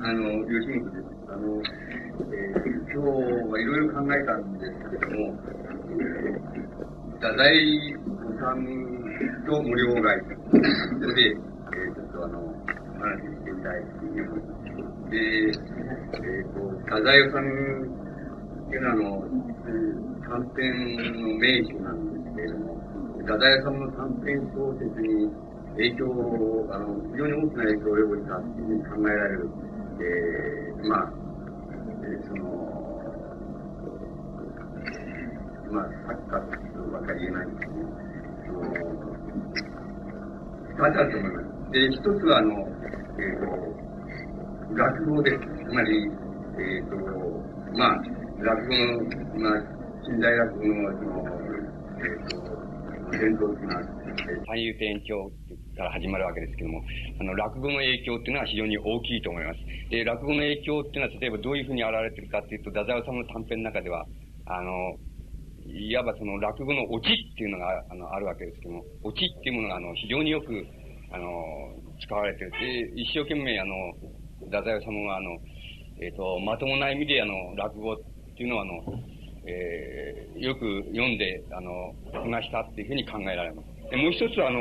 吉本です。今日はいろいろ考えたんですけども、太宰治と無料街。それで、ちょっと話してみたいという。で、太宰治っていうのは短編の名手なんですけれども、太宰治の短編小説に影響を、非常に大きな影響を及ぼしたというふうに考えられる。作家とばかり言えないんですけど、二つあると思います。で、一つは、落語です。つまり、落語の、近代落語の、伝統的な、 三遊亭延長から始まるわけですけども、落語の影響っていうのは非常に大きいと思います。で、落語の影響っていうのは、例えばどういうふうに現れているかっていうと、太宰治の短編の中では、いわばその落語のオチっていうのが、あるわけですけども、オチっていうものが、非常によく、使われている。で、一生懸命、太宰治は、まともな意味で、落語っていうのは、よく読んで、話したっていうふうに考えられます。で、もう一つは、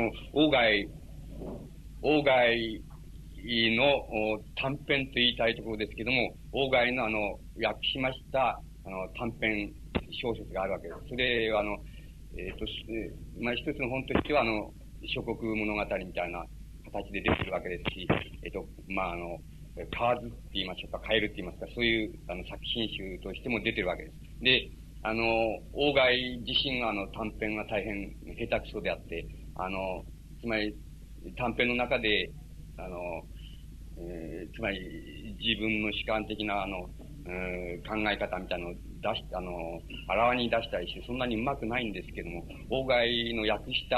鴎外の短編と言いたいところですけども、鴎外の訳しました、短編小説があるわけです。それは、一つの本としては、諸国物語みたいな形で出てるわけですし、蛙って言いましょうか、カエルって言いますか、そういう、作品集としても出てるわけです。で、鴎外自身が短編が大変下手くそであって、つまり、短編の中で、つまり、自分の主観的な、考え方みたいなのを出し、あらわに出したりして、そんなにうまくないんですけども、鴎外の訳した、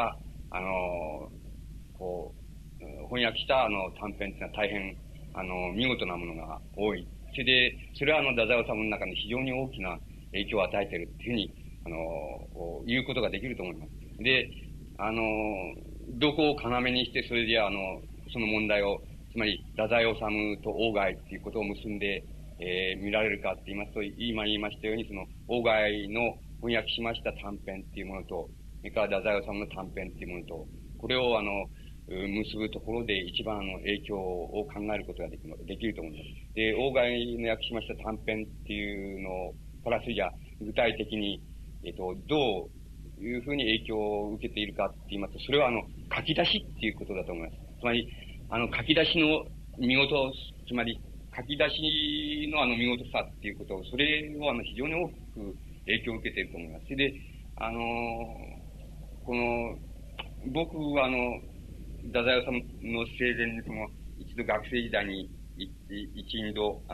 翻訳した短編っていうのは大変、見事なものが多い。それで、それは太宰治の中で非常に大きな影響を与えているっていうふうに、言うことができると思います。で、どこを要にして、それでその問題を、つまり、太宰治と鴎外っていうことを結んで、見られるかって言いますと、今言いましたように、その、鴎外の翻訳しました短編っていうものと、それから太宰治の短編っていうものと、これを結ぶところで一番影響を考えることができると思います。で、鴎外の訳しました短編っていうのからそれじゃ具体的に、どういうふうに影響を受けているかって言いますと、それは書き出しっていうことだと思います。つまり、書き出しの見事、つまり、書き出しの見事さっていうことを、それを非常に大きく影響を受けていると思います。それで、僕は太宰治の生前に一度学生時代に一、二度、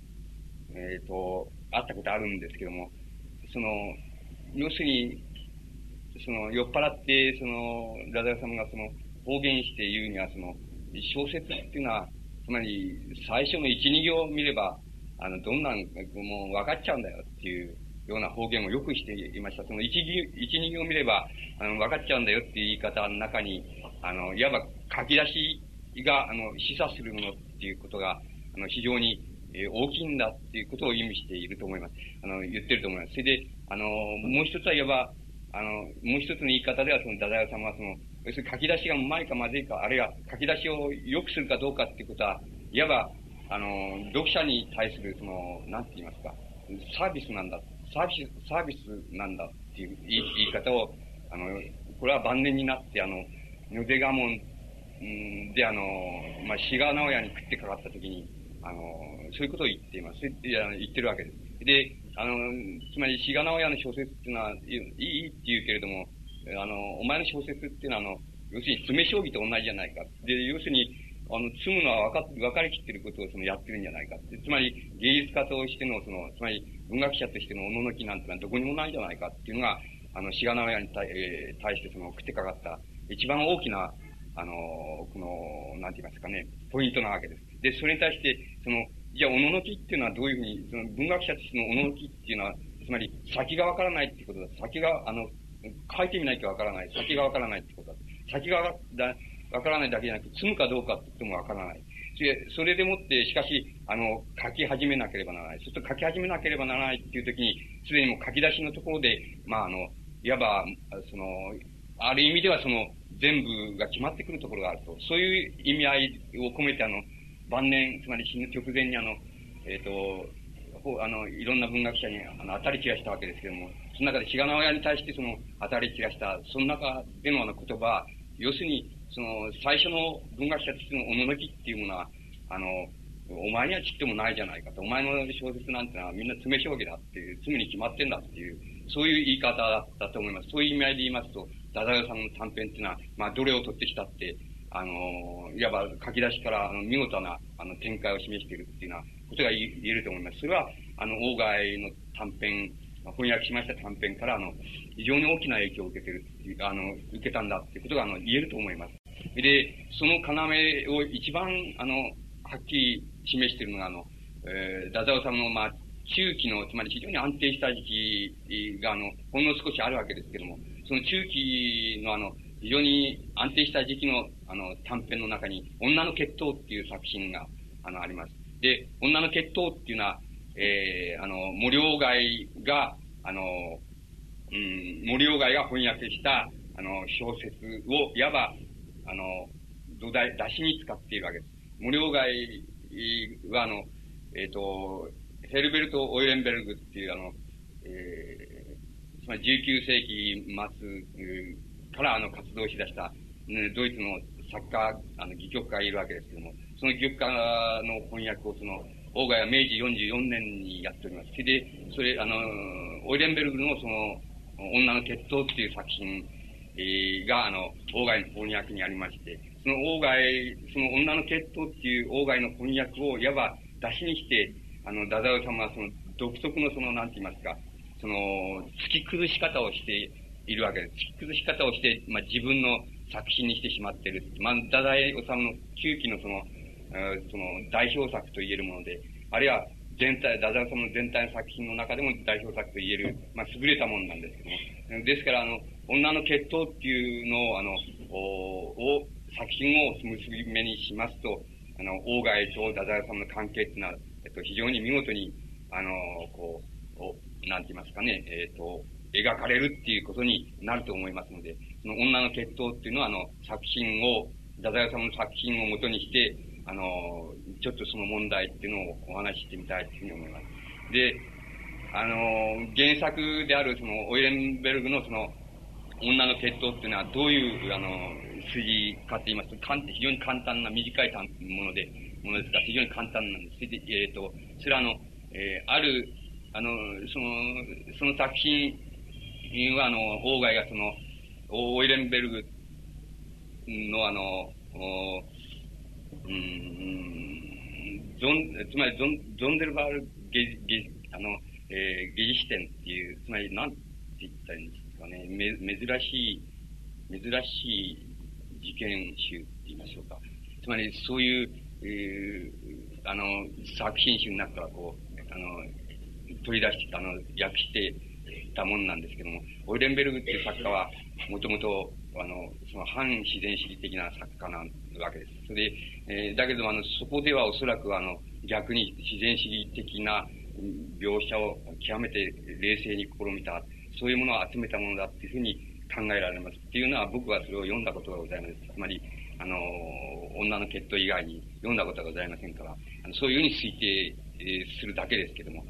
会ったことあるんですけども、要するに、酔っ払って、太宰治が方言して言うには、小説っていうのは、つまり、最初の一、二行を見れば、どんなん、もう分かっちゃうんだよっていうような方言をよくしていました。その一、二行を見れば、分かっちゃうんだよっていう言い方の中に、いわば書き出しが、示唆するものっていうことが、非常に、大きいんだっていうことを意味していると思います。言ってると思います。それで、もう一つはいわば、もう一つの言い方では、太宰治は要するに書き出しがうまいかまずいか、あるいは書き出しを良くするかどうかっていうことは、いわば、読者に対する、なんて言いますか、サービスなんだっていう言い方を、これは晩年になって、野出家門で、志賀直哉に食ってかかったときに、そういうことを言っています。言ってるわけです。で、つまり志賀直哉の小説っていうのは、いいって言うけれども、お前の小説っていうのは、要するに詰将棋と同じじゃないか。で、要するに、詰むのは分かりきってることをやってるんじゃないか。つまり、芸術家としての、つまり、文学者としてのおののきなんてのはどこにもないんじゃないかっていうのが、志賀直哉に対して食ってかかった一番大きな、なんて言いますかね、ポイントなわけです。で、それに対して、じゃあ、おののきっていうのはどういうふうに、文学者としてのおののきっていうのは、つまり、先がわからないっていうことだ。先が、書いてみないとわからない。先がわからないってことだ。先がわからないだけじゃなくて、積むかどうかって言ってもわからない。 それでもって、しかし、書き始めなければならない。そうすると書き始めなければならないっていう時に、すでにもう書き出しのところで、いわば、ある意味では全部が決まってくるところがあると。そういう意味合いを込めて、晩年、つまり死ぬ直前にいろんな文学者に、当たり散らしたわけですけども、その中で、志賀直哉に対して当たり散らした、その中での言葉は、要するに、最初の文学者としての趣っていうものは、お前にはちっともないじゃないかと。お前の小説なんてのはみんな詰将棋だっていう、詰めに決まってんだっていう、そういう言い方だったと思います。そういう意味合いで言いますと、太宰治の短編っていうのは、どれを取ってきたって、いわば書き出しから見事な展開を示しているっていうようなことが言えると思います。それは、鴎外の短編、翻訳しました短編から、非常に大きな影響を受けてるっていう、受けたんだっていうことが、言えると思います。で、その要を一番、はっきり示しているのが、太宰治の、中期の、つまり非常に安定した時期が、ほんの少しあるわけですけども、その中期の非常に安定した時期の、短編の中に、女の決闘っていう作品が、あります。で、女の決闘っていうのは、森鴎外が、森鴎外が翻訳した、小説を、いわば、土台、出しに使っているわけです。森鴎外は、ヘルベルト・オイレンベルグっていう、つまり19世紀末から活動しだした、ドイツの作家、戯曲家がいるわけですけども、その戯曲家の翻訳を鴎外は明治44年にやっております。それで、オイレンベルグの女の決闘っていう作品が、鴎外の翻訳にありまして、その女の決闘っていう鴎外の翻訳をいわば出しにして、太宰治は独特のなんて言いますか、突き崩し方をしているわけです。突き崩し方をして、自分の作品にしてしまっている。太宰治の9期の代表作と言えるもので、あるいは太宰治の全体の作品の中でも代表作と言える、優れたものなんですけども。ですから、女の決闘っていうのを、作品を結び目にしますと、鴎外と太宰治の関係っていうのは、非常に見事に、なんて言いますかね、描かれるっていうことになると思いますので、その女の決闘っていうのは、太宰治の作品をもとにして、ちょっとその問題っていうのをお話ししてみたいというふうに思います。で、原作であるオイレンベルグの女の決闘っていうのはどういう、筋かと言いますと、非常に簡単な短いものですから、非常に簡単なんです。それはある、その作品は、鴎外がオイレンベルグのつまりゾンデルバールゲジシテンっていう、つまりなんて言ったらいいんですかね、珍しい事件集って言いましょうか。つまりそういう、作品集の中から取り出して、訳してたもんなんですけども、オイレンベルグっていう作家は、もともと、反自然主義的な作家なわけです。それで、だけどそこではおそらく逆に自然主義的な描写を極めて冷静に試みた、そういうものを集めたものだっていうふうに考えられます。っていうのは僕はそれを読んだことがございます。つまり、女の決闘以外に読んだことがございませんから、そういうふうに推定、するだけですけども、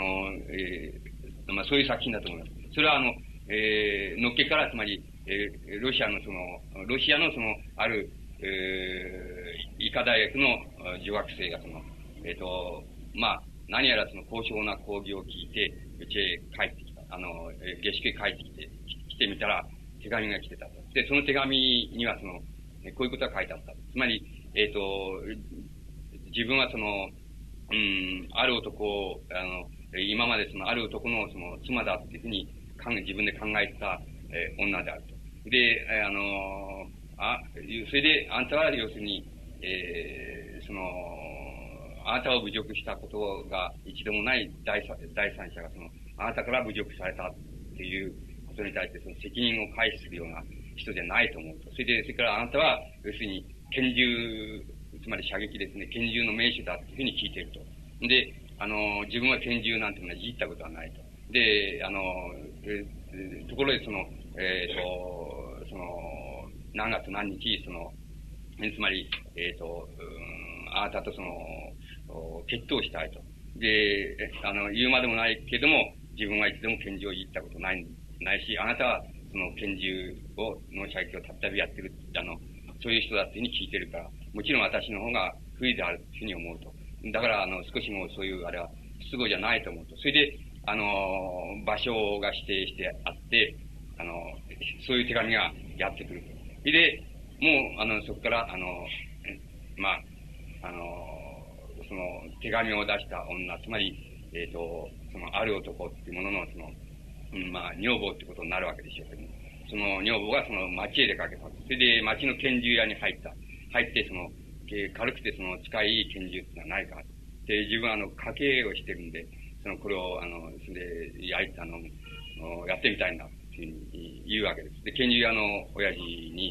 そういう作品だと思います。それはのっけから、つまり、ロシアのある、医科大学の女学生が何やら高尚な講義を聞いて、うちへ帰ってきた。下宿へ帰って来てみたら、手紙が来てたと。で、その手紙にはこういうことが書いてあった。つまり、自分はある男を、今まである男の妻だっていうふうに自分で考えた、女であると。で、それで、あんたは要するに、あなたを侮辱したことが一度もない第三者があなたから侮辱されたっていうことに対して責任を回避するような人じゃないと思うと。それからあなたは、要するに拳銃つまり射撃ですね、拳銃の名手だっていうふうに聞いていると。で、自分は拳銃なんてものはいじったことはないと。で、ところで何月何日、つまり、あなたと決闘したいと。で、言うまでもないけども、自分はいつでも拳銃をいじったことないし、あなたはその拳銃の射撃をたったびやってる、そういう人だっていうふうに聞いてるから、もちろん私の方が不利であるというふうに思うと。だから、少しもそういう、あれは、不都合じゃないと思うと。それで、場所が指定してあって、そういう手紙がやってくると。で、もう、そこから、その手紙を出した女、つまり、ある男っていうものの、女房ってことになるわけでしょうけども、その女房がその町へ出かけた。それで町の拳銃屋に入って、軽くて使いいい拳銃ってのはないか。で、自分は家計をしてるんで、これを、それで、やってみたいんだ、っていうふうに言うわけです。で、拳銃屋の親父に、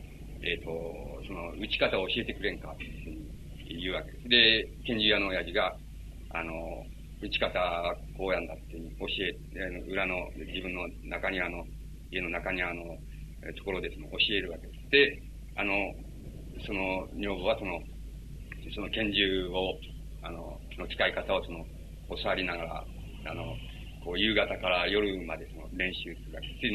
撃ち方を教えてくれんか、っていうふうに言うわけです。で、拳銃屋の親父が、撃ち方はこうやんだって教裏の自分の中庭の、家の中庭のところで教えるわけです。で、その女房はその拳銃を、の使い方を教わりながら、夕方から夜まで練習するわけです。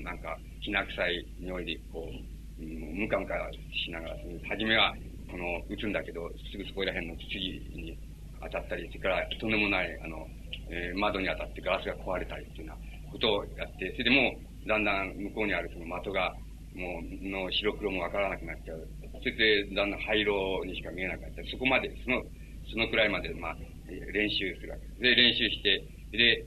なんか、きな臭い匂いで、ムカムカしながら、初めは、撃つんだけど、すぐそこら辺の土に当たったり、それから、とんでもない、窓に当たってガラスが壊れたりっていうようなことをやって、それでもう、だんだん向こうにある的が、もう白黒もわからなくなっちゃう。それで、だんだん灰色にしか見えなくなっちゃう。そこまで、そのくらいまで、練習するわけです。で、練習して、で、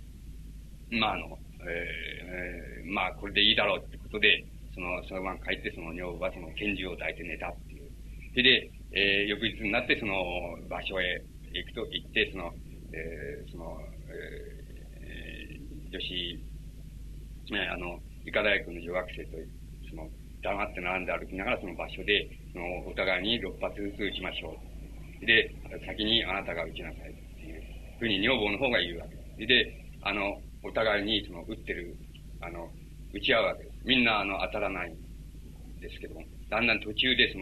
これでいいだろうってことで、その晩帰って、女房は拳銃を抱いて寝たっていう。それで、翌日になって、場所へ行って、女子、医科大学の女学生と、黙って並んで歩きながらその場所で、お互いに6発ずつ撃ちましょう。で、先にあなたが撃ちなさいっていうふうに女房の方が言うわけです。で、お互いに撃ってる、撃ち合うわけです。みんな当たらないんですけども、だんだん途中で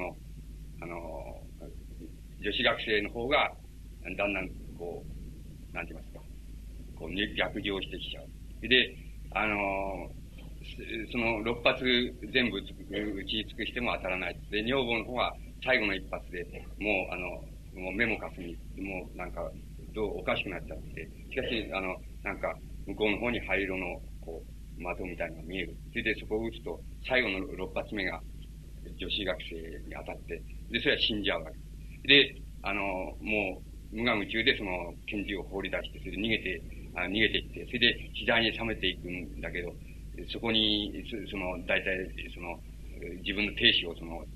女子学生の方が、だんだんなんて言いますか、逆上してきちゃう。で、その6発全部撃ち尽くしても当たらない。で、女房の方は最後の1発で、もう目もかすみ、もうなんか、おかしくなっちゃって、しかし、なんか、向こうの方に灰色の、的みたいなのが見える。それでそこを撃つと、最後の6発目が女子学生に当たって、で、それは死んじゃうわけです。で、もう、無我夢中でその拳銃を放り出して、それで逃げていって、それで次第に冷めていくんだけど、そこに、大体、自分の亭主をその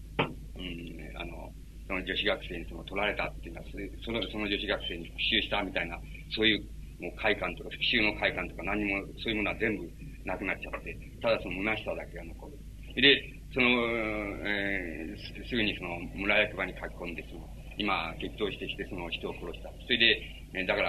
女子学生に取られたっていうのは、その女子学生に復讐したみたいな、そういう、もう快感とか、復讐の快感とか何も、そういうものは全部なくなっちゃって、ただその虚しさだけが残る。で、すぐに村役場に書き込んで、今、決闘してきて人を殺した。それで、だから、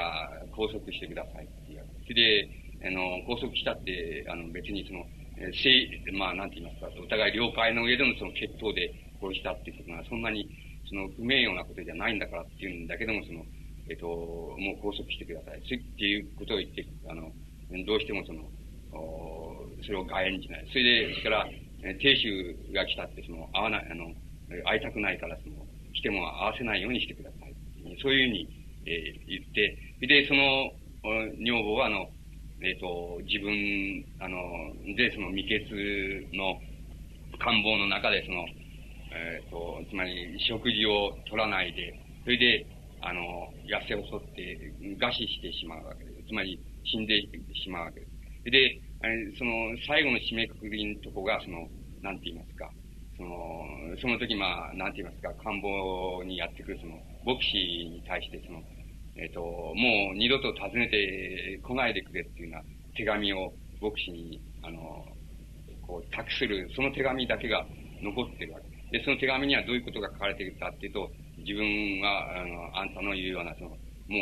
拘束してくださいっていう。それで、拘束したって、別になんて言いますか、お互い了解の上での決闘で殺したっていうことが、そんなに、不名誉なことじゃないんだからっていうんだけども、もう拘束してください。っていうことを言って、どうしてもそれを外縁しない。それで、それから、亭主が来たって、会いたくないから、来ても会わせないようにしてください。そういうふうに、言って、で、女房は、自分、で、未決の官房の中で、つまり、食事を取らないで、それで、痩せ細って餓死してしまうわけです。つまり、死んでしまうわけです。で、最後の締めくくりのとこが、なんて言いますか、その時、なんて言いますか、官房にやってくる、牧師に対して、もう二度と訪ねて来ないでくれっていうような手紙を牧師に、託する、その手紙だけが残ってるわけです。 で、その手紙にはどういうことが書かれているかっていうと、自分は、あんたの言うような、もう、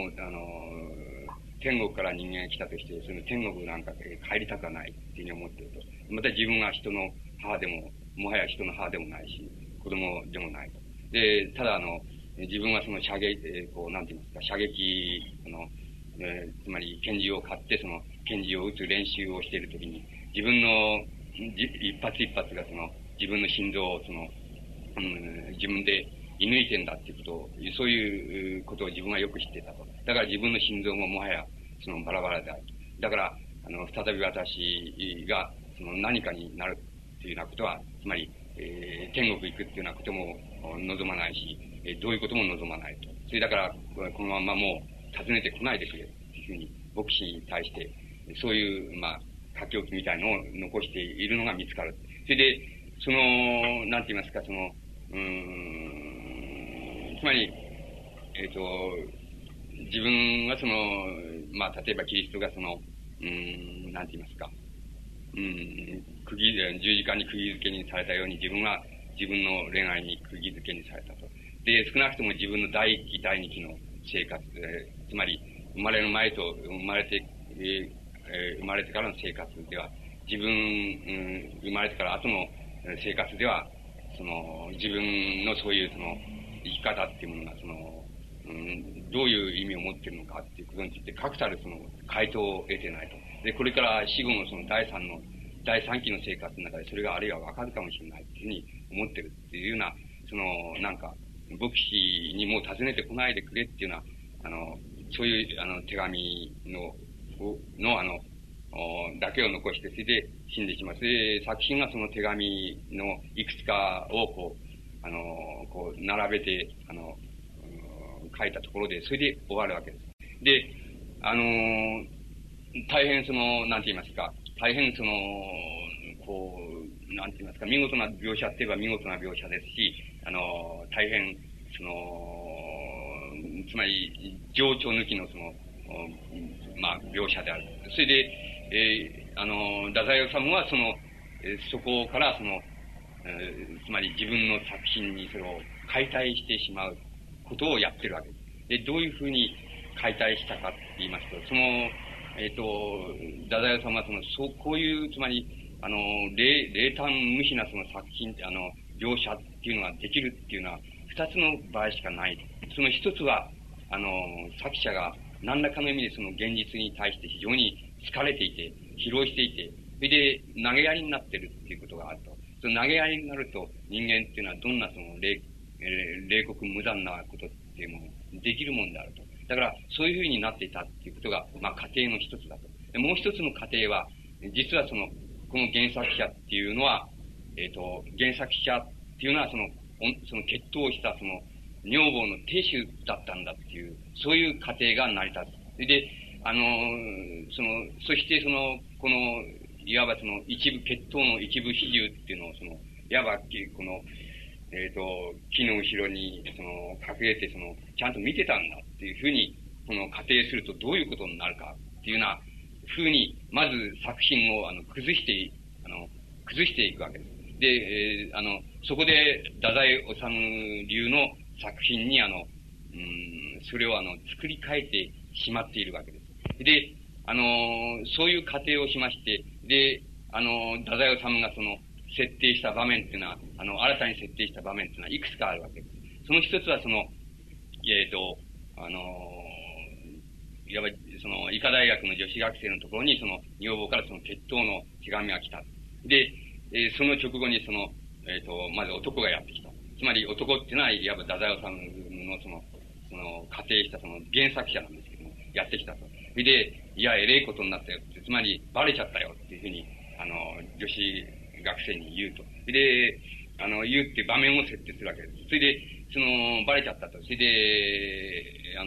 天国から人間が来たとして、その天国なんか帰りたくはないっていうふうに思っていると。また自分が人の母でも、もはや人の母でもないし、子供でもないと。で、ただ自分はその射撃、なんて言いますか、射撃、つまり拳銃を買って、その拳銃を撃つ練習をしているときに、自分の一発一発が自分の心臓を自分で射抜いてんだっていうことを、そういうことを自分はよく知ってたと。だから自分の心臓ももはやバラバラであると。だから、再び私が何かになるっていうようなことは、つまり、天国行くっていうようなことも望まないし、どういうことも望まないと。それだから、このままもう訪ねてこないでくれっていうふうに、牧師に対して、そういう、書き置きみたいのを残しているのが見つかる。それで、なんて言いますか、つまり、自分は例えばキリストがなんて言いますか、十字架に釘付けにされたように自分は自分の恋愛に釘付けにされたと。で、少なくとも自分の第一期、第二期の生活、つまり、生まれる前と生まれてからの生活では、自分、生まれてから後の生活では、自分のそういう生き方っていうものが、どういう意味を持っているのかっていうことについて、確たる回答を得てないと。で、これから死後の第三期の生活の中でそれがあるいはわかるかもしれないっていうふうに思ってるっていうような、牧師にもう訪ねてこないでくれっていうような、そういう手紙だけを残して、それで死んでしまう。それで、作品はその手紙のいくつかを並べて、書いたところで、それで終わるわけです。で、大変なんて言いますか、大変なんて言いますか、見事な描写って言えば見事な描写ですし、大変、つまり、情緒抜きの描写である。それで、太宰治はそこからつまり自分の作品にそれを解体してしまうことをやってるわけです。で、どういうふうに解体したかって言いますと、太宰治はこういう、つまり、冷淡無比な作品、描写っていうのができるっていうのは、二つの場合しかない。その一つは、作者が何らかの意味で現実に対して非常に疲れていて、疲労していて、それで投げやりになってるっていうことがあると。その投げやりになると、人間っていうのはどんな冷酷無残なことっていうものできるもんであると。だから、そういうふうになっていたっていうことが、過程の一つだと。でもう一つの過程は、実はこの原作者っていうのは、原作者っていうのは決闘した女房の亭主だったんだっていう、そういう過程が成り立つ。で、そしてこの、いわば決闘の一部始終っていうのをいわば木の後ろに、隠れて、ちゃんと見てたんだっていうふうに、仮定するとどういうことになるかっていうようなふうに、まず作品を、崩していくわけです。で、そこで、太宰治流の作品に、それを作り変えてしまっているわけです。で、そういう過程をしまして、で、太宰治が設定した場面っていうのは、新たに設定した場面っていうのはいくつかあるわけです。その一つはいわば医科大学の女子学生のところに女房から決闘の手紙が来た。で、その直後にまず男がやってきた。つまり男っていうのは、いわば太宰治の仮定した原作者なんですけども、やってきたと。それで、いや、えれいことになったよって、つまりバレちゃったよっていうふうに、女子学生に言うと。それで、言うっていう場面を設定するわけです。それで、バレちゃったと。それで、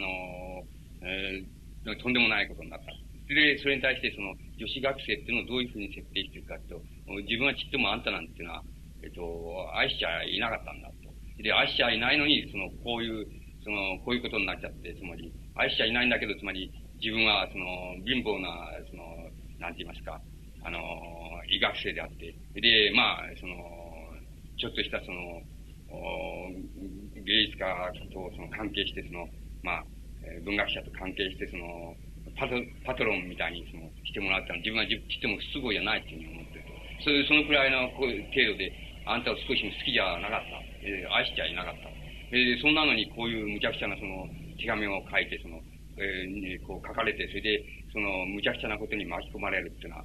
とんでもないことになった。それで、それに対して女子学生っていうのをどういうふうに設定しているかと、自分はちっともあんたなんていうのは、愛しちゃいなかったんだと。で、愛しちゃいないのに、こういうことになっちゃって、つまり、愛しちゃいないんだけど、つまり、自分は、貧乏な、なんて言いますか、医学生であって、で、ちょっとした芸術家とその関係して、まあ、文学者と関係して、パトロンみたいにしてもらったの自分はしても不都合じゃないっていうふうに思ってると。そのくらいの程度で、あんたを少しも好きじゃなかった。愛しちゃいなかった。そんなのにこういう無茶苦茶な手紙を書いて、こう書かれて、それで、無茶苦茶なことに巻き込まれるっていうのは、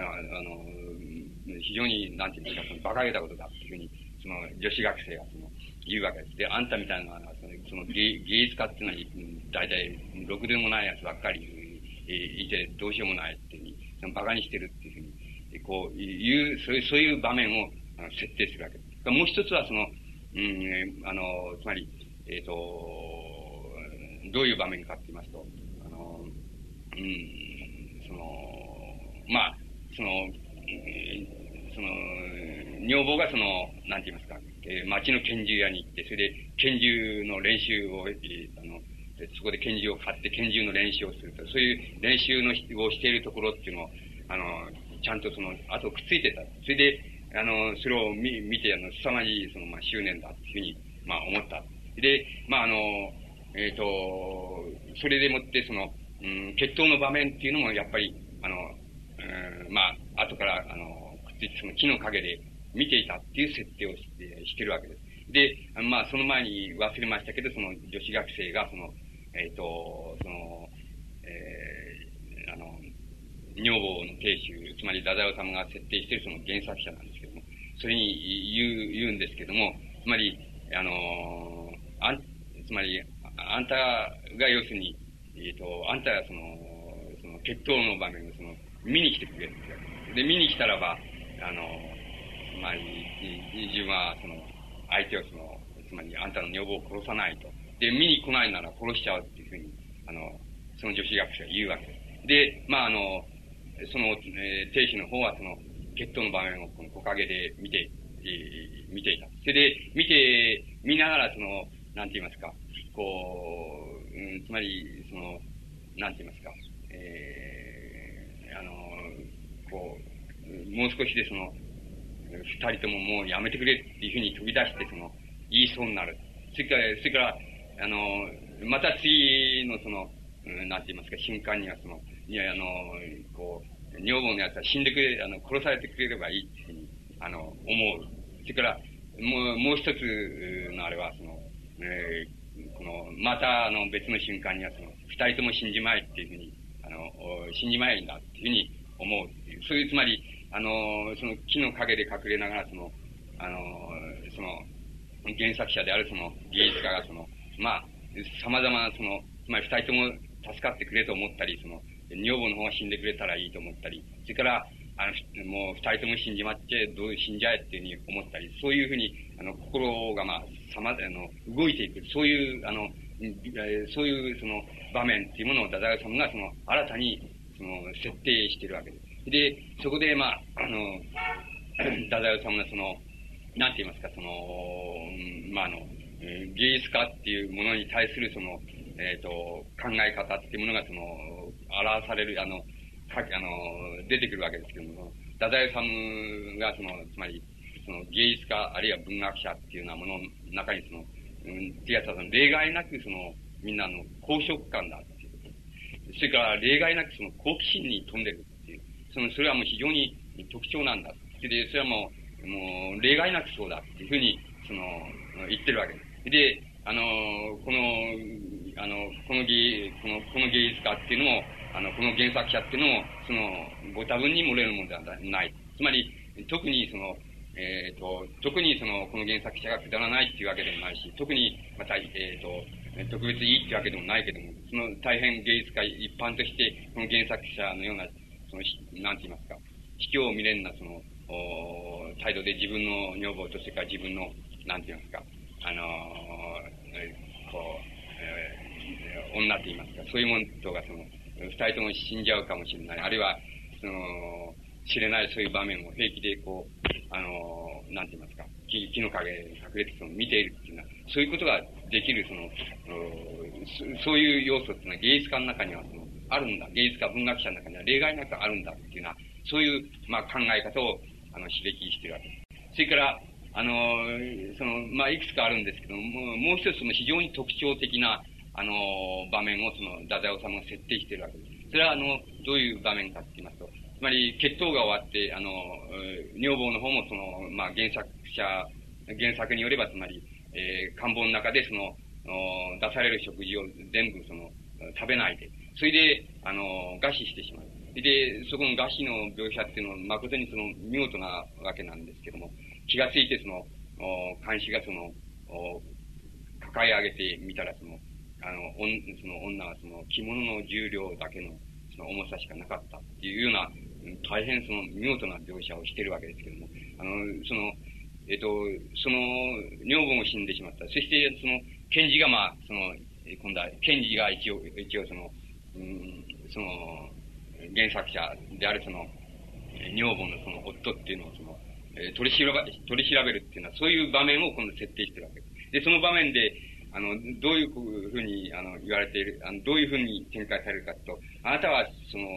非常に、なんていうんですか、馬鹿げたことだっていうふうに、女子学生が言うわけです。で、あんたみたいな、芸術家っていうのに、大体、ろくでもないやつばっかりいて、どうしようもないっていうふうに、馬鹿にしてるっていうふうに、こういう、そういう場面を設定するわけです。もう一つは、つまり、どういう場面かって言いますと、まあ、女房がなんて言いますか、町の拳銃屋に行って、それで拳銃の練習を、そこで拳銃を買って拳銃の練習をすると、そういう練習をしているところっていうのを、ちゃんと後くっついてた。それで、それを見て、凄まじい、執念だっていうふうに、思った。で、それでもって、決闘の場面っていうのも、やっぱり、後から、くっついて、木の陰で見ていたっていう設定をしてるわけです。で、その前に忘れましたけど、女子学生が、女房の亭主、つまり、太宰治が設定している原作者なんですけども、それに言うんですけども、つまり、あんたが要するに、あんたが決闘の場面を見に来てくれるってわけで、見に来たらば、つまり、自分は相手をつまりあんたの女房を殺さないと。で、見に来ないなら殺しちゃうっていうふうに、その女子学生が言うわけです。で、亭主の方は決闘の場面をこの木陰で見ていた。それで、見ながらなんて言いますか、つまり、なんて言いますか、もう少しで二人とももうやめてくれっていうふうに飛び出して言いそうになる。それから、また次のなんて言いますか、瞬間には女房のやつは死んでくれ、殺されてくれればいいっていうふうに、思う。それから、もう一つのあれは、また別の瞬間には二人とも死んじまえっていうふうに、死んじまえんだっていうふうに思うっていう。そういう、つまり、木の陰で隠れながら、原作者である芸術家が様々なつまり二人とも助かってくれと思ったり、女房の方が死んでくれたらいいと思ったり、それから、もう二人とも死んじまって、死んじゃえっていうふうに思ったり、そういうふうに、心が動いていく、そういう、そういう場面っていうものを太宰治が新たに設定しているわけです。で、そこで太宰治がなんて言いますか、芸術家っていうものに対する考え方っていうものが表される、出てくるわけですけども、太宰治がつまり、芸術家あるいは文学者っていうようなものの中にってやつは例外なくみんな公職感だっていうこと。それから例外なく好奇心に富んでるっていう。それはもう非常に特徴なんだ。で、それはもう例外なくそうだっていうふうに、言ってるわけです。で、この芸術家っていうのも、この原作者っていうのも、ご多分に漏れるものではない。つまり、特にこの原作者がくだらないっていうわけでもないし、特に、また、特別いいっていうわけでもないけども、大変芸術家一般として、この原作者のような、なんて言いますか、卑怯未練な態度で自分の女房とそれから自分の、なんて言いますか、女って言いますか、そういうものとが二人とも死んじゃうかもしれない。あるいは、知れないそういう場面を平気でなんて言いますか、木の陰に隠れて見ているっていうのは、そういうことができるそういう要素っていうのは芸術家の中にはあるんだ。芸術家、文学者の中には例外なくあるんだっていうのは、そういう、考え方を、指摘しているわけです。それから、 まあ、いくつかあるんですけども、もう一つ非常に特徴的な、場面を太宰治が設定しているわけです。それは、どういう場面かって言いますと、つまり、決闘が終わって、女房の方もまあ、原作によれば、つまり、官房の中で出される食事を全部食べないで、それで、餓死してしまう。で、そこの餓死の描写っていうのは、誠に見事なわけなんですけども、気がついて監視が抱え上げてみたら、女は着物の重量だけの重さしかなかったっていうような、大変見事な描写をしているわけですけども、女房も死んでしまった。そして、検事が今度は、検事が一応原作者である女房の夫っていうのを取り調べるっていうのは、そういう場面を今度設定してるわけです。で、その場面で、どういうふうに、言われている、どういうふうに展開されるかと、あなたは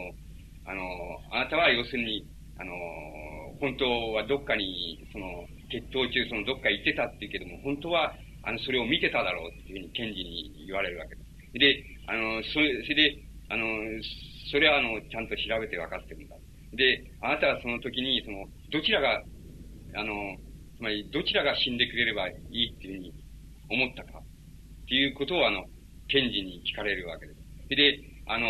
要するに、本当はどっかに、決闘中、どっか行ってたっていうけども、本当は、それを見てただろうっていうふうに検事に言われるわけです。で、それで、それはちゃんと調べて分かってるんだ。で、あなたはその時に、どちらが、つまり、どちらが死んでくれればいいっていうふうに思ったか、っていうことを検事に聞かれるわけです。で、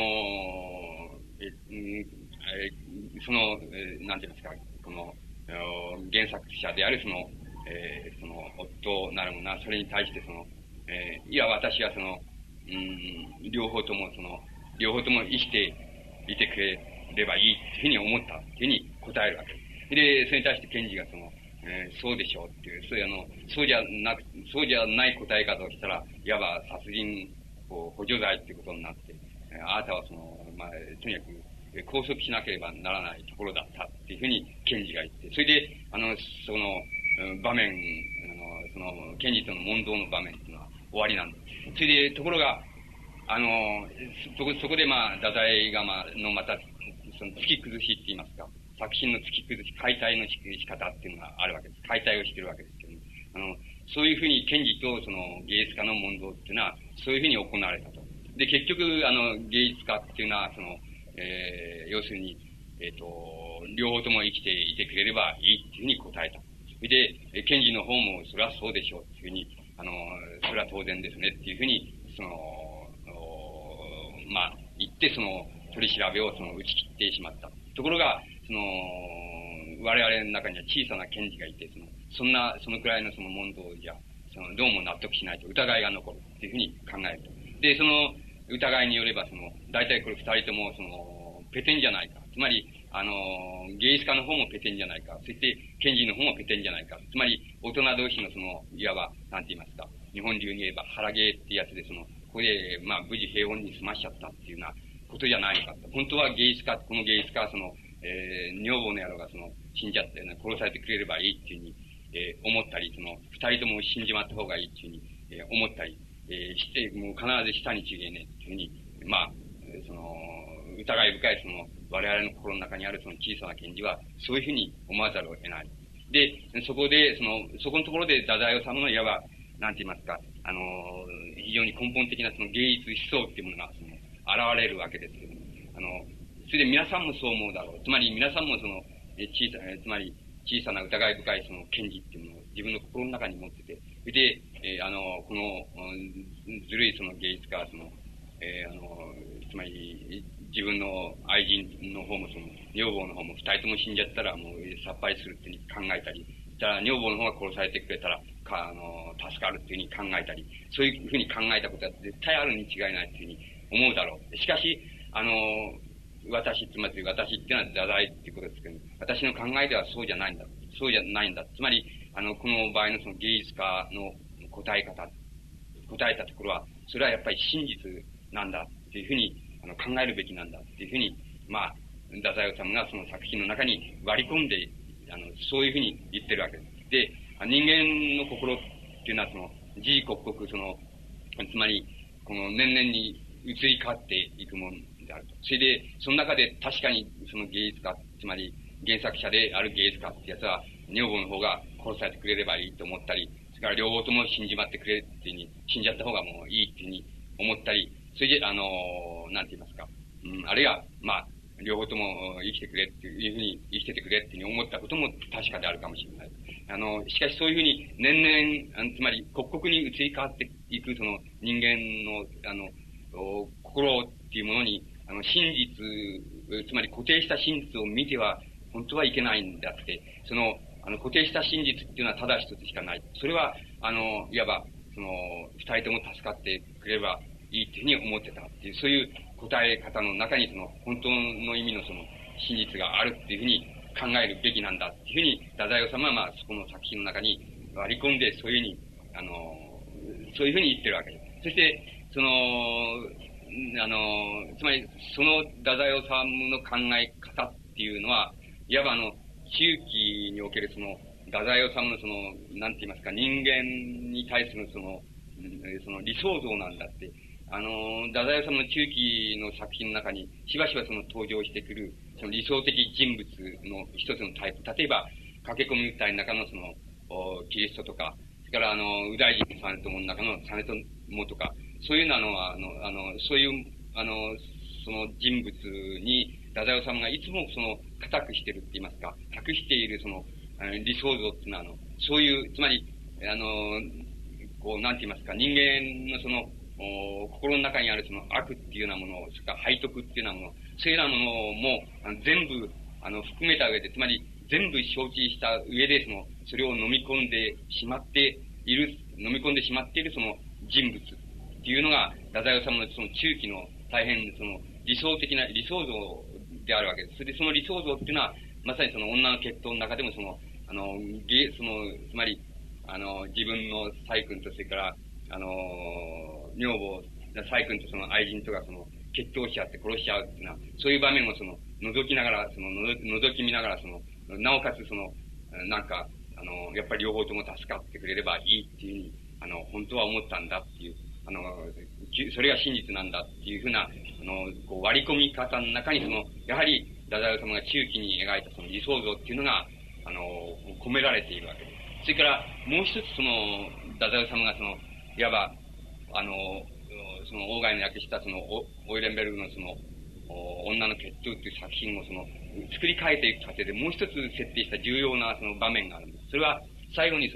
なんていうんですか、原作者である夫なるものは、それに対していや、私は両方とも生きていてくれればいいっていうふうに思ったっていうふうに答えるわけです。で、それに対して検事がそうでしょうっていう、そうじゃない答え方をしたら、いわば殺人補助罪っていうことになって、あなたはまあ、とにかく拘束しなければならないところだったっていうふうに検事が言って、それで、場面、検事との問答の場面っていうのは終わりなんです。それで、ところが、そこでまあ、太宰がまた、突き崩しって言いますか、作品の突き崩し、解体の仕方っていうのがあるわけです。解体をしてるわけですけども、そういうふうに検事と芸術家の問答っていうのは、そういうふうに行われたと。で、結局、芸術家っていうのは、要するに、両方とも生きていてくれればいいっていうふうに答えた。で、検事の方も、それはそうでしょうっていうふうに、それは当然ですねっていうふうに、まあ、言って、取り調べを打ち切ってしまった。ところが、我々の中には小さな検事がいて、そのくらいの問答じゃ、どうも納得しないと疑いが残るっていうふうに考えると。で、疑いによれば、大体これ二人とも、ペテンじゃないか。つまり、芸術家の方もペテンじゃないか。そして、検事の方もペテンじゃないか。つまり、大人同士のいわば、なんて言いますか。日本流に言えば、腹芸ってやつで、ここで、まあ、無事平穏に済ましちゃったっていうようなことじゃないのかと。本当はこの芸術家は女房の野郎が死んじゃって、殺されてくれればいいっていうふうに、思ったり、二人とも死んじまった方がいいっていうふうに、思ったり、して、もう必ず下に違えねえっていうふうに、まあ、疑い深い我々の心の中にある小さな検事は、そういうふうに思わざるを得ない。で、そこのところで太宰治のいわば、なんて言いますか、非常に根本的な芸術思想っていうものが現れるわけですけども、それで皆さんもそう思うだろう。つまり皆さんもつまり小さな疑い深い検事っていうものを自分の心の中に持ってて、で、この、ずるい芸術家はつまり自分の愛人の方も女房の方も二人とも死んじゃったらもうさっぱりするっていうふうに考えたり、たら女房の方が殺されてくれたら、助かるっていうふうに考えたり、そういうふうに考えたことは絶対あるに違いないっていうふうに思うだろう。しかし、私っていうのは太宰っていうことですけど、私の考えではそうじゃないんだ。そうじゃないんだ。つまり、この場合の芸術家の答えたところは、それはやっぱり真実なんだっていうふうに考えるべきなんだっていうふうに、まあ、太宰治が作品の中に割り込んで、そういうふうに言ってるわけです。で、人間の心っていうのは時々刻々つまり、年々に移り変わっていくものであると。それで、その中で確かに芸術家、つまり原作者である芸術家ってやつは、女房の方が殺されてくれればいいと思ったり、それから両方とも死んじまってくれっていうふうに、死んじゃった方がもういいっていうふうに思ったり、それで、なんて言いますか、あるいは、まあ、両方とも生きてくれっていうふうに、生きててくれっていうふうに思ったことも確かであるかもしれない。しかしそういうふうに年々、つまり刻々に移り変わっていくその人間の、心っていうものに、真実、つまり固定した真実を見ては、本当はいけないんだって、固定した真実っていうのはただ一つしかない。それは、いわば、二人とも助かってくれればいいっていうふうに思ってたっていう、そういう答え方の中に本当の意味の真実があるっていうふうに考えるべきなんだっていうふうに、太宰治はまあ、そこの作品の中に割り込んで、そういうふうに、そういうふうに言ってるわけです。そして、つまり、その太宰治の考え方っていうのは、いわば中期における太宰治のなんて言いますか、人間に対する理想像なんだって。太宰治の中期の作品の中に、しばしば登場してくる、理想的人物の一つのタイプ。例えば、駆け込み歌の中のキリストとか、それから右大臣実朝の中の実朝とか、そういうのは、そういう、人物に、太宰治がいつも固くしてるって言いますか、託している理想像っていうのは、そういう、つまり、なんて言いますか、人間の心の中にある悪っていうようなものを、それから背徳っていうようなもの、そういうようなものも、全部、含めた上で、つまり、全部承知した上で、それを飲み込んでしまっている人物っていうのが、太宰治の中期の大変理想的な理想像であるわけです。それでその理想像っていうのは、まさに女の血統の中でもつまり、自分の細君と、それから、女房、細君と愛人とか決闘し合って殺し合うっていうのは、そういう場面を覗きながら、覗き見ながら、なおかつなんか、やっぱり両方とも助かってくれればいいっていうふうに、本当は思ったんだっていう、それが真実なんだっていうふうな、割り込み方の中にやはり、太宰治が中期に描いた理想像っていうのが、込められているわけです。それから、もう一つ太宰治がいわば、外の訳したオイレンベルグの女の血統っていう作品を作り変えていく過程でもう一つ設定した重要な場面があるんです。それは、最後につ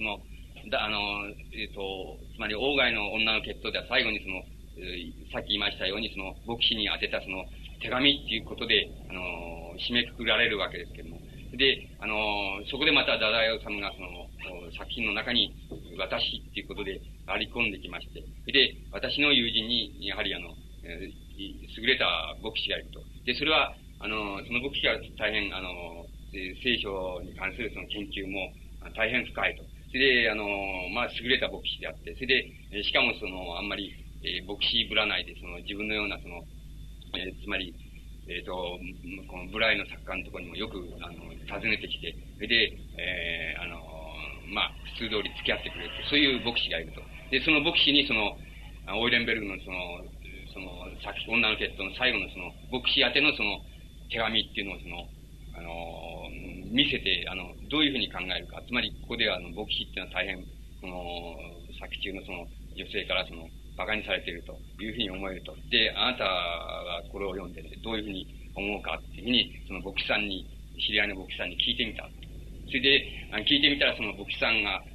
まり、外の女の血統では最後にさっき言いましたように牧師に宛てた手紙っていうことで、締めくくられるわけですけども。で、そこでまた太宰治が作品の中に、私っていうことで割り込んできまして、で、私の友人に、やはり優れた牧師がいると。で、それは、その牧師が大変、聖書に関する研究も大変深いと。それで、まあ、優れた牧師であって、それで、しかもあんまり、牧師ぶらないで、自分のようなつまり、このブライの作家のところにもよく、訪ねてきて、それで、まあ、普通通り付き合ってくれるそういう牧師がいると。で、その牧師にオイレンベルグの女の血統の最後の牧師宛ての手紙っていうのを見せて、どういうふうに考えるか。つまり、ここでは牧師っていうのは大変、作中の女性から馬鹿にされているというふうに思えると。で、あなたはこれを読んでどういうふうに思うかっていうふうに、牧師さんに、知り合いの牧師さんに聞いてみた。それで、聞いてみたら牧師さんが、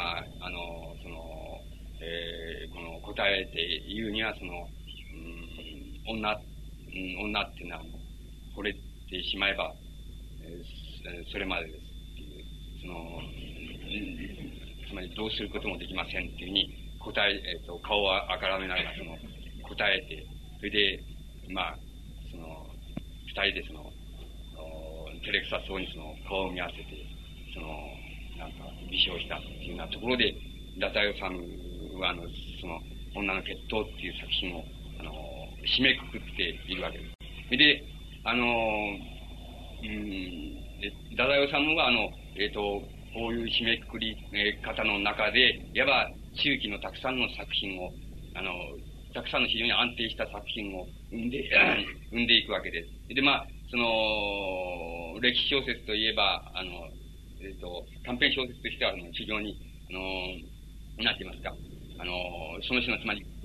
この答えて言うには、女っていうのは、惚れてしまえば、それまでですっていう、つまりどうすることもできませんっていうふうに顔をあからめながら答えて、それで、まあ、二人で照れくさそうに顔を見合わせて、なんか、微笑したっていうようなところで、太宰治は、女の血統っていう作品を、締めくくっているわけです。で、太宰治は、こういう締めくくり方の中で、いわば中期のたくさんの作品を、たくさんの非常に安定した作品を生んでいくわけです。で、まあ、歴史小説といえば、 短編小説としては、非常に、なんて言いますか、その人の、つまり、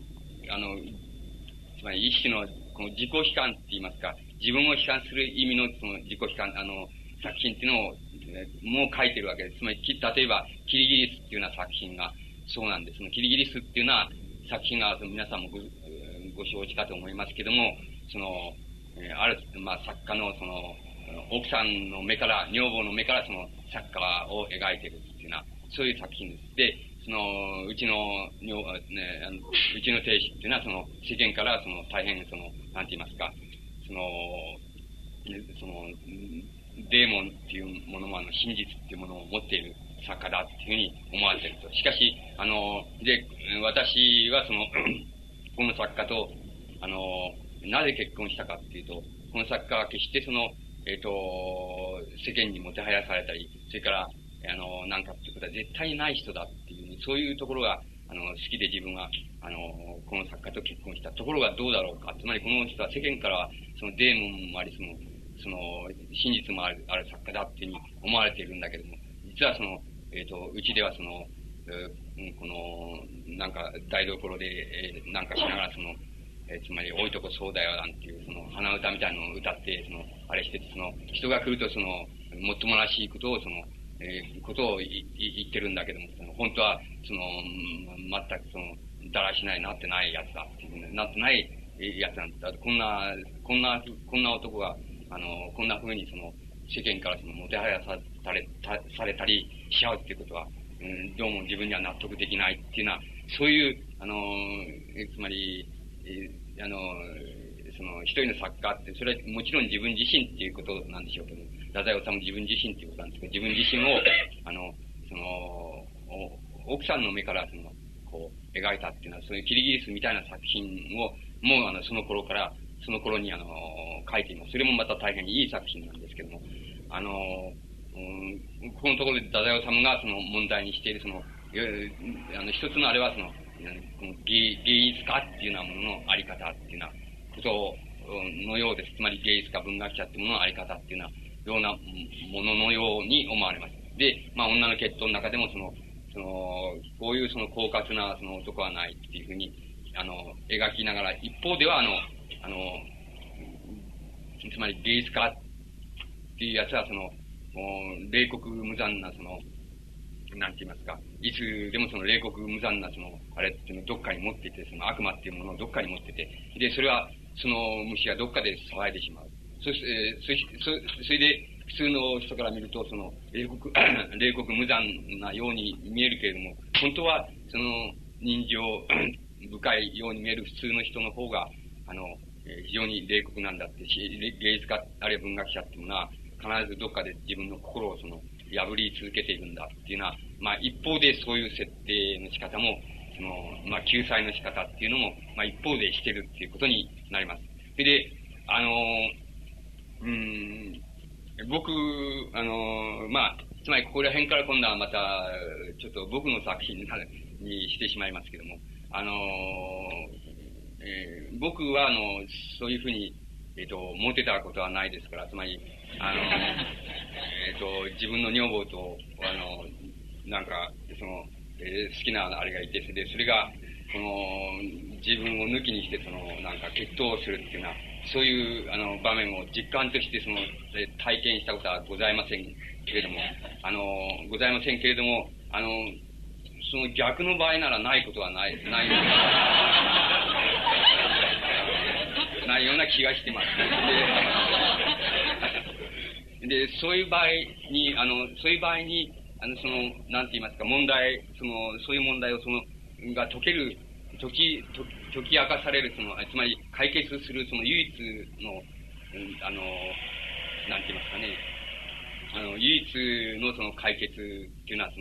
意識の、この自己批判って言いますか、自分を批判する意味の、その自己批判、作品っていうのを、もう書いてるわけです。つまり、例えば、キリギリスっていうような作品が、そうなんです。そのキリギリスっていうような作品が、皆さんもご承知かと思いますけども、ある、作家の、奥さんの目から、女房の目から、作家を描いてるっていうような、そういう作品です。で、うちの亭主っていうのは、世間から、大変、なんて言いますか、デーモンっていうものも、真実っていうものを持っている作家だっていうふうに思われていると。しかし、私はこの作家と、なぜ結婚したかっていうと、この作家は決して世間にもてはやされたり、それから、なんかっていうことは絶対にない人だっていう、そういうところが、好きで自分は、この作家と結婚したところがどうだろうか。つまりこの人は世間からは、デーモンもあり、真実もある作家だっていうふうに思われているんだけども、実はうちではなんか台所で、なんかしながらつまり、おいとこそうだよなんていう、鼻歌みたいなのを歌って、あれして、人が来るともっともらしいことを、ことを言ってるんだけども、本当は、全くだらしないなってないやつだっていう、なってないやつなんだ。こんな男が、こんな風に世間からもてはやされたりしちゃうっていうことは、どうも自分には納得できないっていうのは、そういう、つまり、一人の作家って、それはもちろん自分自身っていうことなんでしょうけど、太宰治自分自身っていうことなんですけど、自分自身を、奥さんの目からこう、描いたっていうのは、そういうキリギリスみたいな作品を、もうその頃に書いています。それもまた大変いい作品なんですけども、このところで太宰治が問題にしている一つのあれはこの芸術家っていうようなもののあり方っていうようなことのようです。つまり芸術家文学者っていうもののあり方っていうようなもののように思われます。で、女の血統の中でもこういう狡猾な男はないっていうふうに、描きながら、一方ではつまり芸術家っていうやつは冷酷無残ななんて言いますか、いつでも冷酷無残なあれっていうのをどっかに持っていて、悪魔っていうものをどっかに持ってて、で、それは虫がどっかで騒いでしまう。それで、普通の人から見ると、冷酷無残なように見えるけれども、本当は、人情深いように見える普通の人の方が、非常に冷酷なんだって、芸術家、あるいは文学者っていうのは、必ずどっかで自分の心を破り続けているんだっていうのは、一方でそういう設定の仕方も、救済の仕方っていうのも、一方でしてるっていうことになります。それで、僕、つまりここら辺から今度はまた、ちょっと僕の作品にしてしまいますけども、僕は、そういうふうに、モテたことはないですから、つまり、自分の女房と、なんか、好きなあれがいて、それが、自分を抜きにして、なんか、決闘するっていうような、そういう、場面を実感として、体験したことはございませんけれども、その逆の場合ならないことはないような気がしてます。で、そういう場合に、なんて言いますか、そういう問題をが解き明かされる、つまり解決する、唯一の、なんて言いますかね、唯一の解決っていうのは、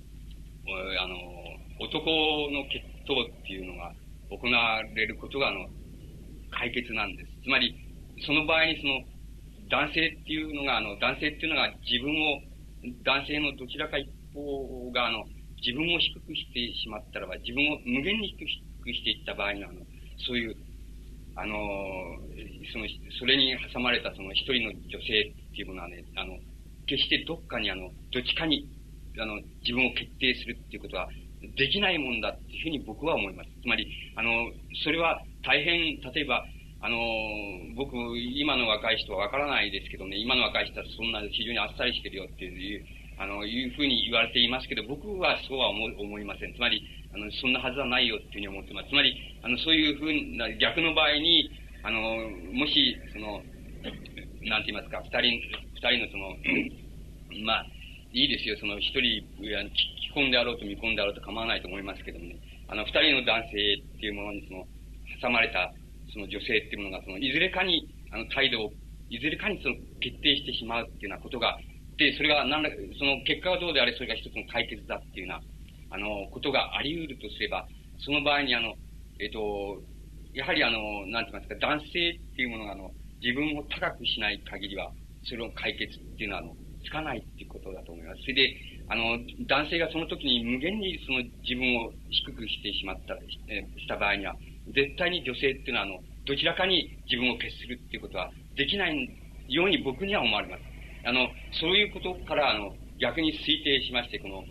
男の血統っていうのが行われることが、解決なんです。つまり、その場合に男性っていうのが男性のどちらか一方が自分を低くしてしまったらば、自分を無限に低くしていった場合には、そういう、それに挟まれた一人の女性っていうものはね、 決してどっかにどっちかに、自分を決定するっていうことはできないもんだっていうふうに僕は思います。つまり、それは大変、例えば、僕、今の若い人はわからないですけどね、今の若い人はそんな非常にあっさりしてるよっていう、いうふうに言われていますけど、僕はそうは思いません。つまり、そんなはずはないよっていうふうに思ってます。つまり、そういうふうな逆の場合に、もし、なんて言いますか、二人のまあ、いいですよ、一人、既婚であろうと未婚であろうと構わないと思いますけどもね、二人の男性っていうものに挟まれた、女性っていうものが、いずれかに、態度を、いずれかに決定してしまうっていうようなことが、で、それが結果はどうであれ、それが一つの解決だっていうような、ことがあり得るとすれば、その場合にやはりなんて言いますか、男性っていうものが自分を高くしない限りは、それを解決っていうのはつかないっていうことだと思います。それで、男性がその時に無限に自分を低くしてしました場合には、絶対に女性っていうのはどちらかに自分を決するっていうことはできないように僕には思われます。そういうことから逆に推定しまして、この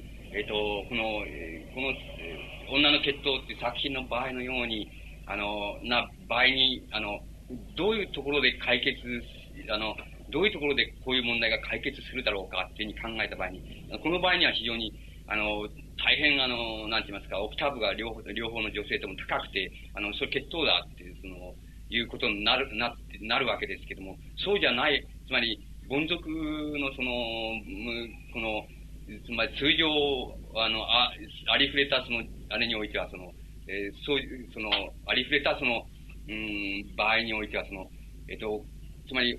女の決闘っていう作品の場合のように、場合に、どういうところでどういうところでこういう問題が解決するだろうかっていうふうに考えた場合に、この場合には非常に、大変なんて言いますか、オクターブが両方の女性とも高くて、それ血統だっていう、いうことになるわけですけども、そうじゃない、つまり、凡俗のつまり通常、ありふれたあれにおいては、そういう、ありふれた場合においては、つまり、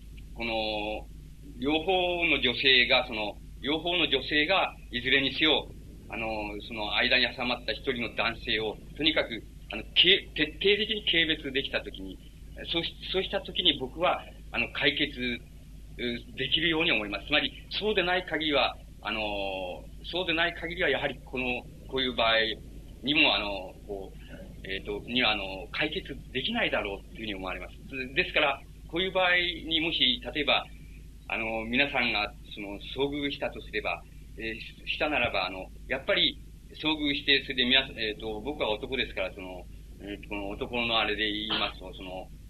両方の女性が、いずれにせよ、間に挟まった一人の男性を、とにかく、徹底的に軽蔑できたときに、そうしたときに僕は、解決できるように思います。つまり、そうでない限りは、やはりこういう場合にも、解決できないだろうというふうに思われます。ですから、こういう場合にもし、例えば、皆さんが、遭遇したとすれば、したならば、やっぱり、遭遇して、それで僕は男ですから、この男のあれで言いますと、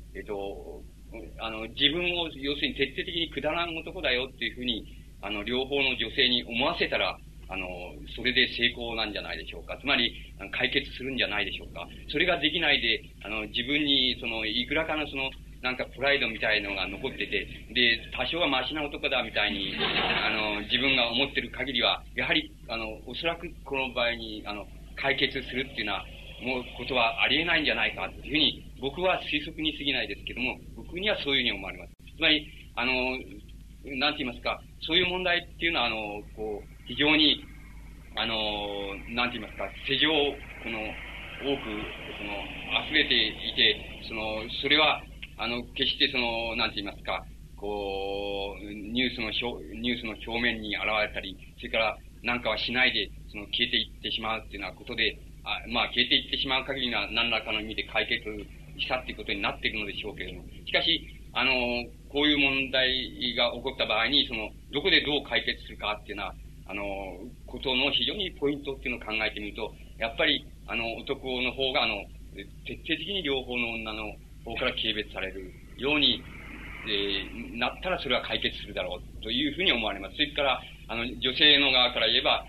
自分を、要するに徹底的にくだらん男だよっていうふうに、両方の女性に思わせたら、それで成功なんじゃないでしょうか。つまり、解決するんじゃないでしょうか。それができないで、自分に、いくらかのなんかプライドみたいのが残ってて、で、多少はマシな男だみたいに、自分が思ってる限りは、やはり、おそらくこの場合に、解決するっていうのは、もうことはありえないんじゃないかっていうふうに、僕は推測に過ぎないですけども、僕にはそういうふうに思われます。つまり、なんて言いますか、そういう問題っていうのは、非常に、なんて言いますか、世上、多く、溢れていて、それは、決してなんて言いますか、ニュースの表面に現れたり、それからなんかはしないで、消えていってしまうっていうようなことで、消えていってしまう限りは何らかの意味で解決したっていうことになっているのでしょうけれども、しかし、こういう問題が起こった場合に、どこでどう解決するかっていうような、ことの非常にポイントっていうのを考えてみると、やっぱり、男の方が、徹底的に両方の女の方から軽蔑されるように、なったらそれは解決するだろうというふうに思われます。それから、女性の側から言えば、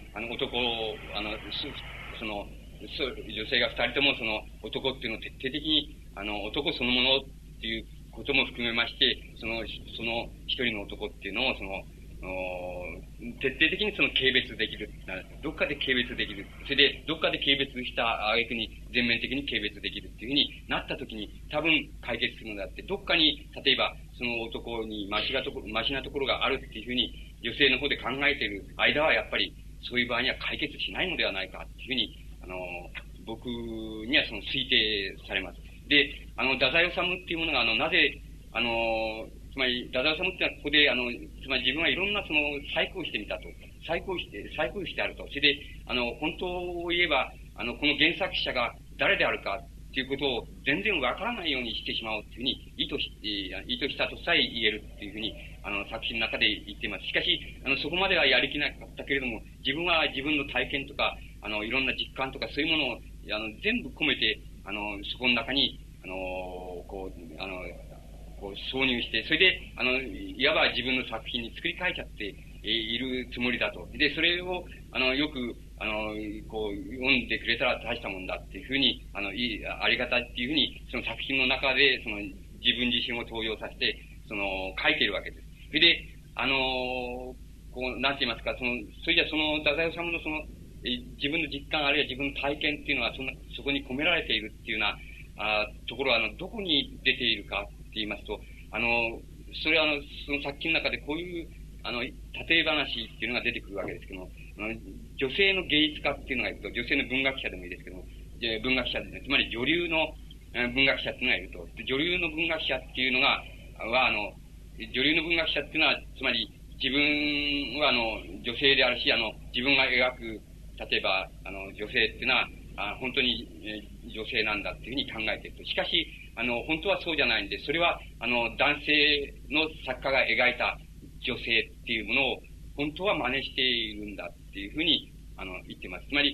女性が二人とも男っていうのを徹底的に、男そのものっていうことも含めまして、その一人の男っていうのを、徹底的に軽蔑できる。どっかで軽蔑できる。それで、どっかで軽蔑した挙句に全面的に軽蔑できるっていうふうになったときに、多分解決するのであって、どっかに、例えば、その男にマシなところがあるっていうふうに、女性の方で考えている間は、やっぱり、そういう場合には解決しないのではないかっていうふうに、僕には推定されます。で、太宰治っていうものが、なぜ、つまり、太宰治っていうのはここで、つまり自分はいろんな細工をしてみたと。細工をしてあると。それで、本当を言えば、この原作者が誰であるかっっていうことを全然わからないようにしてしまうっていうふうに意図したとさえ言えるっていうふうに、作品の中で言っています。しかし、そこまではやりきれなかったけれども、自分は自分の体験とか、いろんな実感とかそういうものを、全部込めて、そこの中に、挿入して、それで、いわば自分の作品に作り変えちゃっているつもりだと。で、それを、よく、読んでくれたら大したもんだっていうふうに、ありがたいっていうふうに、その作品の中で、自分自身を登場させて、書いているわけです。それで、なんて言いますか、それじゃその、太宰治の自分の実感あるいは自分の体験っていうのは、そこに込められているっていうような、ところは、どこに出ているかって言いますと、それはその作品の中でこういう、例え話っていうのが出てくるわけですけども、女性の芸術家っていうのがいると、女性の文学者でもいいですけども、文学者ですね、つまり女流の文学者っていうのがいると。女流の文学者っていうのが、女流の文学者っていうのは、つまり自分は女性であるし、自分が描く、例えば、女性っていうのは、本当に、女性なんだっていうふうに考えていると。しかし、本当はそうじゃないんで、それは、男性の作家が描いた女性っていうものを、本当は真似しているんだっていうふうに、言ってます。つまり、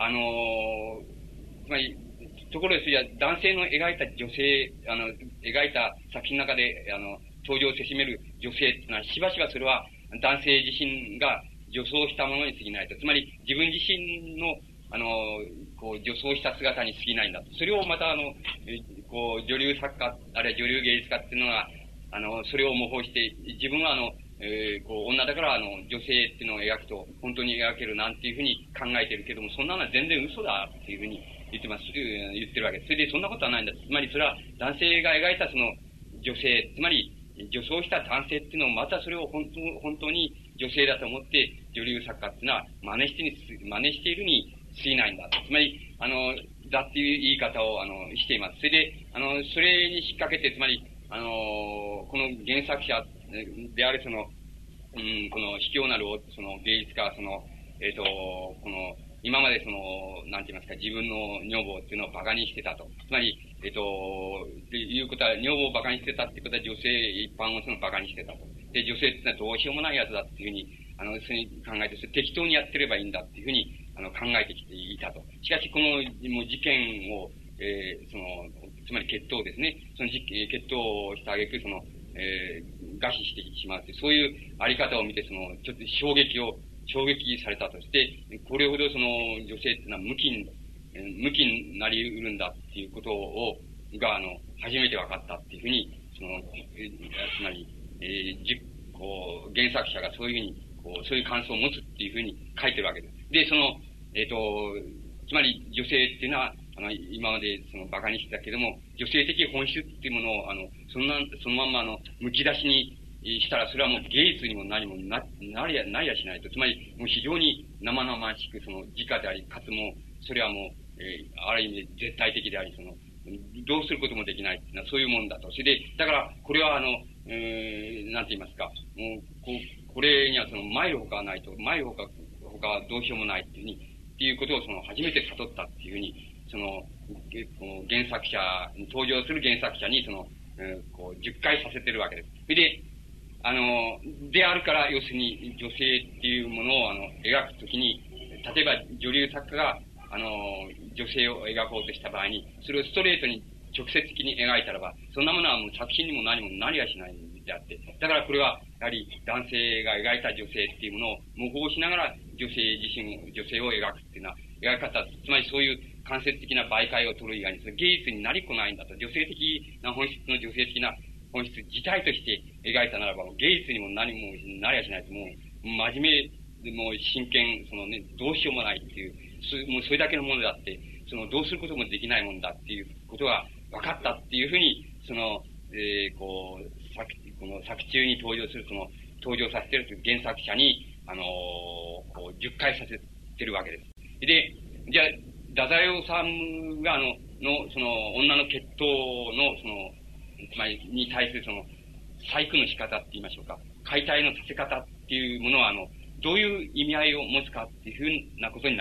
ところですが、男性の描いた女性、描いた作品の中で、登場せしめる女性っていうのは、しばしばそれは男性自身が女装したものに過ぎないと。つまり、自分自身の、女装した姿に過ぎないんだと。それをまた、女流作家、あるいは女流芸術家っていうのが、それを模倣して、自分は女だから女性っていうのを描くと、本当に描けるなんていうふうに考えてるけども、そんなのは全然嘘だっていうふうに言ってるわけです。それでそんなことはないんだ。つまりそれは男性が描いた女性、つまり女装した男性っていうのをまたそれを本当に女性だと思って女流作家っていうのは真似しているに過ぎないんだ。つまり、だっていう言い方をしています。それで、それに引っ掛けて、つまり、この原作者であるこの卑怯なる芸術家は今までなんて言いますか、自分の女房っていうのを馬鹿にしてたと。つまり、いうことは、女房を馬鹿にしてたってことは女性一般を馬鹿にしてたと。で、女性っていうのはどうしようもないやつだっていうふうに、そういうふうに考えて、適当にやってればいいんだっていうふうに、考えてきていたと。しかし、この、もう事件を、つまり決闘ですね。決闘をした挙句、餓死してしまうという、そういうあり方を見て、ちょっと衝撃されたとして、これほど女性っていうのは無気になり得るんだっていうことが、初めて分かったっていうふうに、つまり、原作者がそういうふうに、そういう感想を持つっていうふうに書いてるわけです。で、つまり女性っていうのは、今まで馬鹿にしてたけども、女性的本質っていうものを、そのまんま剥き出しにしたら、それはもう芸術にも何もなりやしないと。つまり、もう非常に生々しく、直であり、かつも、それはもう、ある意味で絶対的であり、どうすることもできないっていうのはそういうもんだと。それで、だから、これはなんて言いますか、もう、これには前ほかはないと、前ほかはどうしようもないっていうことを初めて悟ったっていうふうに、原作者に、登場する原作者に、10回させてるわけです。それで、であるから、要するに女性っていうものを、描くときに、例えば女流作家が、女性を描こうとした場合に、それをストレートに直接的に描いたらば、そんなものはもう作品にも何もなりはしないんであって、だからこれは、やはり男性が描いた女性っていうものを模倣しながら女性を描くっていうのは、描き方、つまりそういう間接的な媒介を取る以外に、芸術になりっこないんだと。女性的な本質の女性的な本質自体として描いたならば、芸術にも何もなりはしないと、もう真面目でもう真剣、どうしようもないっていう、もうそれだけのものだって、どうすることもできないもんだっていうことが分かったっていうふうに、この作中に登場させてるという原作者に、10回させてるわけです。で、じゃあ、太宰治が女の血統の、つまり、に対する細工の仕方って言いましょうか。解体のさせ方っていうものは、どういう意味合いを持つかっていうふうなことになります。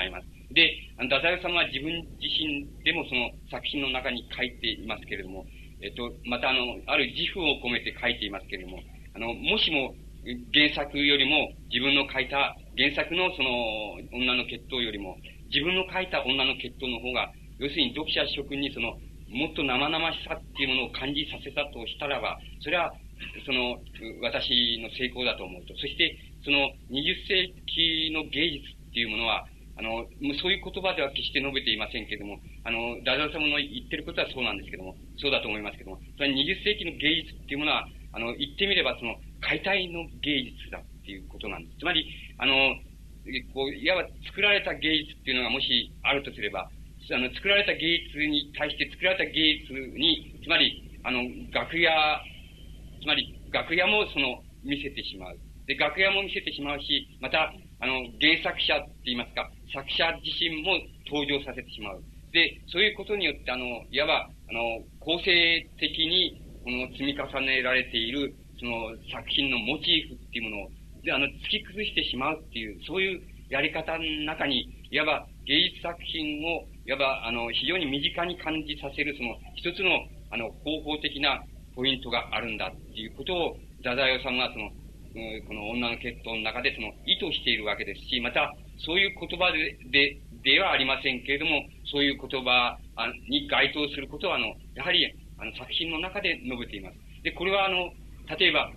で、太宰治は自分自身でもその作品の中に書いていますけれども、またある自負を込めて書いていますけれども、もしも原作よりも自分の書いた原作のその女の血統よりも自分の書いた女の血統の方が、要するに読者諸君にそのもっと生々しさっていうものを感じさせたとしたらば、それはその私の成功だと思うと。そしてその20世紀の芸術っていうものは、そういう言葉では決して述べていませんけれども、太宰治の言ってることはそうなんですけども、そうだと思いますけども、それは20世紀の芸術っていうものは、言ってみればその解体の芸術だっていうことなんです。つまり、いわば作られた芸術っていうのがもしあるとすれば、作られた芸術に対して作られた芸術に、つまり、楽屋も見せてしまう。で、楽屋も見せてしまうし、また、原作者って言いますか、作者自身も登場させてしまう。で、そういうことによって、いわば、構成的に、積み重ねられている、その作品のモチーフっていうものを、で、突き崩してしまうっていう、そういうやり方の中に、いわば芸術作品を、いわば、非常に身近に感じさせる、その、一つの、方法的なポイントがあるんだっていうことを、太宰治はこの女の血統の中で意図しているわけですし、また、そういう言葉ではありませんけれども、そういう言葉に該当することは、やはり、作品の中で述べています。で、これは例えば、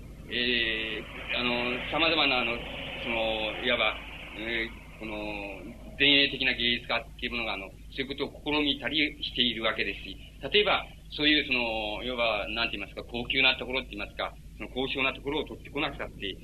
様々ないわば、この、前衛的な芸術家っていうものが、そういうことを試みたりしているわけですし、例えば、そういういわば、なんて言いますか、高級なところって言いますか、高尚なところを取ってこなくたって、例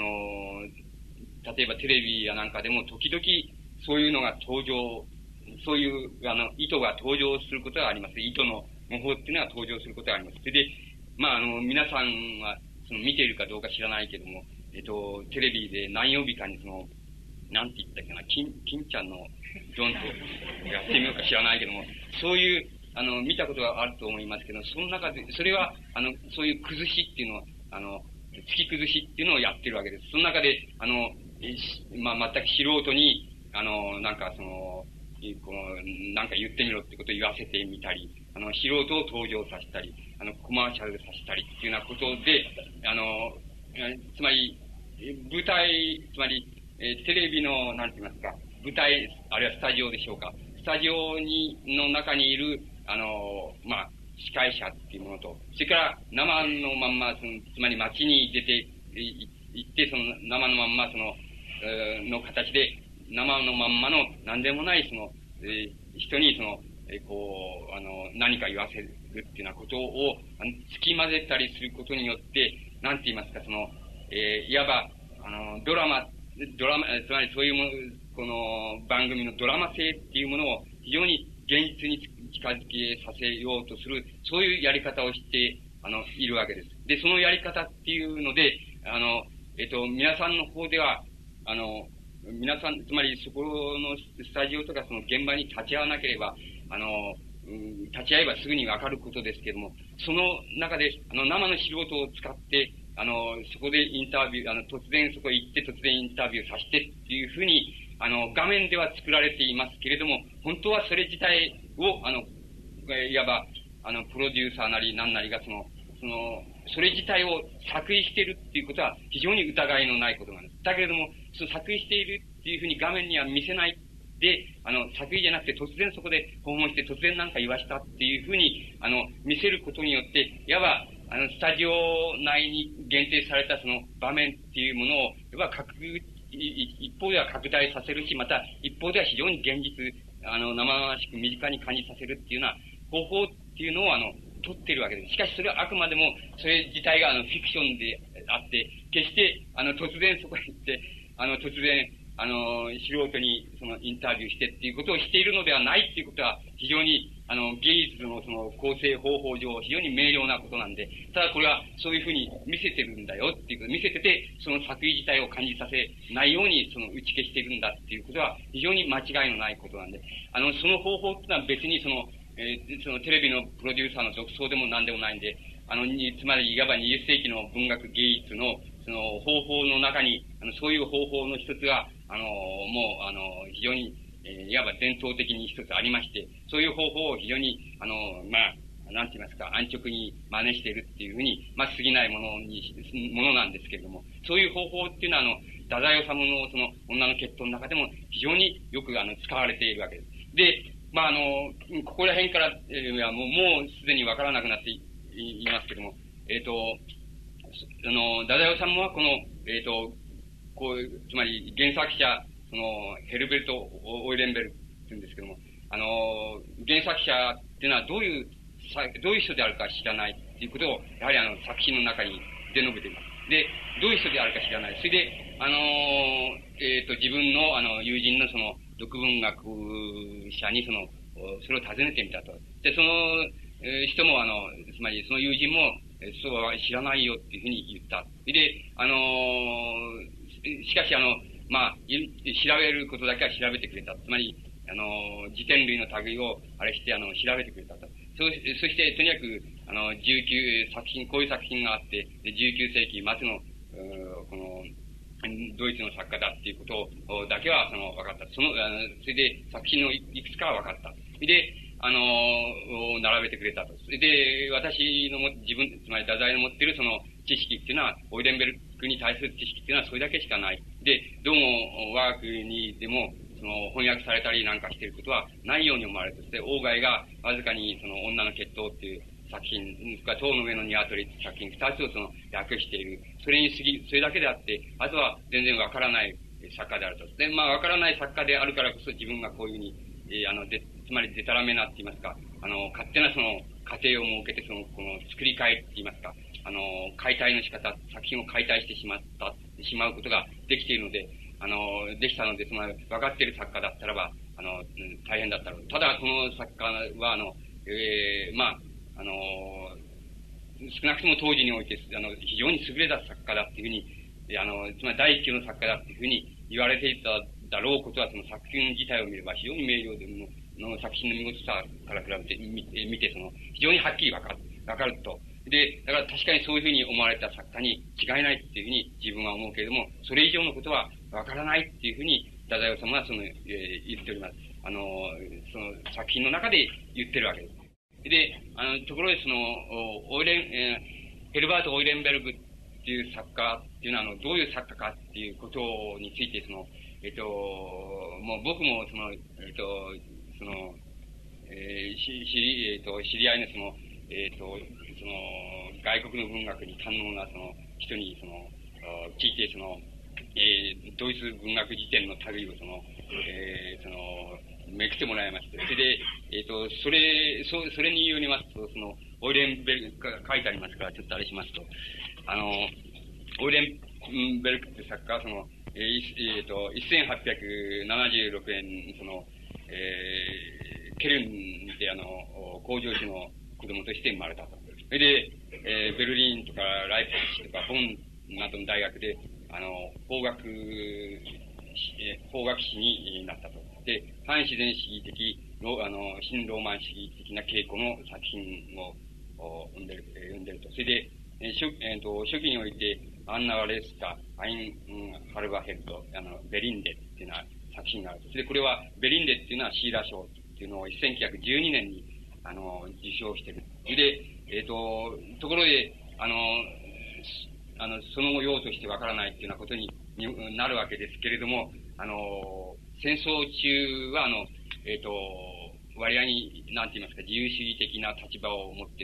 えばテレビやなんかでも時々そういうのが登場、そういう意図が登場することがあります。意図の模倣っていうのが登場することがあります。それで、皆さんは見ているかどうか知らないけども、テレビで何曜日かになんて言ったっけな、金ちゃんのドンとやってみようか知らないけども、そういう、見たことがあると思いますけど、その中で、それは、そういう崩しっていうのを、突き崩しっていうのをやってるわけです。その中で、全く素人に、なんかなんか言ってみろってことを言わせてみたり、素人を登場させたり、コマーシャルさせたりっていうようなことで、つまり、舞台、つまり、テレビの、なんて言いますか、舞台、あるいはスタジオでしょうか。スタジオの中にいる、司会者っていうものと、それから生のまんま、つまり街に出て行って、生のまんま、の形で、生のまんまの何でもない、人に、何か言わせるっていうようなことを、突き混ぜたりすることによって、なんて言いますか、いわば、ドラマ、つまりそういうもの、この番組のドラマ性っていうものを非常に現実に近づけさせようとする、そういうやり方をして、いるわけです。で、そのやり方っていうので、皆さんの方では、皆さん、つまりそこのスタジオとかその現場に立ち会わなければ、立ち会えばすぐにわかることですけれども、その中で、生の素人を使って、そこでインタビュー、突然そこへ行って突然インタビューさせてっていうふうに、画面では作られていますけれども、本当はそれ自体を、いわば、プロデューサーなり何なりがそれ自体を作為しているっていうことは非常に疑いのないことなんです。だけれども、作為しているっていうふうに画面には見せないで、作為じゃなくて突然そこで訪問して突然なんか言わしたっていうふうに、見せることによって、いわば、スタジオ内に限定されたその場面っていうものを、いわば一方では拡大させるし、また一方では非常に現実、生々しく身近に感じさせるっていうような方法っていうのを、取っているわけです。しかしそれはあくまでも、それ自体がフィクションであって、決して、突然そこへ行って、突然、素人にインタビューしてっていうことをしているのではないっていうことは、非常に、芸術の構成方法上、非常に明瞭なことなんで、ただこれはそういうふうに見せてるんだよっていうこと、見せてて、その作為自体を感じさせないように、打ち消してるんだっていうことは、非常に間違いのないことなんで、その方法っていうのは別にテレビのプロデューサーの独創でも何でもないんで、つまりいわば20世紀の文学芸術の、方法の中に、そういう方法の一つが、もう、非常に、 いわば伝統的に一つありまして、そういう方法を非常に、なんて言いますか、安直に真似しているっていうふうに、過ぎないものなんですけれども、そういう方法っていうのは、太宰治のその女の血統の中でも非常によく使われているわけです。で、ここら辺から、もうすでにわからなくなっていますけれども、太宰治はこの、つまり原作者、ヘルベルト・オイレンベルクって言うんですけども、原作者っていうのはどういう人であるか知らないっていうことを、やはり作品の中に出述べています。で、どういう人であるか知らない。それで、自分の友人の読文学者にそれを尋ねてみたと。で、その、人もつまりその友人も、そうは知らないよっていうふうに言った。で、しかし調べることだけは調べてくれた。つまり、辞典類の類をあれして調べてくれたと。そして、とにかく、こういう作品があって、19世紀末の、この、ドイツの作家だっていうことだけは、分かった。それで、作品のいくつかは分かった。で、並べてくれたと。で、私のつまり太宰の持っている知識っていうのは、オイデンベルクに対する知識っていうのはそれだけしかない。で、どうも我が国でも、翻訳されたりなんかしていることはないように思われるとして、鴎外がわずかに女の血統っていう作品、塔の上の鶏っていう作品、二つを訳している。それだけであって、あとは全然わからない作家であると。で、わからない作家であるからこそ自分がこういうふうに、つまりデタラメなって言いますか、勝手な過程を設けて、この作り替えって言いますか、解体の仕方、作品を解体してしまうことができているので、できたので、つまり分かっている作家だったらば、大変だったろう。ただ、この作家は、少なくとも当時において、非常に優れた作家だっていうふうに、つまり第一級の作家だっていうふうに言われていただろうことは、その作品自体を見れば非常に明瞭での作品の見事さから比べて見て、非常にはっきりわかると。で、だから確かにそういうふうに思われた作家に違いないっていうふうに自分は思うけれども、それ以上のことはわからないっていうふうに、太宰治は言っております。作品の中で言ってるわけです。で、ところでヘルバート・オイレンベルグっていう作家っていうのは、どういう作家かっていうことについて、もう僕も知り合いの外国の文学に堪能な人に聞いてドイツ文学辞典の類をめくってもらいまして、それで、それによりますと、オイレンベルクが書いてありますから、ちょっとあれしますと、オイレンベルクって作家は1876年、ケルンで工場師の子供として生まれたと。それで、ベルリンとかライプツィヒとかボンなどの大学で、法学士になったと。で、反自然主義的、新ローマン主義的な傾向の作品を生んでると。それで、初期において、アンナ・ワレスタ、アイン・ハルバヘルト、ベリンデっていうような作品があると。それで、これは、ベリンデっていうのはシーラ賞っていうのを1912年に、受賞してる。それで、ところで、その後用としてわからないっていうようなことになるわけですけれども、戦争中は、割合に、なんて言いますか、自由主義的な立場を持って、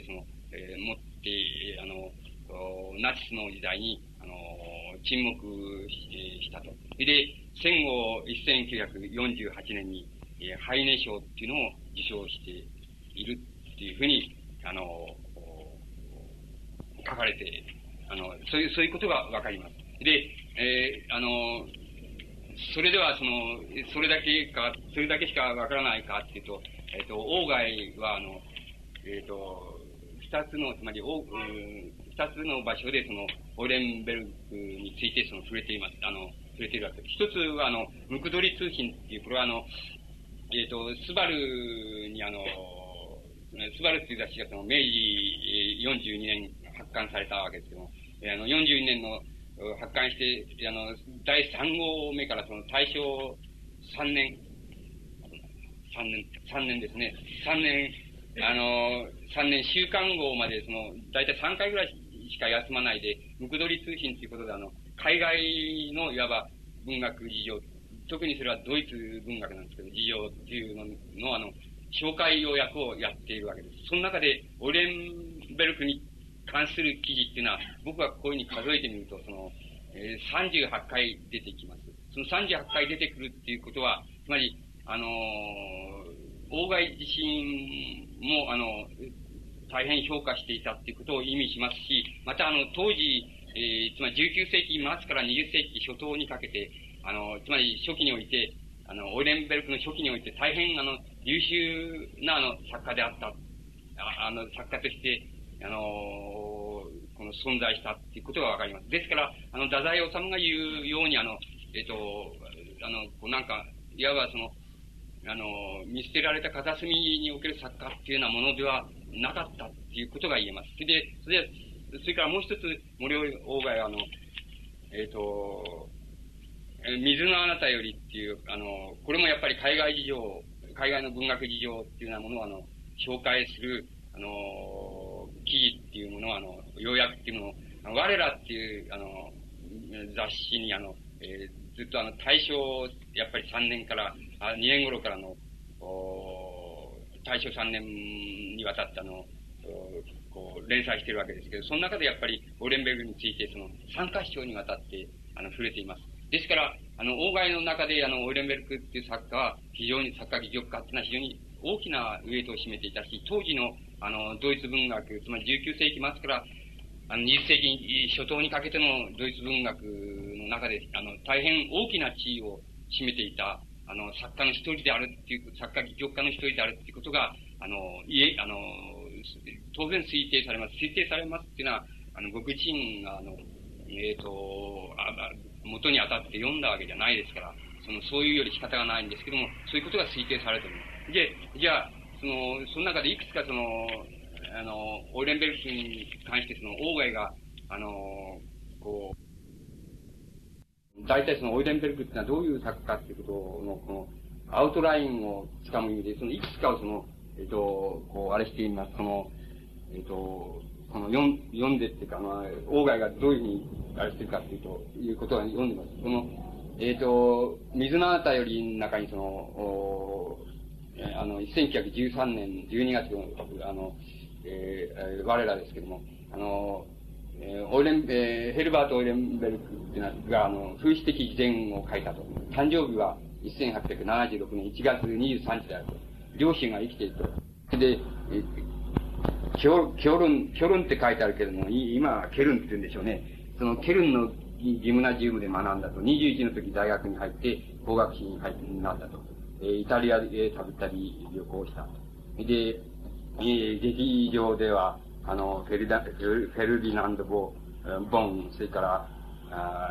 ナチスの時代に、沈黙したと。で、戦後、1948年に、ハイネ賞っていうのを受賞しているっていうふうに、書かれて、そういうことがわかります。で、それでは、それだけしかわからないかっていうと、鴎外は、二つの場所で、オイレンベルクについて、触れています。触れているわけです。一つは、ムクドリ通信っていう、これはスバルにスバルっていう雑誌が明治42年発刊されたわけですけども、42年の発刊して、第3号目から大正3年 3年ですね。3年週間号までだいたい3回ぐらいしか休まないで、ムクドリ通信ということで海外のいわば文学事情、特にそれはドイツ文学なんですけど、事情っていうのの紹介要約をやっているわけです。その中で、オイレンベルクに関する記事っていうのは、僕はこういうふうに数えてみると、38回出てきます。その38回出てくるっていうことは、つまり、鴎外自身も、大変評価していたっていうことを意味しますし、また当時、つまり19世紀末から20世紀初頭にかけて、つまり初期において、オイレンベルクの初期において大変優秀な作家であった。作家として、この存在したっていうことがわかります。ですから、太宰治が言うように、なんか、いわば見捨てられた片隅における作家っていうようなものではなかったっていうことが言えます。それからもう一つ、森鴎外は水のあなたよりっていう、これもやっぱり海外の文学事情っていうようなものを紹介する、記事っていうものを要約っていうものを、我らっていう、雑誌にずっと大正、やっぱり3年から、2年頃からの、大正3年にわたって連載しているわけですけど、その中でやっぱりオーレンベルグについて3箇所にわたって触れています。ですから、鴎外の中でオーレンベルクっていう作家は非常に、作家戯曲家っていうのは非常に大きなウェイトを占めていたし、当時のドイツ文学、つまり19世紀末から20世紀初頭にかけてのドイツ文学の中で、大変大きな地位を占めていた、作家の一人であるっていう、作家戯曲家の一人であるっていうことが、当然推定されます。推定されますっていうのは、僕自身が、元に当たって読んだわけじゃないですから、そういうより仕方がないんですけども、そういうことが推定されている。じゃあ、その中でいくつかオイレンベルクに関して鴎外が、大体オイレンベルクってのはどういう作家かっていうことの、この、アウトラインをつかむ意味で、いくつかをあれしています。読んでっていうか、鴎外がどういうふうにあれしてるかっていうことは読んでます。水のあなたよりの中に1913年12月の、我らですけども、ヘルバート・オイレンベルクっていうのが、風刺的自伝を書いたと。誕生日は1876年1月23日であると。両親が生きていると。で、キョルンって書いてあるけれども、今はケルンって言うんでしょうね。ケルンのギムナジウムで学んだと。21の時大学に入って、工学士になったと。イタリアへたびたび旅行したと。で、劇場では、フェルディナンド・ボン、それから、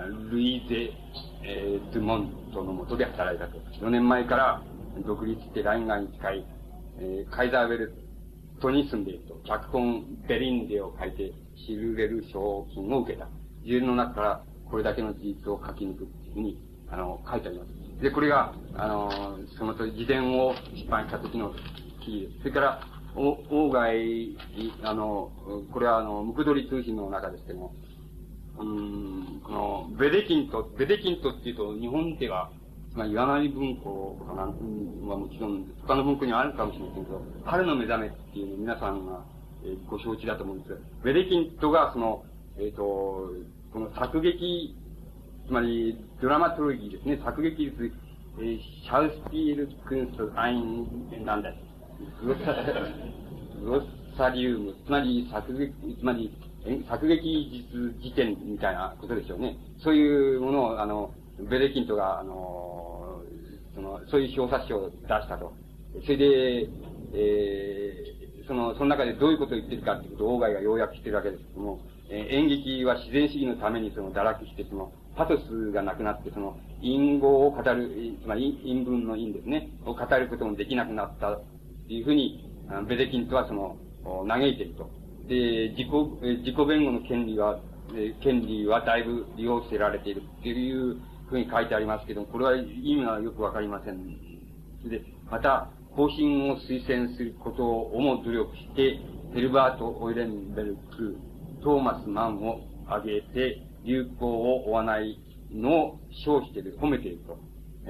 ルイーゼ、ドゥモントの下で働いたと。4年前から独立してライン川に近い、カイザーベルトに住んでいると。脚本ベリンデを書いて、シルベル賞金を受けた。自分の中からこれだけの事実を書き抜くっていうふうに、書いてあります。で、これが、その自伝を出版した時の記事です。それから、鴎外、これはムクドリ通信の中ですけども、この、ベデキントっていうと、日本では、つまり岩波文庫とかなんはもちろん、他の文庫にはあるかもしれませんけど、春の目覚めっていうの皆さんが、ご承知だと思うんですけど、ベデキントがこの作劇、つまり、ドラマトロギーですね、作劇術、シャウスピールクンスト、アイン、なんだ、グロッサリウム、つまり作劇術辞典みたいなことでしょうね。そういうものを、ベレキントが、そういう小冊子を出したと。それで、その中でどういうことを言ってるかっていうことを鴎外が要約してるわけですけども、演劇は自然主義のために堕落して、パトスがなくなって、隠語を語る、つまり陰文の陰ですね、を語ることもできなくなったっていうふうに、ベデキントは嘆いていると。で、自己弁護の権利はだいぶ利用せられているっていうふうに書いてありますけども、これは意味がよくわかりません。で、また、 方針を推薦することをも努力して、ヘルバート・オイレンベルク、トーマス・マンを挙げて、流行を追わないのを称している、褒めていると。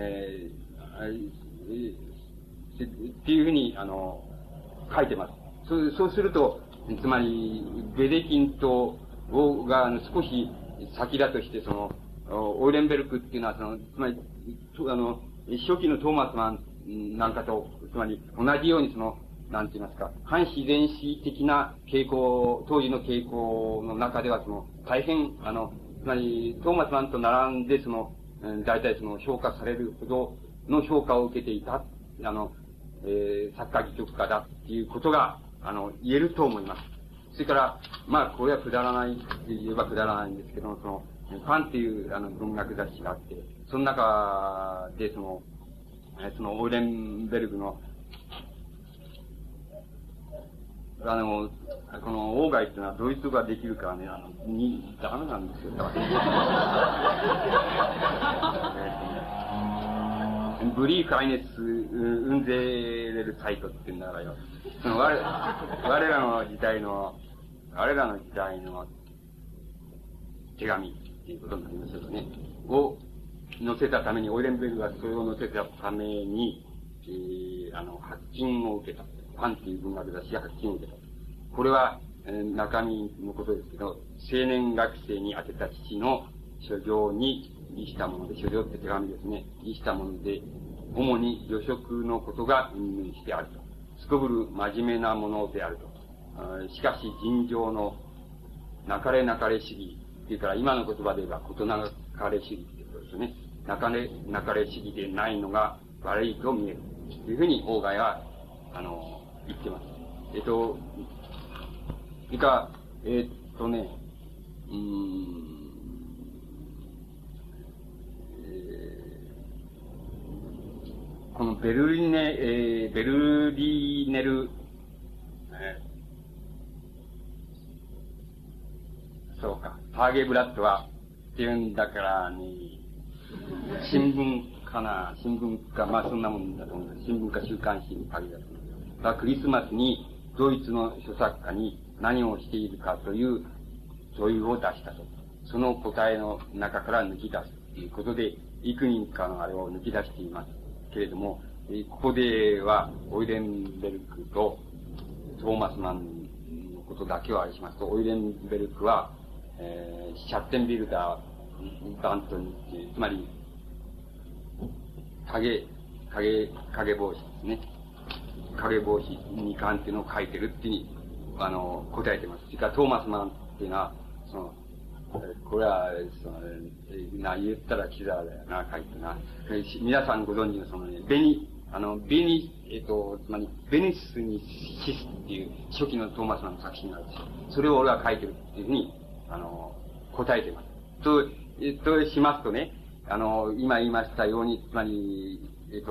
っていうふうに、書いてます。そうすると、つまり、ベデキントが少し先だとして、オイレンベルクっていうのは、つまり、初期のトーマスマンなんかと、つまり、同じようになんて言いますか、反自然史的な傾向、当時の傾向の中では、大変、つまり、トーマスマンと並んで、大体評価されるほどの評価を受けていた、作家戯曲家だっていうことが、言えると思います。それから、まあ、これはくだらないって言えばくだらないんですけど、ファンっていう、文学雑誌があって、その中で、オーレンベルグの、この、オーガイっていうのはドイツ語ができるからね、ダメなんですよ、だからブリーカイネス、ウンゼレルサイトって言うんだからよ。我らの時代の手紙っていうことになりますよね。を載せたために、オイレンベルグがそれを載せたために、発金を受けた。ファンっていう文学雑誌が発金を受けた。これは、中身のことですけど、青年学生に宛てた父の書状に記したもので、書状って手紙ですね。記したもので、主に女色のことが云々してあると。すこぶる真面目なものであると。しかし、尋常の、なかれなかれ主義っていうから、今の言葉で言えば、ことなかれ主義っていうことですよね。なかれ主義でないのが悪いと見える。というふうに、鴎外は、言ってます。それから、このベルリネル、そうか、ハーゲブラッドは、っていうんだからね、新聞か、まあそんなもんだと思います。新聞か週刊誌に限りだと思います。クリスマスにドイツの著作家に何をしているかという問いを出したと。その答えの中から抜き出すということで、幾人かのあれを抜き出していますけれども、ここではオイレンベルクとトーマスマンのことだけをあれしますと、オイレンベルクは、シャッテンビルダー・バントニーっていう、つまり、影帽子ですね。影帽子に関っていうのを書いてるっていうに、答えてます。それからトーマスマンっていうのは、これは、言ったらキザだよな、書いてな。皆さんご存知のつまり、ベニスにシスっていう初期のトーマスマンの作品があるんですよ。それを俺は書いてるっていうふうに、答えてます。としますとね、今言いましたように、つまり、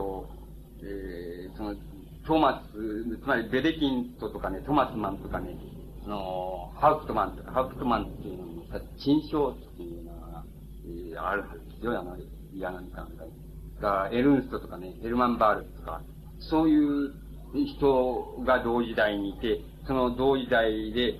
トーマス、つまりベデキントとかね、トマスマンとかね、ハウプトマンっていうのに、珍賞っていうのが、あるはずですよ、嫌なみかんが。エルンストとかね、ヘルマン・バールとか、そういう人が同時代にいて、その同時代で、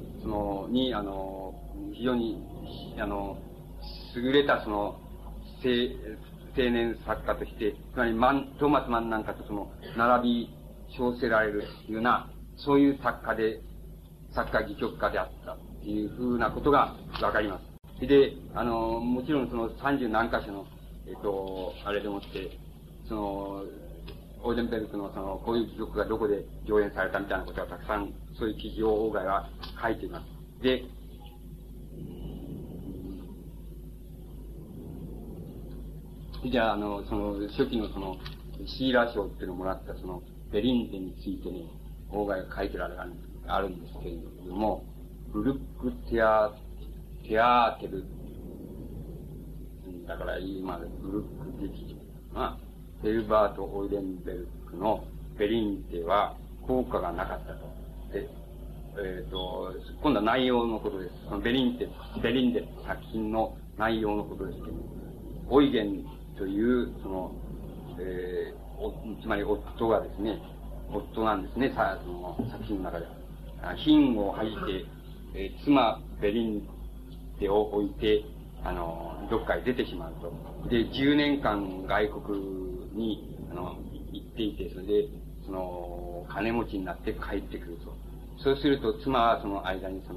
非常に、優れた青年作家として、つまりトーマスマンなんかと並び称せられるような、そういう作家戯曲家であったっていうふうなことがわかります。で、もちろん30何箇所の、あれでもって、オーデンベルクのこういう戯曲がどこで上演されたみたいなことがたくさん、そういう記事を鴎外は書いています。で、じゃあ、初期のシーラー賞っていうのをもらったベリンデについてね、鴎外が書いてあるんですけれども、ブルックテアーテル、だから今、ブルック劇場が、ヘルバート・オイレンベルクのベリンテは効果がなかったと。で、今度は内容のことです。ベリンテ作品の内容のことですけども、オイゲンという、つまり夫がですね、 夫なんですね、その作品の中では。品を吐いて、妻ベリンテを置いて、どっかへ出てしまうと。で、10年間外国に、行っていて、それで、金持ちになって帰ってくると。そうすると、妻はその間に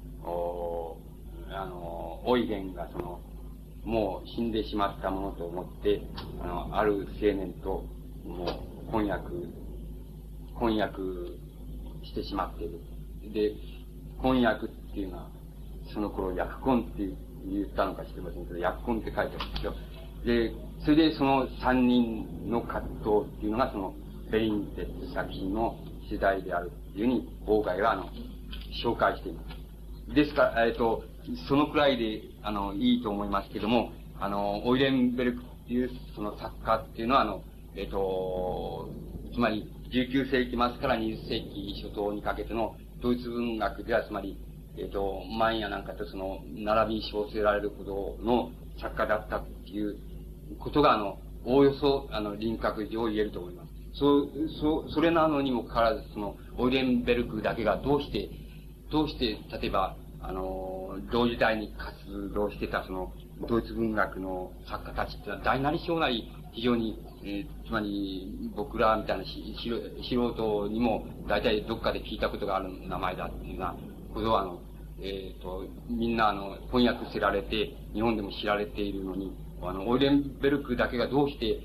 オイゲンがもう死んでしまったものと思って、ある青年と、もう、婚約してしまっている。で、婚約っていうのは、その頃、約婚って言ったのか知りませんけど、約婚って書いてあるんですよ。で、それでその三人の葛藤っていうのが、ベリンテって作品の主題であるっていうふうに、妨害は、紹介しています。ですから、そのくらいで、いいと思いますけども、オイレンベルクっていう、その作家っていうのは、つまり、19世紀末から20世紀初頭にかけてのドイツ文学では、つまり、マンやなんかと並びに称せられるほどの作家だったっていうことが、おおよそ、輪郭上言えると思います。それなのにもかかわらず、オイレンベルクだけがどうして、例えば、同時代に活動してたドイツ文学の作家たちってのは大なり小なり非常に、つまり僕らみたいな素人にも大体どっかで聞いたことがある名前だっていうようなことはみんな翻訳せられて日本でも知られているのに、オイレンベルクだけがどうして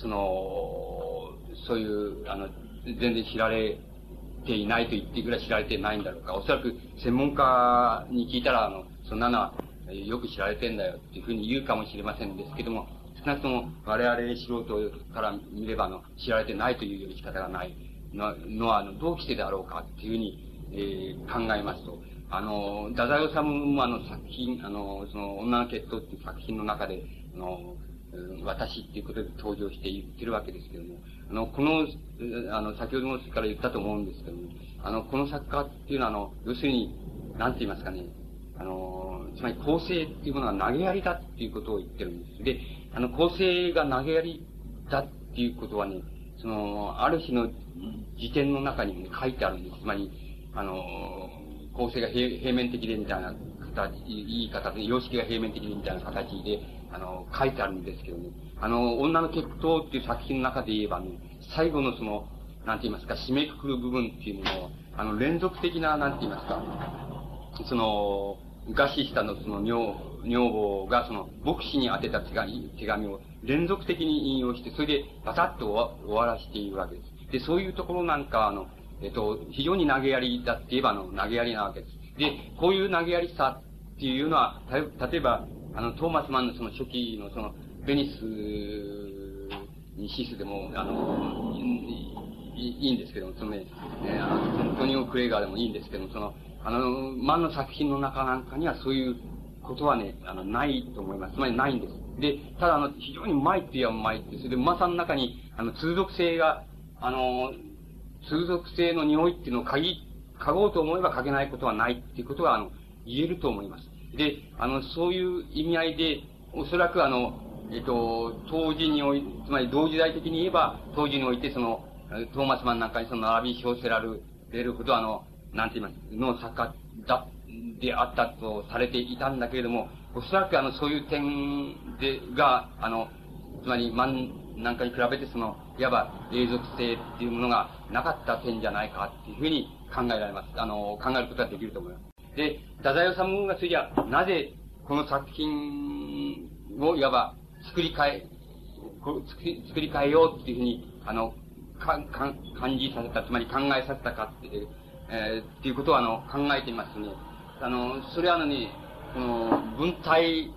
そういう全然知られていないと言っていくらい知られていないんだろうか。おそらく専門家に聞いたらそんなのはよく知られてんだよっていうふうに言うかもしれませんですけども、少なくとも我々素人から見れば知られてないというより仕方がないのはどうしてであろうかっていうふうに、考えますと、太宰治も作品、その女の血統っていう作品の中で、私っていうことで登場して言ってるわけですけども、先ほどもから言ったと思うんですけども、この作家っていうのは要するに、なんて言いますかね、つまり構成っていうものが投げやりだっていうことを言ってるんです。で、構成が投げやりだっていうことはね、ある種の辞典の中にも、ね、書いてあるんです。つまり、構成が平面的でみたいな形、いい形で、様式が平面的でみたいな形で、書いてあるんですけどね、女の血統っていう作品の中で言えばね、最後のなんて言いますか、締めくくる部分っていうのを、連続的な、なんて言いますか、餓死した女房が牧師に宛てた手紙を連続的に引用して、それでバタッと終わらしているわけです。で、そういうところなんか、非常に投げやりだって言えば投げやりなわけです。で、こういう投げやりさっていうのは、例えば、トーマスマンの初期のベニスにシスでも、いいんですけども、アントニオ・クレイガーでもいいんですけども、マンの作品の中なんかにはそういうことはね、ないと思います。つまりないんです。で、ただ非常にうまいって言えばうまいって、それでうまさの中に、通俗性が、通俗性の匂いっていうのを嗅ごうと思えば嗅げないことはないっていうことは、言えると思います。で、そういう意味合いで、おそらく当時において、つまり同時代的に言えば、当時においてトーマスマンなんかに並び称せられるほどなんて言います、の作家であったとされていたんだけれども、おそらくそういう点が、つまりマンなんかに比べていわば永続性っていうものがなかった点じゃないかっていうふうに考えられます。考えることができると思います。で、太宰治がそれじゃなぜこの作品をいわば作り変えようっていうふうに、感じさせた、つまり考えさせたかっていうことを考えてみますとね、それはね、この文体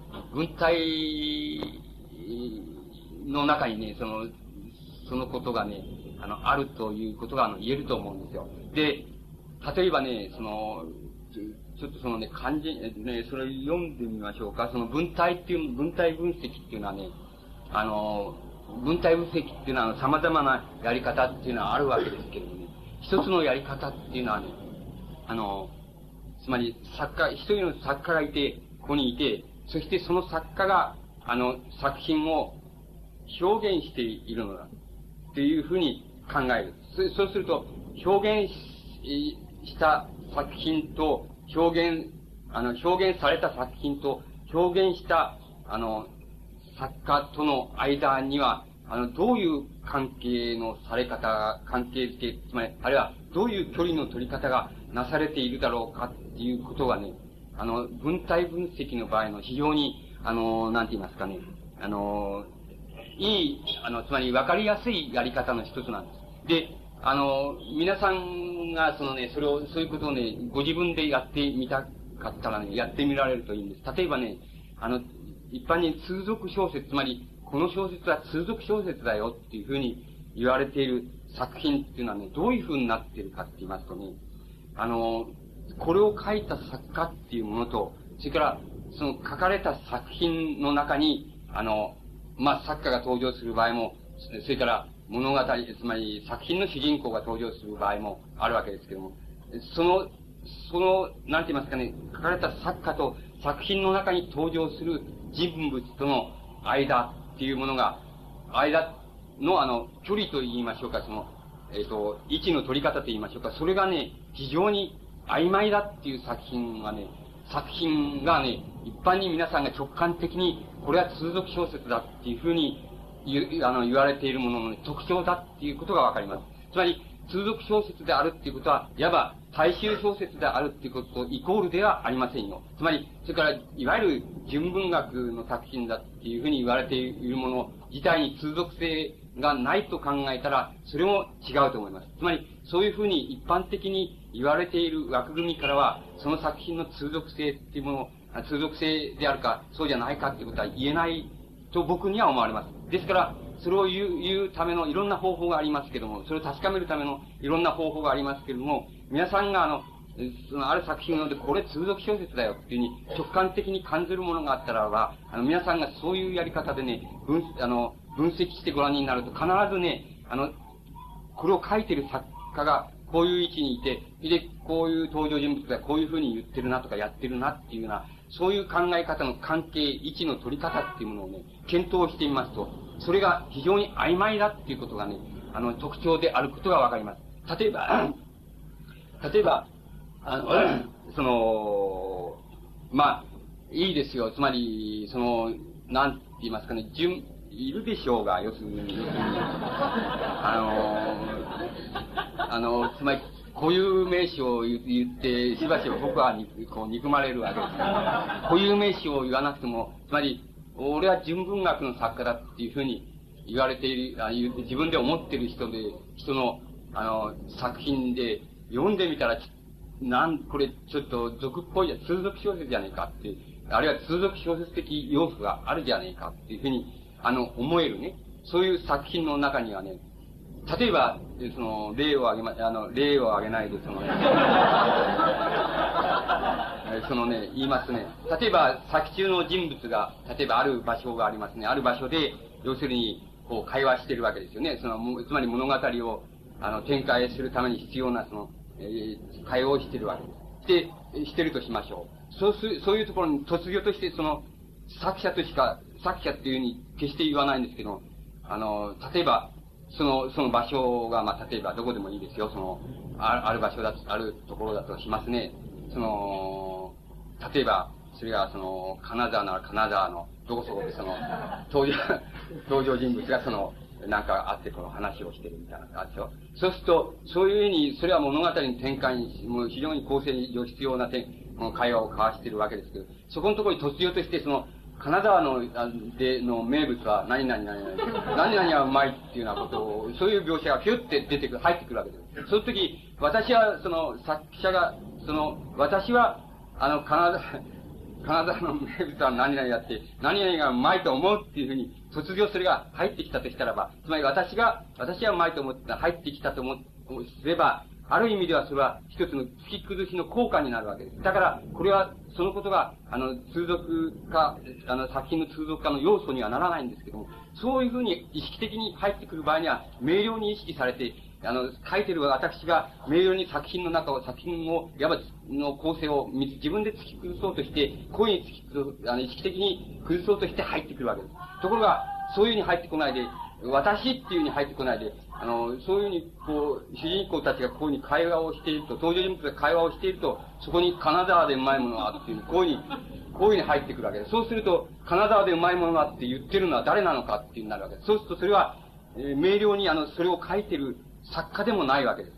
の中にね、そのことがね、あるということが言えると思うんですよ。で、例えばね、ちょっと漢字、ね、それを読んでみましょうか。文体分析っていうのはね、文体分析っていうのは様々なやり方っていうのはあるわけですけれどもね、一つのやり方っていうのはね、つまり一人の作家がいて、ここにいて、そしてその作家が、作品を表現しているのだ。っていうふうに考える。そうすると、表現した作品と、表現された作品と、表現した、作家との間には、どういう関係のされ方、関係づけ、つまり、あるいは、どういう距離の取り方がなされているだろうかっていうことがね、文体分析の場合の非常に、なんて言いますかね、つまり分かりやすいやり方の一つなんです。で、皆さんが、そういうことをね、ご自分でやってみたかったらね、やってみられるといいんです。例えばね、一般に通俗小説、つまり、この小説は通俗小説だよっていうふうに言われている作品っていうのはね、どういうふうになっているかって言いますとね、これを書いた作家っていうものと、それから、その書かれた作品の中に、作家が登場する場合も、それから物語、つまり作品の主人公が登場する場合もあるわけですけども、なんて言いますかね、書かれた作家と作品の中に登場する人物との間っていうものが、間の距離と言いましょうか、位置の取り方と言いましょうか、それがね、非常に曖昧だっていう作品がね、一般に皆さんが直感的に、これは通俗小説だっていうふうに言われているものの、ね、特徴だっていうことがわかります。つまり、通俗小説であるっていうことは、いわば大衆小説であるっていうこととイコールではありませんよ。つまり、それから、いわゆる純文学の作品だっていうふうに言われているもの自体に通俗性がないと考えたら、それも違うと思います。つまり、そういうふうに一般的に言われている枠組みからは、その作品の通俗性っていうもの、通俗性であるか、そうじゃないかっていうことは言えないと僕には思われます。ですから、それを言うためのいろんな方法がありますけども、それを確かめるためのいろんな方法がありますけれども、皆さんがある作品を読んで、これ通俗小説だよっていうふうに直感的に感じるものがあったらば、皆さんがそういうやり方でね、分析してご覧になると必ずね、これを書いてる作家がこういう位置にいて、で、こういう登場人物がこういうふうに言ってるなとかやってるなっていうような、そういう考え方の関係、位置の取り方っていうものをね、検討してみますと、それが非常に曖昧だっていうことがね、特徴であることがわかります。例えば、いいですよ。つまり、なんて言いますかね、いるでしょうが、要するに、つまり、固有名詞を言って、しばしば僕は憎まれるわけですから、固有名詞を言わなくても、つまり、俺は純文学の作家だっていうふうに言われている、自分で思っている人の、作品で読んでみたら、これちょっと俗っぽい通俗小説じゃねえかって、あるいは通俗小説的要素があるじゃねえかっていうふうに、思えるね、そういう作品の中にはね、例えば、例を挙げないで、言いますね。例えば、作中の人物が、例えばある場所がありますね。ある場所で、要するに、会話してるわけですよね。つまり物語を、展開するために必要な、会話をしてるわけです。で、してるとしましょう。そういうところに突如として、作者っていうふうに決して言わないんですけど、例えば、その場所が、例えばどこでもいいですよ。ある場所あるところだとしますね。例えば、それが金沢なら金沢の、どこそこで登場人物がなんかあって話をしてるみたいなのがあるでしょ。そうすると、そういうふうに、それは物語の展開に、もう非常に構成上必要な会話を交わしてるわけですけど、そこのところに突如として金沢の名物は何々はうまいっていうようなことを、そういう描写がピュって入ってくるわけです。その時、私は、作者が、私は、金沢の名物は何々やって、何々がうまいと思うっていうふうに、突如それが入ってきたとしたらば、つまり私はうまいと思って入ってきたとすれば、ある意味ではそれは一つの突き崩しの効果になるわけです。だから、これは、そのことが、通俗化、作品の通俗化の要素にはならないんですけども、そういうふうに意識的に入ってくる場合には、明瞭に意識されて、書いてる私が明瞭に作品を、いわばの構成を自分で突き崩そうとして、こういうふうに意識的に崩そうとして入ってくるわけです。ところが、そういうふうに入ってこないで、私っていうふうに入ってこないで、 そういうふうに、主人公たちがこういうふうに会話をしていると、登場人物が会話をしていると、そこに金沢でうまいものがあっていう、こういうふうに入ってくるわけです。そうすると、金沢でうまいものがあって言ってるのは誰なのかっていうになるわけです。そうするとそれは、明瞭にそれを書いてる作家でもないわけです。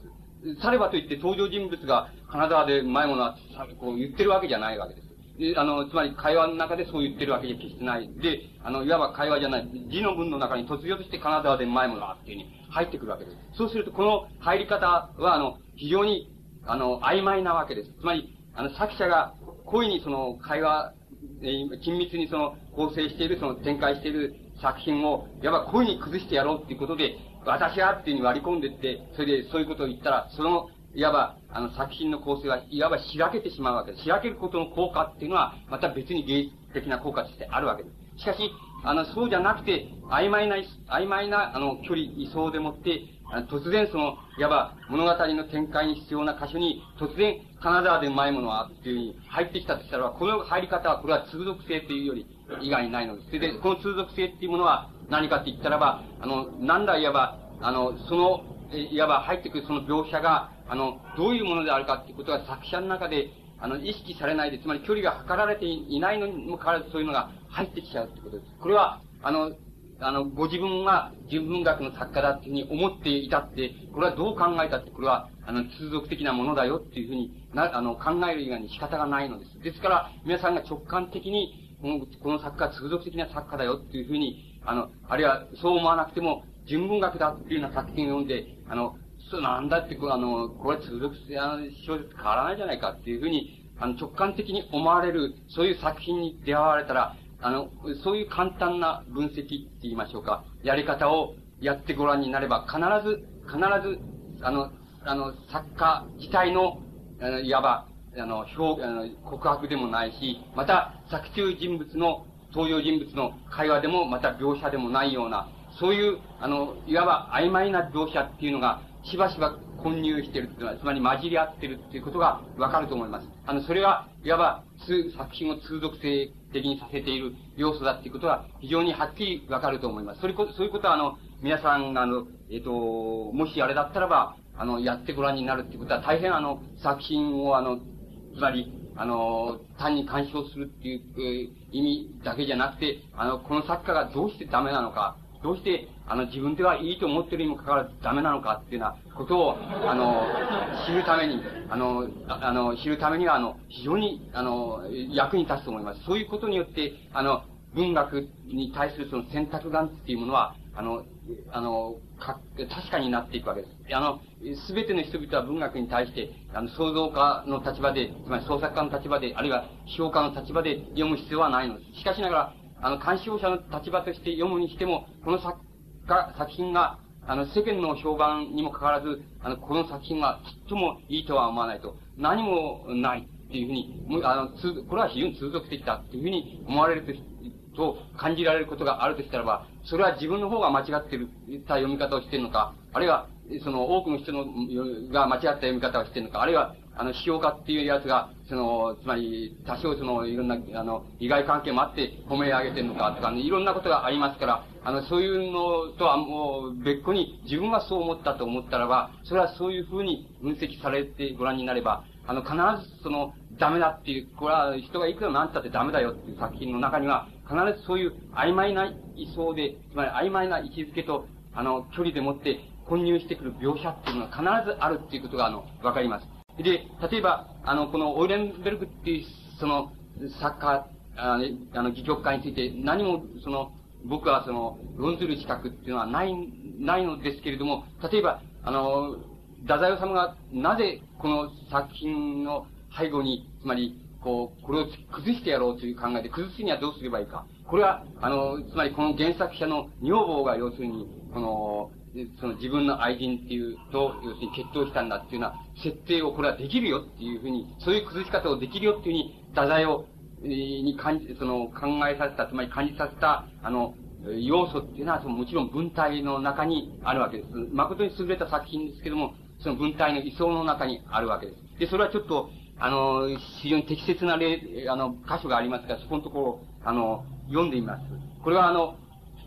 さればといって登場人物が金沢でうまいものはこう言ってるわけじゃないわけです。つまり会話の中でそう言ってるわけじゃ決してない。で、いわば会話じゃない。字の文の中に突如として金沢でうまいものがっていうふうに入ってくるわけです。そうするとこの入り方は非常に曖昧なわけです。つまり作者が故意にその会話、緊密に構成している、展開している作品を、いわば故意に崩してやろうっていうことで、私はっていうふうに割り込んでいって、それでそういうことを言ったら、いわば、作品の構成はいわばしらけてしまうわけです。しらけることの効果っていうのは、また別に芸術的な効果としてあるわけです。しかし、そうじゃなくて、曖昧な、距離、位相でもって、突然いわば物語の展開に必要な箇所に、突然、金沢でうまいものはっていうふうに入ってきたとしたら、この入り方は、これは通俗性というより、以外にないのです。それで、この通俗性っていうものは何かって言ったらば、なんだいわば、いわば入ってくるその描写が、どういうものであるかっていうことが作者の中で、意識されないで、つまり距離が測られていないのにもかかわらずそういうのが入ってきちゃうってことです。これは、ご自分が純文学の作家だっていうふうに思っていたって、これはどう考えたって、これは、通俗的なものだよっていうふうに考える以外に仕方がないのです。ですから、皆さんが直感的に、この作家は通俗的な作家だよっていうふうに、あるいはそう思わなくても、純文学だっていうような作品を読んで、なんだって、これは通俗性、小説変わらないじゃないかっていうふうに、直感的に思われる、そういう作品に出会われたら、そういう簡単な分析って言いましょうか、やり方をやってご覧になれば、必ず、作家自体の、いわば、告白でもないし、また、作中人物の、登場人物の会話でも、また描写でもないような、そういう、いわば曖昧な描写っていうのが、しばしば混入しているっていうのは、つまり混じり合っているっていうことがわかると思います。それは、いわば、作品を通俗性的にさせている要素だっていうことは、非常にはっきりわかると思います。そういうことは、皆さんが、もしあれだったらば、やってご覧になるっていうことは、大変作品を、つまり、単に鑑賞するっていう、意味だけじゃなくて、この作家がどうしてダメなのか、どうして、自分ではいいと思ってるにもかかわらずダメなのかっていうようなことを、知るために、非常に、役に立つと思います。そういうことによって、文学に対するその選択眼っていうものは、確かになっていくわけです。すべての人々は文学に対して、創造家の立場で、つまり創作家の立場で、あるいは評価の立場で読む必要はないのです。しかしながら、鑑賞者の立場として読むにしても、この作品が、世間の評判にもかかわらず、この作品はちっともいいとは思わないと、何もないっていうふうに、これは非常に通俗的だっていうふうに思われると感じられることがあるとしたらば、それは自分の方が間違っていた読み方をしているのか、あるいは、多くの人が間違った読み方をしているのか、あるいは、批評家っていうやつが、つまり、多少いろんな、利害関係もあって褒め上げてるのかとか、いろんなことがありますから、そういうのとはもう別個に自分はそう思ったと思ったらば、それはそういうふうに分析されてご覧になれば、必ずダメだっていう、これは人がいくらなんて言ったってダメだよっていう作品の中には、必ずそういう曖昧な位相で、つまり曖昧な位置づけと、距離でもって混入してくる描写っていうのが必ずあるっていうことが、わかります。で、例えば、このオイレンベルグっていう、作家、戯曲家について何も、僕は論ずる資格っていうのはないのですけれども、例えば、太宰治がなぜこの作品の背後に、つまり、これを崩してやろうという考えで、崩すにはどうすればいいか。これは、つまりこの原作者の女房が要するに、自分の愛人っていうと、要するに決闘したんだっていうような設定をこれはできるよっていうふうに、そういう崩し方をできるよっていうふうに、太宰に考えさせた、つまり感じさせた、要素っていうのは、もちろん文体の中にあるわけです。誠に優れた作品ですけども、その文体の位相の中にあるわけです。で、それはちょっと、非常に適切な箇所がありますが、そこのところを、読んでみます。これは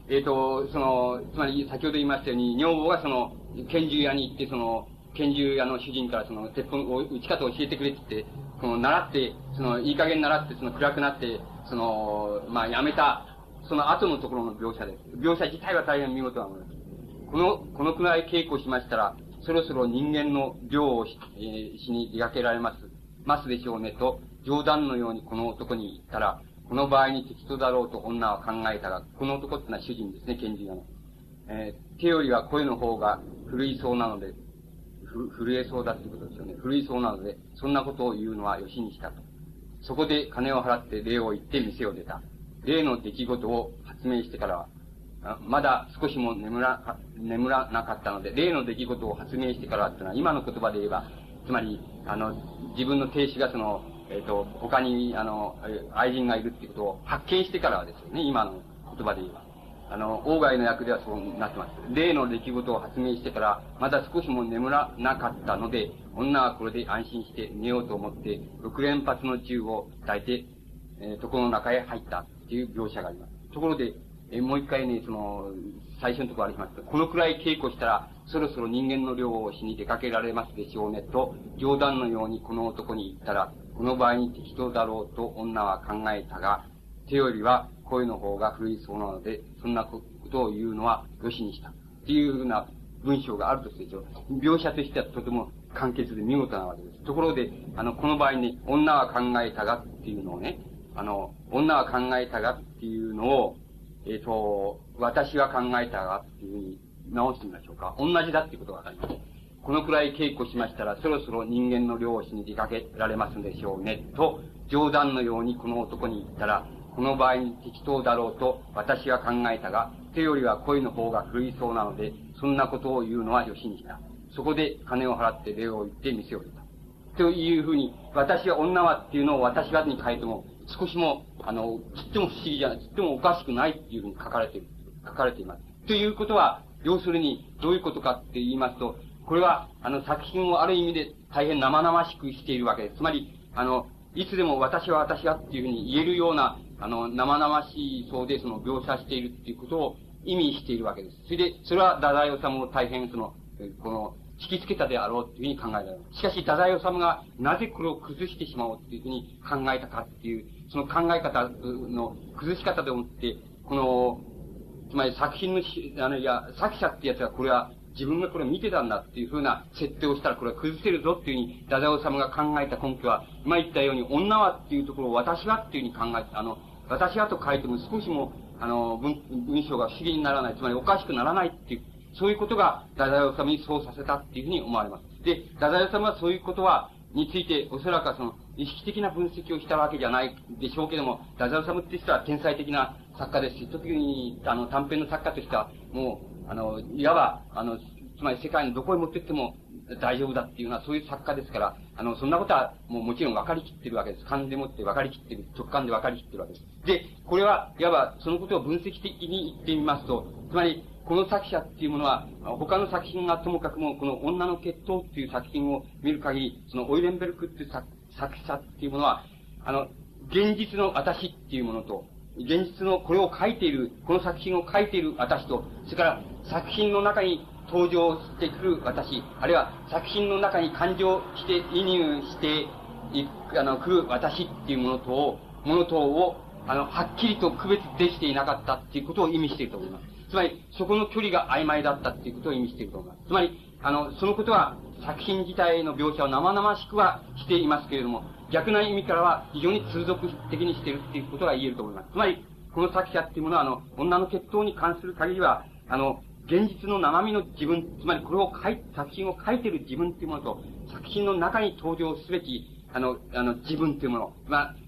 つまり先ほど言いましたように、女房が拳銃屋に行って、拳銃屋の主人から鉄砲を撃ち方を教えてくれって言って、習って、いい加減習って、暗くなって、やめた、その後のところの描写です。描写自体は大変見事なものです。このくらい稽古しましたら、そろそろ人間の猟をしに出かけられますでしょうねと、冗談のようにこの男に言ったら、この場合に適当だろうと女は考えたが、この男ってのは主人ですね、拳銃屋の。手よりは声の方が古いそうなので、震えそうだっていうことですよね。古いそうなので、そんなことを言うのはよしにしたと。そこで金を払って礼を言って店を出た。例の出来事を発明してからは、まだ少しも眠らなかったので、例の出来事を発明してからっていうのは、今の言葉で言えば、つまり、自分の亭主が他に、愛人がいるっていうことを発見してからですよね、今の言葉で言えば。外の役ではそうなってます。例の出来事を発明してから、まだ少しも眠らなかったので、女はこれで安心して寝ようと思って、6連発の銃を抱いて、床の中へ入ったっていう描写があります。ところで、もう一回ね、最初のところありますけど、このくらい稽古したら、そろそろ人間の猟をしに出かけられますでしょうね、と、冗談のようにこの男に言ったら、この場合に適当だろうと女は考えたが、手よりは声の方が古いそうなので、そんなことを言うのはよしにした。っていうふうな文章があるとするでしょう。描写としてはとても簡潔で見事なわけです。ところで、この場合に、女は考えたがっていうのをね、女は考えたがっていうのを、私は考えたがっていうふうに直してみましょうか。同じだっていうことがわかります。このくらい稽古しましたら、そろそろ人間の猟師に出かけられますでしょうね、と、冗談のようにこの男に言ったら、この場合に適当だろうと私は考えたが、手よりは声の方が古いそうなので、そんなことを言うのはよしにした。そこで金を払って礼を言って店を出た。というふうに、私は女はっていうのを私はに書いても、少しも、ちっとも不思議じゃない、ちっともおかしくないっていうふうに書かれています。ということは、要するに、どういうことかって言いますと、これは、作品をある意味で大変生々しくしているわけです。つまり、いつでも私はっていうふうに言えるような、生々しいそうで描写しているっていうことを意味しているわけです。それで、それは太宰治も大変引きつけたであろうっていうふうに考えられる。しかし、太宰治がなぜこれを崩してしまおうっていうふうに考えたかっていう、その考え方の崩し方でもって、つまり作品の作者ってやつはこれは自分がこれを見てたんだっていうふうな設定をしたらこれは崩せるぞっていうふうに太宰治が考えた根拠は、今言ったように女はっていうところを私はっていうふうに考えて、私はと書いても少しも、文章が不思議にならない、つまりおかしくならないっていう、そういうことが太宰治にそうさせたっていうふうに思われます。で、太宰治はそういうことについて、おそらくは意識的な分析をしたわけじゃないでしょうけども、太宰治って人は天才的な作家ですし、特に、短編の作家としては、もう、いわば、つまり世界のどこへ持ってっても大丈夫だっていうような、そういう作家ですから、そんなことはもちろん分かりきってるわけです。勘でもって分かりきってる、直感で分かりきってるわけです。で、これは、いわば、そのことを分析的に言ってみますと、つまり、この作者っていうものは、他の作品がともかくも、この女の血統っていう作品を見る限り、オイレンベルクっていう作者っていうものは、現実の私っていうものと、現実のこれを書いている、この作品を書いている私と、それから作品の中に登場してくる私、あるいは作品の中に感情して移入してくる私っていうものとを、はっきりと区別できていなかったっていうことを意味していると思います。つまり、そこの距離が曖昧だったっていうことを意味していると思います。つまり、そのことは作品自体の描写を生々しくはしていますけれども、逆な意味からは非常に通俗的にしているっていうことが言えると思います。つまり、この作者っていうものは、女の血統に関する限りは、現実の生身の自分、つまりこれを作品を書いている自分っていうものと、作品の中に登場すべき、自分っていうもの、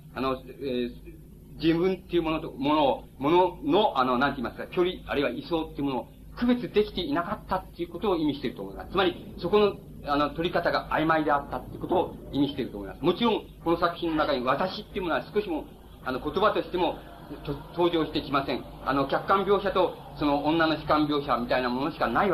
自分っていうものの、なんて言いますか、距離、あるいは位相っていうものを区別できていなかったっていうことを意味していると思います。つまり、そこの、取り方が曖昧であったっていうことを意味していると思います。もちろん、この作品の中に私っていうものは少しも、言葉としても登場してきません。客観描写と、女の主観描写みたいなものしかないわけです。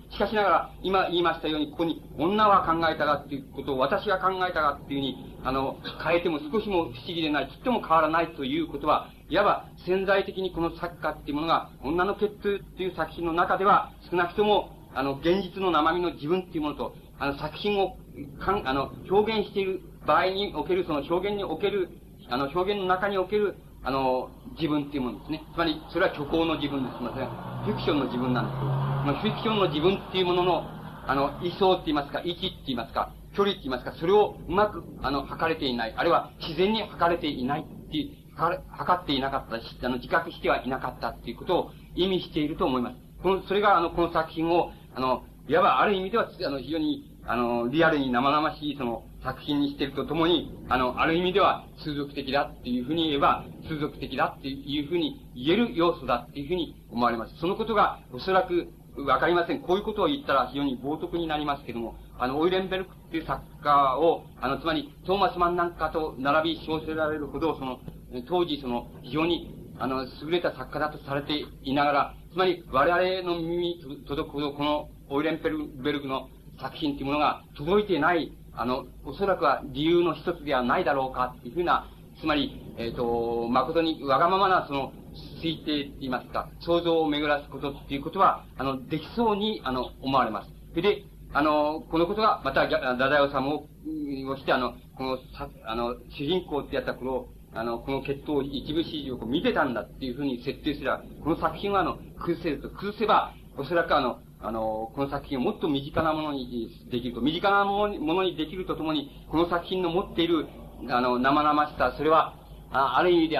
しかしながら、今言いましたように、ここに女は考えたがっていうことを私が考えたがっていうふうに、変えても少しも不思議でない、ちっとも変わらないということは、いわば潜在的にこの作家っていうものが、女の決闘っていう作品の中では、少なくとも、現実の生身の自分っていうものと、作品を、表現している場合における、その表現における、表現の中における、自分っていうものですね。つまり、それは虚構の自分です。すみません。フィクションの自分なんですけど、フィクションの自分っていうものの、位相って言いますか、位置って言いますか、距離って言いますか、それをうまく、測れていない、あるいは自然に測れていないっていう、測っていなかったし、自覚してはいなかったっていうことを意味していると思います。それが、この作品を、いわばある意味では、非常に、リアルに生々しい、作品にしているとともに、ある意味では通俗的だっていうふうに言えば、通俗的だっていうふうに言える要素だっていうふうに思われます。そのことが、おそらく、わかりません。こういうことを言ったら非常に冒涜になりますけども、オイレンベルクっていう作家を、つまり、トーマス・マンなんかと並び称せられるほど、当時非常に、優れた作家だとされていながら、つまり、我々の耳に届くほど、このオイレンベルクの作品というものが届いていない、おそらくは理由の一つではないだろうかっていうふうな、つまり、誠にわがままな推定って言いますか、想像を巡らすことっていうことは、できそうに、思われます。それで、このことが、また、太宰治をして、主人公ってやったこの決闘一部始終を見てたんだっていうふうに設定すれば、この作品は崩せば、おそらくこの作品をもっと身近なものにできると、身近なものにできるとともに、この作品の持っている、生々しさ、それは、ある意味で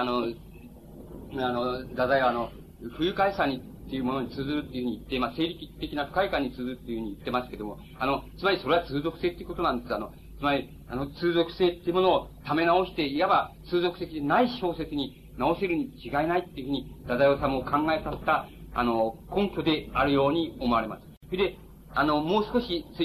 太宰は不愉快さにっていうものに通ずるっていうふうに言って、生理的な不快感に通ずるっていうふうに言ってますけども、つまりそれは通俗性っていうことなんです。つまり、通俗性っていうものをため直して、いわば通俗的でない小説に直せるに違いないっていうふうに、太宰治を考えさせた、根拠であるように思われます。それで、もう少し、つ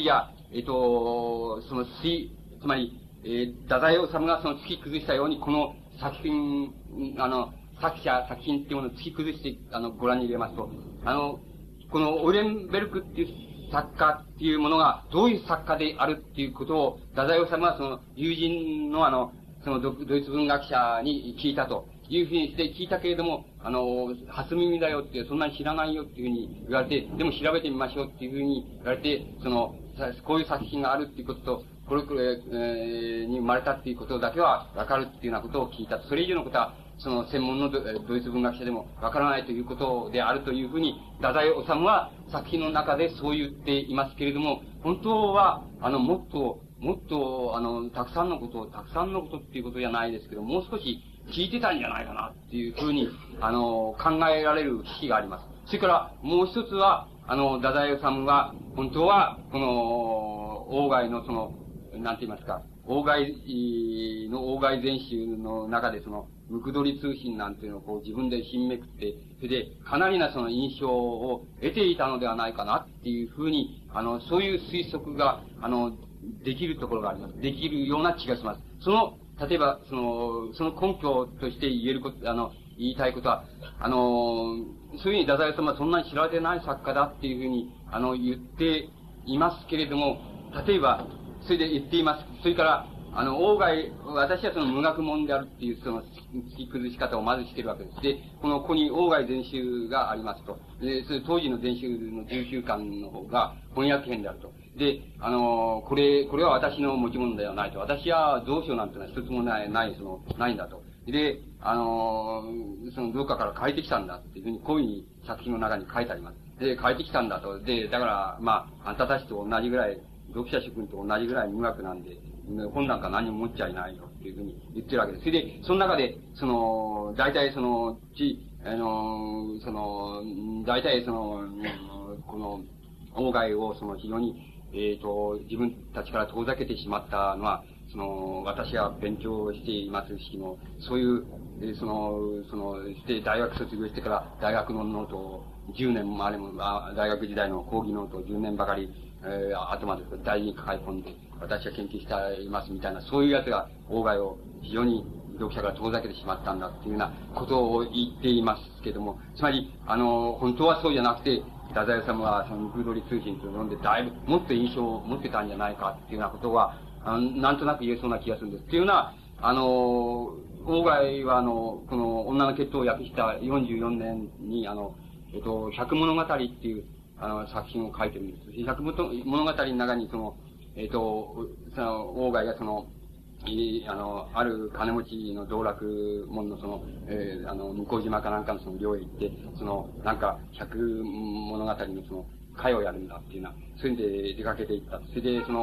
まり、太宰治が突き崩したように、この作品、作品っていうものを突き崩して、ご覧に入れますと、このオイレンベルクっていう作家っていうものが、どういう作家であるっていうことを、太宰治は友人のドイツ文学者に聞いたというふうにして聞いたけれども、初耳だよって、そんなに知らないよっていうふうに言われて、でも調べてみましょうっていうふうに言われて、こういう作品があるっていうことと、これに生まれたっていうことだけは分かるっていうようなことを聞いた。それ以上のことは、専門のドイツ文学者でも分からないということであるというふうに、太宰治は作品の中でそう言っていますけれども、本当は、もっと、たくさんのことっていうことじゃないですけど、もう少し聞いてたんじゃないかなっていうふうに、考えられる危機があります。それから、もう一つは、太宰治は、本当は、この、鴎外のなんて言いますか、鴎外全集の中でムクドリ通信なんていうのを自分でひんめくって、それでかなりな印象を得ていたのではないかなっていうふうに、そういう推測が、できるところがあります。できるような気がします。例えば、その根拠として言えること、言いたいことは、そういうふうに太宰治はそんなに知られてない作家だっていうふうに、言っていますけれども、例えば、それで言っています。それから、鴎外、私は無学問であるっていう突き崩し方をまずしているわけです。で、ここに鴎外全集がありますと。で、それ当時の全集の19巻の方が翻訳編であると。で、これは私の持ち物ではないと。私は蔵書なんてのは一つもないんだと。で、どっかから借りてきたんだっていうふうに、こういうふうに作品の中に書いてあります。で、借りてきたんだと。で、だから、あんたたちと同じぐらい、読者諸君と同じぐらい無学なんで、本なんか何も持っちゃいないよっていうふうに言ってるわけです。それで、その中で、大体大体この、鴎外を非常に、自分たちから遠ざけてしまったのは、私は勉強していますしも、そういう、して大学卒業してから大学のノートを10年もあれも、大学時代の講義ノートを10年ばかり、後まで大事に抱え込んで、私は研究していますみたいな、そういうやつが鴎外を非常に読者から遠ざけてしまったんだっていうようなことを言っていますけども、つまり、本当はそうじゃなくて、 太宰治はその風土理通信というのを読んで、だいぶもっと印象を持ってたんじゃないかっていうようなことは、なんとなく言えそうな気がするんです。っていうのは、鴎外はこの女の血統を訳した44年に、百物語っていう、作品を書いてるんです。百物語の中にその鴎外がある金持ちの道楽門の向島かなんかのその寮へ行って、なんか、百物語の会をやるんだっていうような、そういうんで出かけていった。それで、与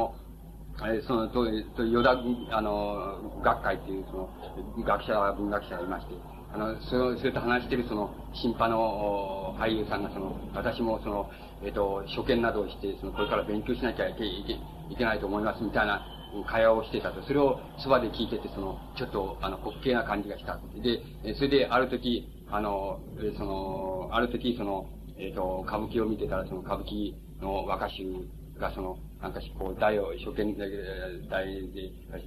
田、学会っていう、文学者がいまして、それと話してる審判の俳優さんが私も書見などをして、これから勉強しなきゃいけないと思いますみたいな会話をしてたと。それをそばで聞いてて、ちょっと、滑稽な感じがした。で、それで、ある時、歌舞伎を見てたら、歌舞伎の和歌集が、なんかこう、題を、書見題で、して、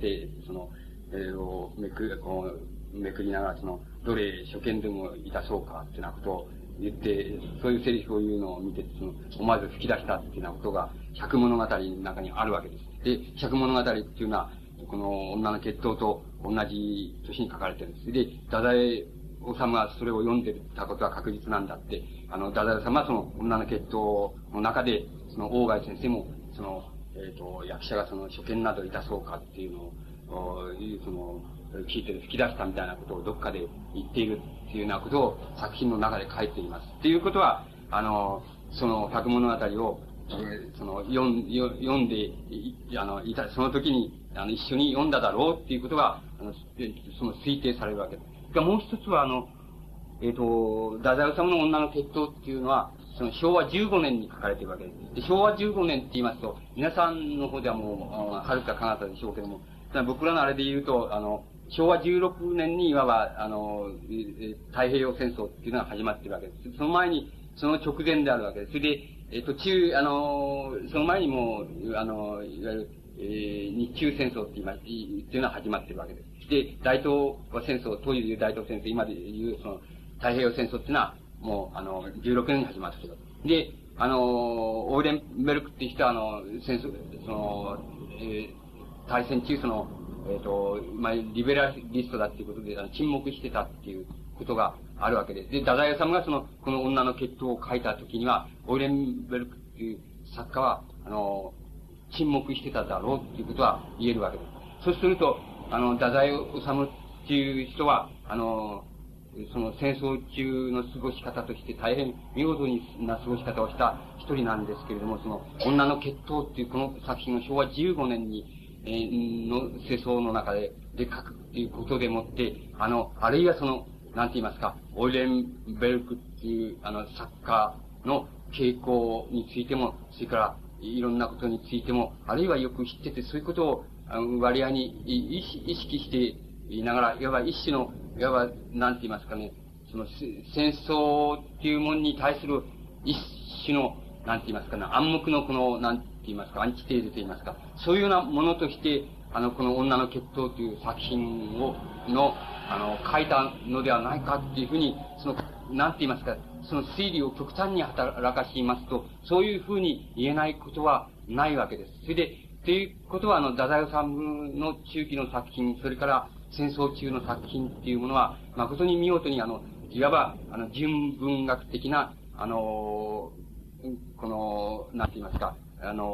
めくりながら、どれ書見でもいたそうか、っていうようなことを言って、そういうセリフを言うのを見て、思わず吹き出したっていうようなことが、百物語の中にあるわけです。で、百物語っていうのは、この女の血統と同じ年に書かれてるんです。で、太宰治がそれを読んでたことは確実なんだって、太宰治は女の血統の中で、鴎外先生も、役者が書見などいたそうかっていうのを、聞いて吹き出したみたいなことをどっかで言っているっていうようなことを作品の中で書いています。っていうことは、百物語を、読んでいた、その時に、一緒に読んだだろうっていうことが、推定されるわけです。もう一つは、太宰治の女の血統っていうのは、昭和15年に書かれているわけです。で、昭和15年って言いますと、皆さんの方ではもう、はるか彼方でしょうけども、僕らのあれで言うと、昭和16年にいわば、太平洋戦争っていうのが始まっているわけです。その前に、その直前であるわけです。それで、途中、その前にも、いわゆる、日中戦争っていうのは始まっているわけです。で、大東亜戦争、当時でいう大東戦争、今でいう太平洋戦争っていうのは、もう、16年に始まっている。で、オーレンベルクっていう人は、戦争、大戦中、リベラリストだっていうことで、沈黙してたっていうことがあるわけです。で、太宰治がこの女の血統を書いたときには、オーレンベルクっていう作家は、沈黙してただろうっていうことは言えるわけです。そうすると、太宰治っていう人は、戦争中の過ごし方として大変見事な過ごし方をした一人なんですけれども、女の血統っていうこの作品を昭和15年に、の世相の中で書くっていうことでもって、あるいはなんて言いますか、オイレンベルクっていう、作家の傾向についても、それから、いろんなことについても、あるいはよく知ってて、そういうことを、割合に意識していながら、いわば一種の、いわば、なんて言いますかね、戦争っていうものに対する一種の、なんて言いますかね、暗黙のなんて言いますか、アンチテーゼと言いますか、そういうようなものとして、この女の血統という作品を、書いたのではないかっていうふうに、なんて言いますか、推理を極端に働かしますと、そういうふうに言えないことはないわけです。それで、ということは、太宰治の中期の作品、それから戦争中の作品っていうものは、誠に見事にいわば、純文学的な、なんて言いますか、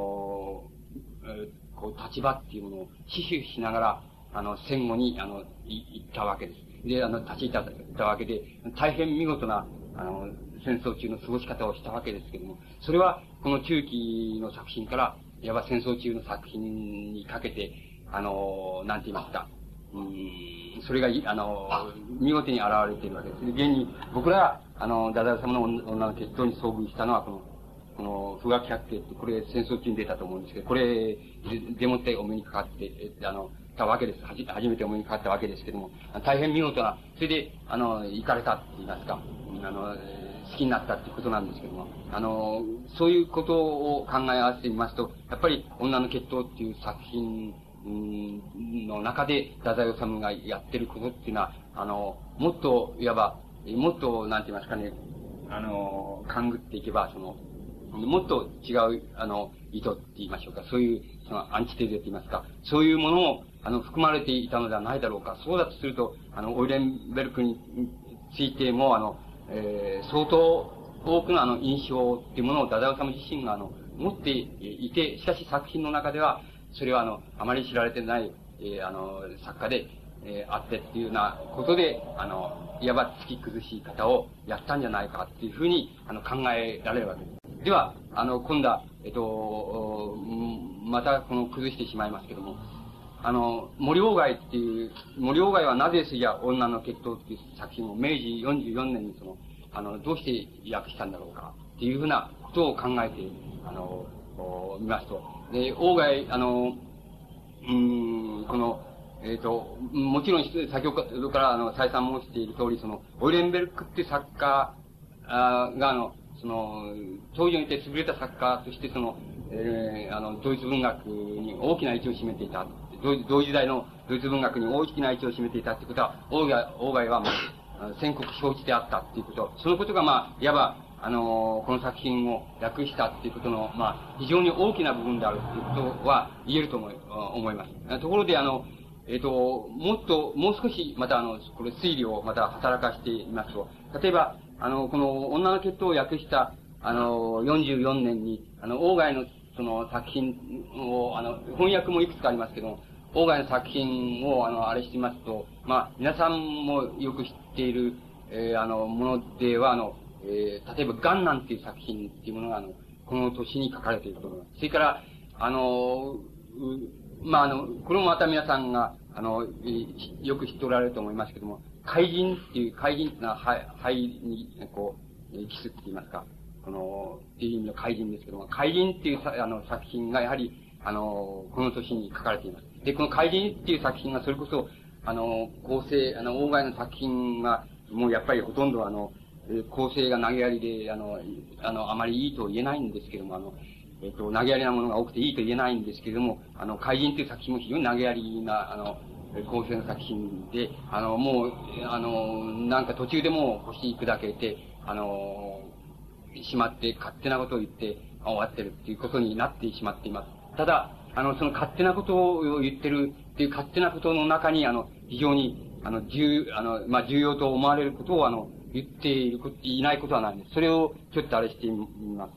立場っていうものを死守しながら、戦後に、行ったわけです。で、立ち至ったわけで、大変見事な、戦争中の過ごし方をしたわけですけども、それは、この中期の作品から、いわば戦争中の作品にかけて、なんて言いますか、それが、見事に現れているわけです。で、現に、僕らが、太宰治の女の血統に遭遇したのは、この、富岳百景って、これ戦争中に出たと思うんですけど、これでもってお目にかかって、たわけです。初めてお目にかかったわけですけども、大変見事な、それで、行かれたって言いますか、好きになったっていうことなんですけども、そういうことを考え合わせてみますと、やっぱり、女の血統っていう作品の中で、太宰治がやってることっていうのは、もっと、いわば、もっと、なんて言いますかね、勘ぐっていけば、 もっと違う、意図って言いましょうか。そういう、その、アンチテーゼって言いますか。そういうものも、含まれていたのではないだろうか。そうだとすると、オイレンベルクについても、相当多くの印象っていうものをダダオ様自身が、持っていて、しかし作品の中では、それはあまり知られてない、作家で、あってっていうようなことで、いわば突き崩し方をやったんじゃないかっていうふうに、考えられるわけです。では、今度は、また崩してしまいますけども、森鴎外っていう、森鴎外はなぜじゃ女の血統っていう作品を明治44年にどうして訳したんだろうかっていうふうなことを考えて、見ますと、で、鴎外、もちろん、先ほどから再三申している通り、オイレンベルクっていう作家が、当時において優れた作家として、ドイツ文学に大きな位置を占めていた。同時代のドイツ文学に大きな位置を占めていたってことは、鴎外はもう、先刻承知であったっていうこと、そのことがいわば、この作品を訳したっていうことの、非常に大きな部分であるっていうことは言えると思います。ところで、もう少し、またこれ推理をまた働かしてみますと、例えば、この女の血統を訳した、44年に、鴎外の作品を、翻訳もいくつかありますけど、鴎外の作品を、あれしてみますと、皆さんもよく知っている、ものでは、例えば、ガンナンっていう作品っていうものが、この年に書かれていると思います。それから、これもまた皆さんが、よく知っておられると思いますけども、怪人っていうのは、肺に、キスって言いますか、っていう意味の怪人ですけども、怪人っていう作品がやはり、この年に書かれています。で、この怪人っていう作品がそれこそ、構成、鴎外の作品が、もうやっぱりほとんど構成が投げやりで、あまりいいと言えないんですけども、投げやりなものが多くていいと言えないんですけれども、怪人という作品も非常に投げやりな、構成の作品で、もう、なんか途中でもう腰砕けて、しまって勝手なことを言って終わってるっていうことになってしまっています。ただ、その勝手なことを言ってるっていう勝手なことの中に、非常に、重要と思われることを、言っていないことはないんです。それをちょっとあれしてみます。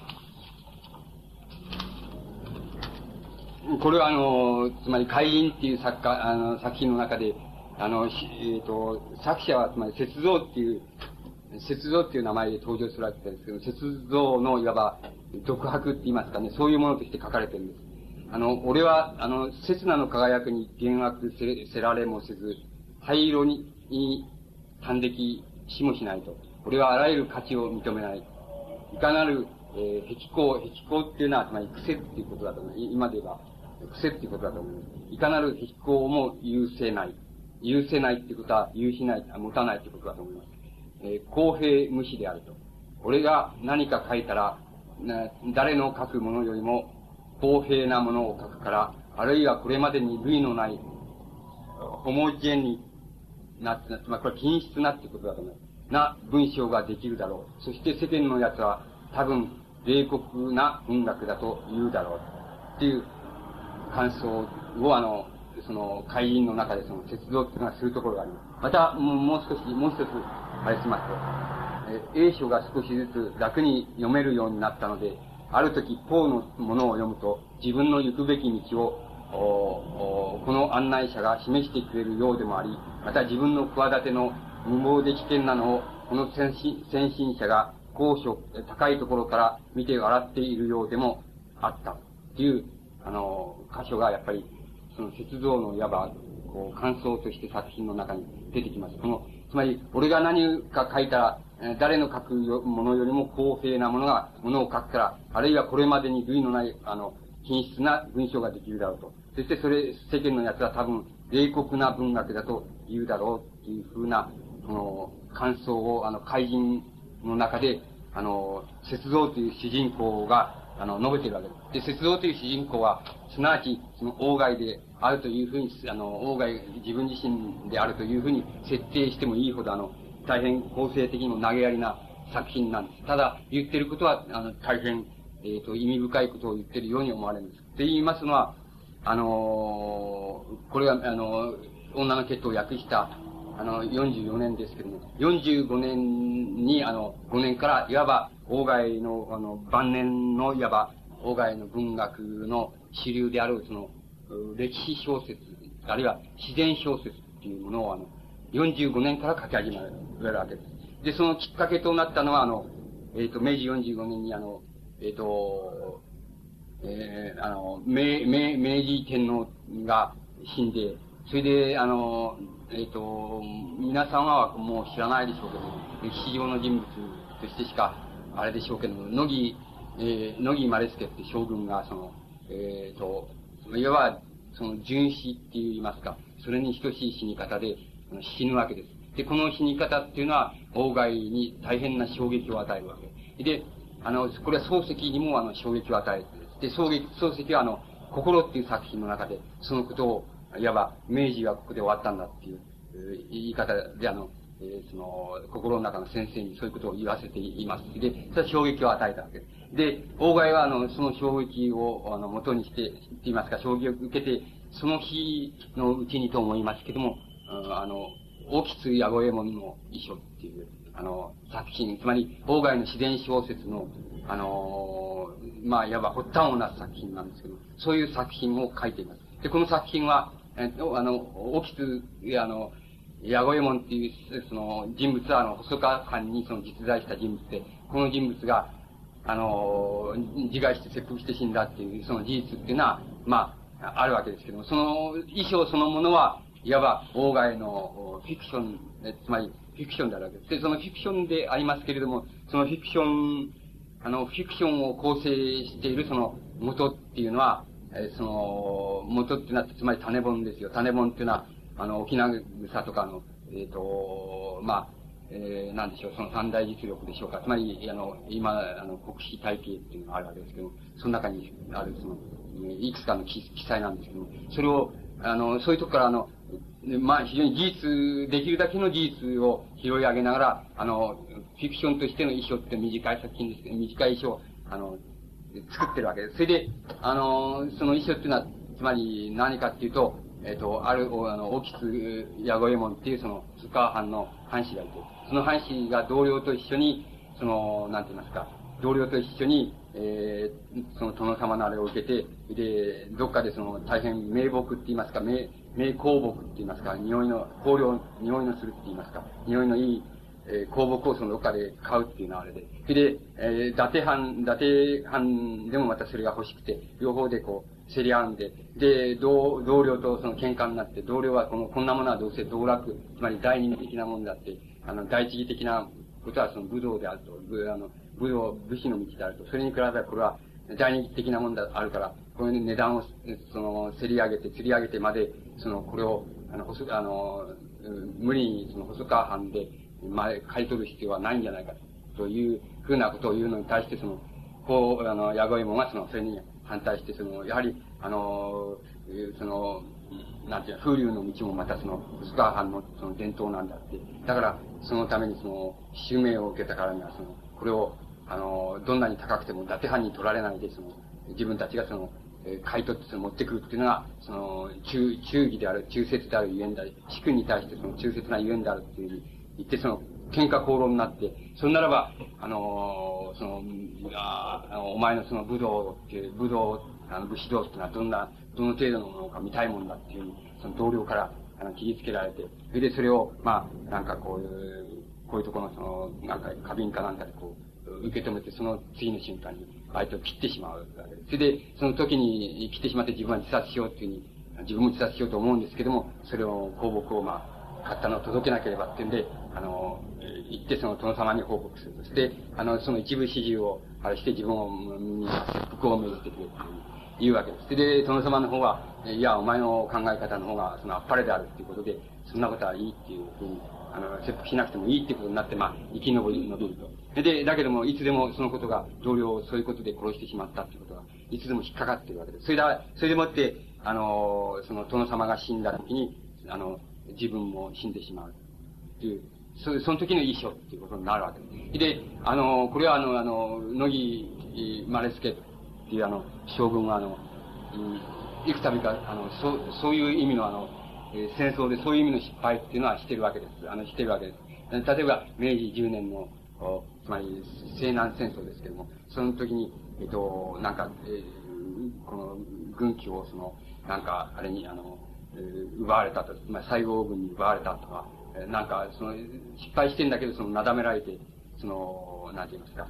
これはつまり怪人っていう作品の中で、作者はつまり雪像っていう名前で登場するわけですけど、雪像のいわば独白って言いますかね、そういうものとして書かれてるんです。俺は、刹那の輝くに幻惑せられもせず、灰色に端的しもしないと。俺はあらゆる価値を認めない。いかなる、壁向っていうのは、つまり癖っていうことだと思う。今で言えば、癖っていうことだと思う。いかなる壁向も許せない。許せないっていうことは、許しない、持たないっていうことだと思います。公平無視であると。俺が何か書いたら、誰の書くものよりも公平なものを書くから、あるいはこれまでに類のない、ホモジェンになって、つまりこれ均質なっていうことだと思う。な文章ができるだろう。そして世間の奴は多分冷酷な文学だと言うだろう。っていう感想をその会員の中で鉄道っていうのがするところがあります。また、もう一つ、あれしますと、英書が少しずつ楽に読めるようになったので、ある時、ポーのものを読むと、自分の行くべき道を、この案内者が示してくれるようでもあり、また自分の企ての無謀で危険なのを、この先進者が高所、高いところから見て笑っているようでもあった。という、箇所がやっぱり、その鉄道のいわば、感想として作品の中に出てきます。つまり、俺が何か書いたら、誰の書くものよりも公平なものを書くから、あるいはこれまでに類のない、品質な文章ができるだろうと。そして世間の奴は多分、冷酷な文学だと言うだろうっていうふうな、感想を、怪人の中で、雪像という主人公が、述べているわけです。で、雪像という主人公は、すなわち、鴎外であるというふうに、鴎外自分自身であるというふうに設定してもいいほど、大変構成的にも投げやりな作品なんです。ただ、言ってることは、大変、意味深いことを言ってるように思われるんです。って言いますのは、これは、女の血統を訳した、44年ですけども、45年に、5年から、いわば、外の、晩年の、いわば、外の文学の主流である、歴史小説、あるいは自然小説っていうものを、45年から書き始めるわけです。で、そのきっかけとなったのは、明治45年に、明治天皇が死んで、それで、皆さんはもう知らないでしょうけど、歴史上の人物としてしか、あれでしょうけども、乃木生助って将軍が、いわば、殉死って言いますか、それに等しい死に方で死ぬわけです。で、この死に方っていうのは、外に大変な衝撃を与えるわけで、これは漱石にも衝撃を与えて、で、漱石は心っていう作品の中で、そのことを、いわば、明治はここで終わったんだっていう言い方で、心の中の先生にそういうことを言わせています。で、それは衝撃を与えたわけです。で、外はその衝撃を、元にして、言いますか、衝撃を受けて、その日のうちにと思いますけども、大津弥五右衛門の遺書っていう、作品、つまり、外の自然小説の、いわば発端をなす作品なんですけど、そういう作品を書いています。で、この作品は、大津、弥五右衛門っていう、人物は、細川藩に実在した人物で、この人物が、自害して切腹して死んだっていう、その事実っていうのは、あるわけですけども、その遺書そのものは、いわば、外のフィクション、つまり、フィクションであるわけです。で、そのフィクションでありますけれども、そのフィクションを構成している元っていうのは、元っていうのは、つまり種本ですよ。種本っていうのは、沖縄草とかなんでしょう、その三大実力でしょうか。つまり、今、国史体系っていうのがあるわけですけども、その中にある、いくつかの記載なんですけども、それを、そういうとこから非常にできるだけの事実を拾い上げながら、フィクションとしての遺書って短い作品ですけど、短い遺書を、作ってるわけです。それで、その遺書っていうのは、つまり何かっていうと、大津弥五右衛門っていう細川藩の藩士がいて、その藩士が同僚と一緒に、なんて言いますか、同僚と一緒に、殿様のあれを受けて、で、どっかで大変名木って言いますか、名香木って言いますか、匂いのするって言いますか、匂いのいい、香木をどっかで買うっていうのはあれで。で、伊達藩でもまたそれが欲しくて、両方で競り合うんで、で、同僚と喧嘩になって、同僚はこんなものはどうせ道楽、つまり第二義的なもんだって、第一義的なことは武道であると、武士の道であると、それに比べたらこれは第二義的なもんであるから、こういう値段を、釣り上げてまで、これを、無理に細川藩で、買い取る必要はないんじゃないかというふうなことを言うのに対して、弥五右衛門がそれに反対して、やはり、なんていうの、風流の道もまた細川藩の伝統なんだって。だから、そのために襲名を受けたからには、これを、どんなに高くても伊達藩に取られないで、自分たちが買い取って持ってくるっていうのが、忠義である、忠説であるゆえんであり、主君に対して忠説なゆえんであるっていうふうに言って、喧嘩口論になって、それならば、お前の武道、武士道っていうのはどの程度のものか見たいもんだっていうふうに、同僚から、切りつけられて、それでそれを、なんかこういうところのなんか花瓶かなんかで受け止めて、その次の瞬間に相手を切ってしまうわけです。それで、その時に切ってしまって自分は自殺しようっていうふうに、自分も自殺しようと思うんですけども、それを香木を買ったのを届けなければっていうんで、行って殿様に報告するとして、その一部始終を、あれして自分に切腹を命じてくれっていう言うわけです。で、殿様の方は、いや、お前の考え方の方が、あっぱれであるっていうことで、そんなことはいいっていうふうに、切腹しなくてもいいっていうことになって、生き延びると。で、だけども、いつでもそのことが、同僚をそういうことで殺してしまったっていうことが、いつでも引っかかっているわけです。それでもって、殿様が死んだ時に、自分も死んでしまう。というその時の遺書っていうことになるわけです。で、これは乃木マレスケっていう将軍はいくたびか、そういう意味の戦争でそういう意味の失敗っていうのはしてるわけです。してるわけです。例えば、明治10年の、つまり、西南戦争ですけども、その時に、なんか、この、軍旗をなんか、あれに、奪われたと、つまり、西郷軍に奪われたとか、なんか、失敗してんだけど、なだめられて、なんて言いますか、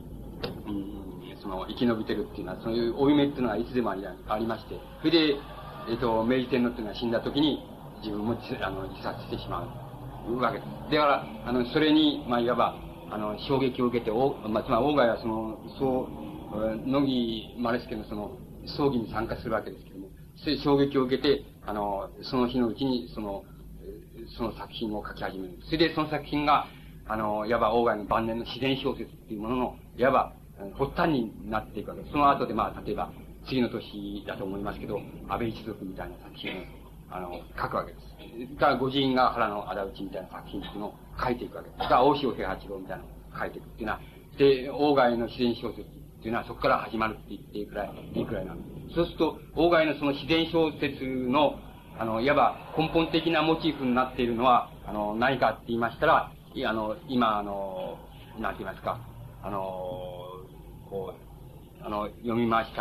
生き延びてるっていうのは、そういう負い目っていうのはいつでもありまして、それで、明治天皇っていうのは死んだ時に、自分も自殺してしまうわけです。だから、それに、まあ、いわば、衝撃を受けて、つまり、鴎外は乃木マレスケの葬儀に参加するわけですけども、衝撃を受けて、その日のうちに、その作品を書き始める。それで、その作品が、いわば、鴎外の晩年の自然小説っていうものの、いわば、発端になっていくわけです。その後で、まあ、例えば、次の年だと思いますけど、安倍一族みたいな作品を、書くわけです。だから、御人が原の仇討ちみたいな作品っていうのを書いていくわけです。だから、大塩平八郎みたいなのを書いていくっていうのは、で、鴎外の自然小説っていうのはそこから始まるって言っていいくらいなんです。そうすると、鴎外のその自然小説の、いわば根本的なモチーフになっているのは、何かって言いましたら、今、なんて言いますか、読みました、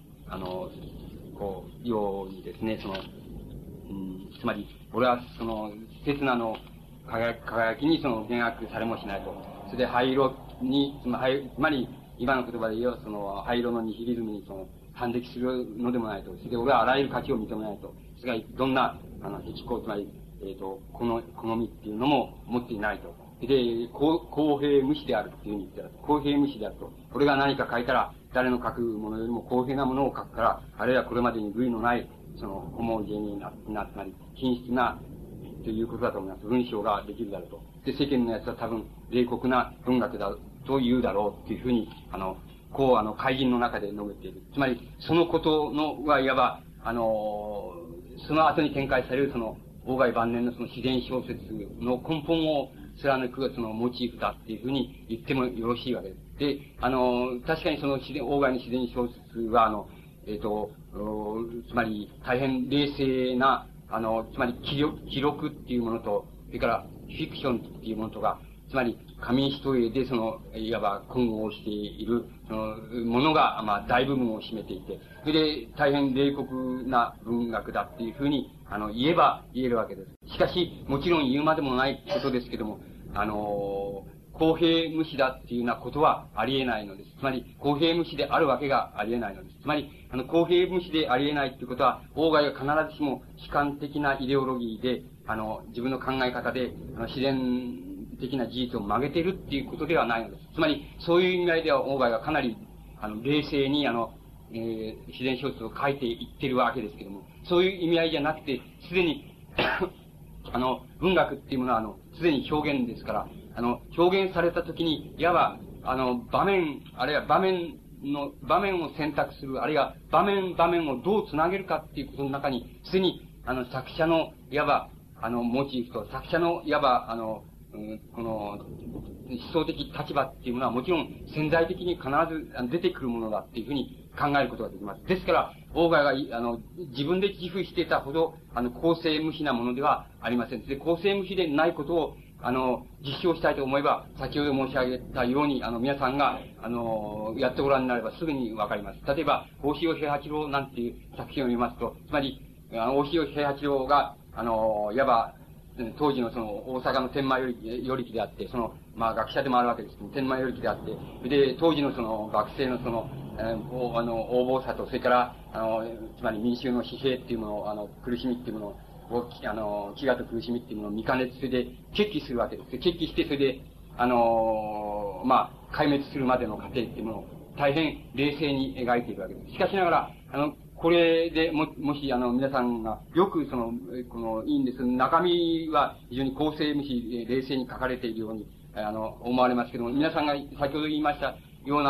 ようにですね、つまり、俺は刹那の輝きに幻惑されもしないと。それで灰色に、つまり、今の言葉で言う灰色のニヒリズムに反撃するのでもないと。それで俺はあらゆる価値を認めないと。それがどんな、適合、つまり、好みっていうのも持っていないと。で、公平無視であるっていうふうに言ったら、公平無視であると。俺が何か書いたら、誰の書くものよりも公平なものを書くから、あるいはこれまでに類のない、ホモジェニーな、つまり、品質な、ということだと思います。文章ができるだろうと。で、世間のやつは多分、冷酷な文学だと言うだろうっていうふうに、怪人の中で述べている。つまり、そのことはいわば、その後に展開される鴎外晩年の自然小説の根本を貫くモチーフだっていうふうに言ってもよろしいわけです。で、確かに鴎外の自然小説は、つまり大変冷静な、つまり記録っていうものと、それからフィクションっていうものとか、つまり紙一重でいわば混合している、ものが、まあ、大部分を占めていて、それで大変冷酷な文学だっていうふうに、言えるわけです。しかし、もちろん言うまでもないことですけども、公平無視だっていうようなことはありえないのです。つまり、公平無視であるわけがありえないのです。つまり、公平無視でありえないっていうことは、鴎外が必ずしも悲観的なイデオロギーで、自分の考え方で、自然的な事実を曲げているっていうことではないのです。つまり、そういう意味合いでは、鴎外はかなり、冷静に、自然小説を書いていってるわけですけども、そういう意味合いじゃなくて、すでに文学っていうものは、すでに表現ですから、表現されたときに、いわば、場面、あるいは場面を選択する、あるいは場面をどうつなげるかっていうことの中に、すでに、作者の、いわば、モチーフと、作者の、いわば、この、思想的立場っていうものはもちろん潜在的に必ず出てくるものだっていうふうに考えることができます。ですから、鴎外が、自分で自負していたほど、公正無視なものではありません。で、公正無視でないことを、実証したいと思えば、先ほど申し上げたように、皆さんが、やってご覧になればすぐにわかります。例えば、大塩平八郎なんていう作品を見ますと、つまり、大塩平八郎が、いわば、当時の大阪の天満与力であって、まあ学者でもあるわけですけど、天満与力であって、で、当時の学生の横暴さと、それから、つまり民衆の疲弊っていうものを、苦しみっていうものを、飢餓と苦しみっていうものを見かねて、それで決起するわけです。決起して、それで、まあ、壊滅するまでの過程っていうものを大変冷静に描いているわけです。しかしながら、これでもし、皆さんが、よくいいんです。中身は非常に公正無視、冷静に書かれているように、思われますけども、皆さんが先ほど言いましたような、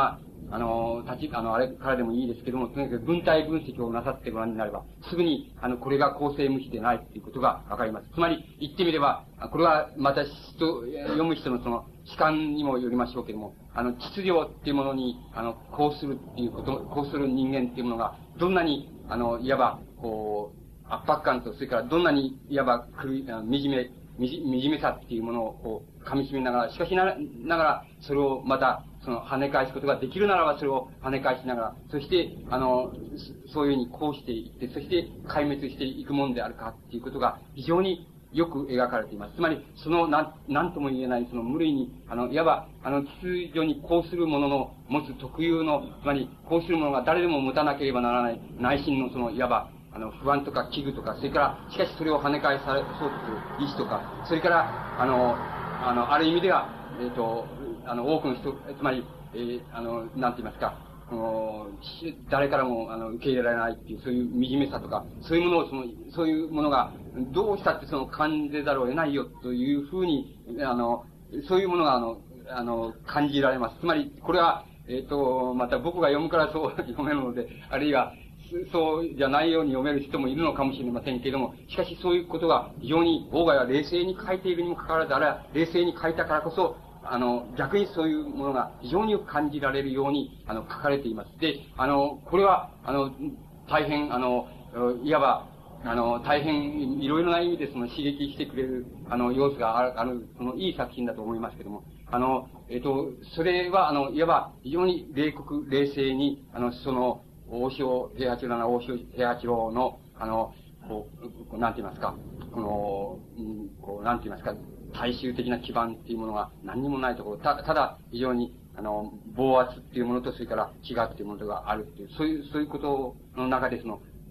あれからでもいいですけども、とにかく文体分析をなさってご覧になれば、すぐに、これが構成無視でないっていうことがわかります。つまり、言ってみれば、これはまた読む人のその、主観にもよりましょうけども、秩序っていうものに、こうするっていうこと、こうする人間っていうものが、どんなに、いわば、こう、圧迫感と、それからどんなに、いわば、惨めさっていうものを、こう、噛み締めながら、しかしながら、それをまた、跳ね返すことができるならば、それを跳ね返しながら、そして、そういうふうにこうしていって、そして壊滅していくもんであるかっていうことが、非常によく描かれています。つまり、なんとも言えない、無類に、いわば、秩序にこうするものの持つ特有の、つまり、こうするものが誰でも持たなければならない内心のいわば、不安とか危惧とか、それから、しかしそれを跳ね返されそうとする意志とか、それから、ある意味では、多くの人、つまり、なんて言いますか、誰からも、受け入れられないっていう、そういう惨めさとか、そういうものを、そういうものが、どうしたって感じざるを得ないよというふうに、そういうものが、感じられます。つまり、これは、また僕が読むからそう読めるので、あるいは、そうじゃないように読める人もいるのかもしれませんけれども、しかしそういうことが非常に、外は冷静に書いているにもかかわらず、あれは冷静に書いたからこそ、逆にそういうものが非常によく感じられるように、書かれています。で、これは、大変、いわば、大変いろいろな意味で刺激してくれる、要素がある、いい作品だと思いますけども、それは、いわば、非常に冷静に、大塩平八郎の、なんて言いますか、なんて言いますか、大衆的な基盤っていうものが何にもないところ、ただ、非常に、暴圧っていうものと、それから飢餓っていうものがあるっていう、そういうことの中で、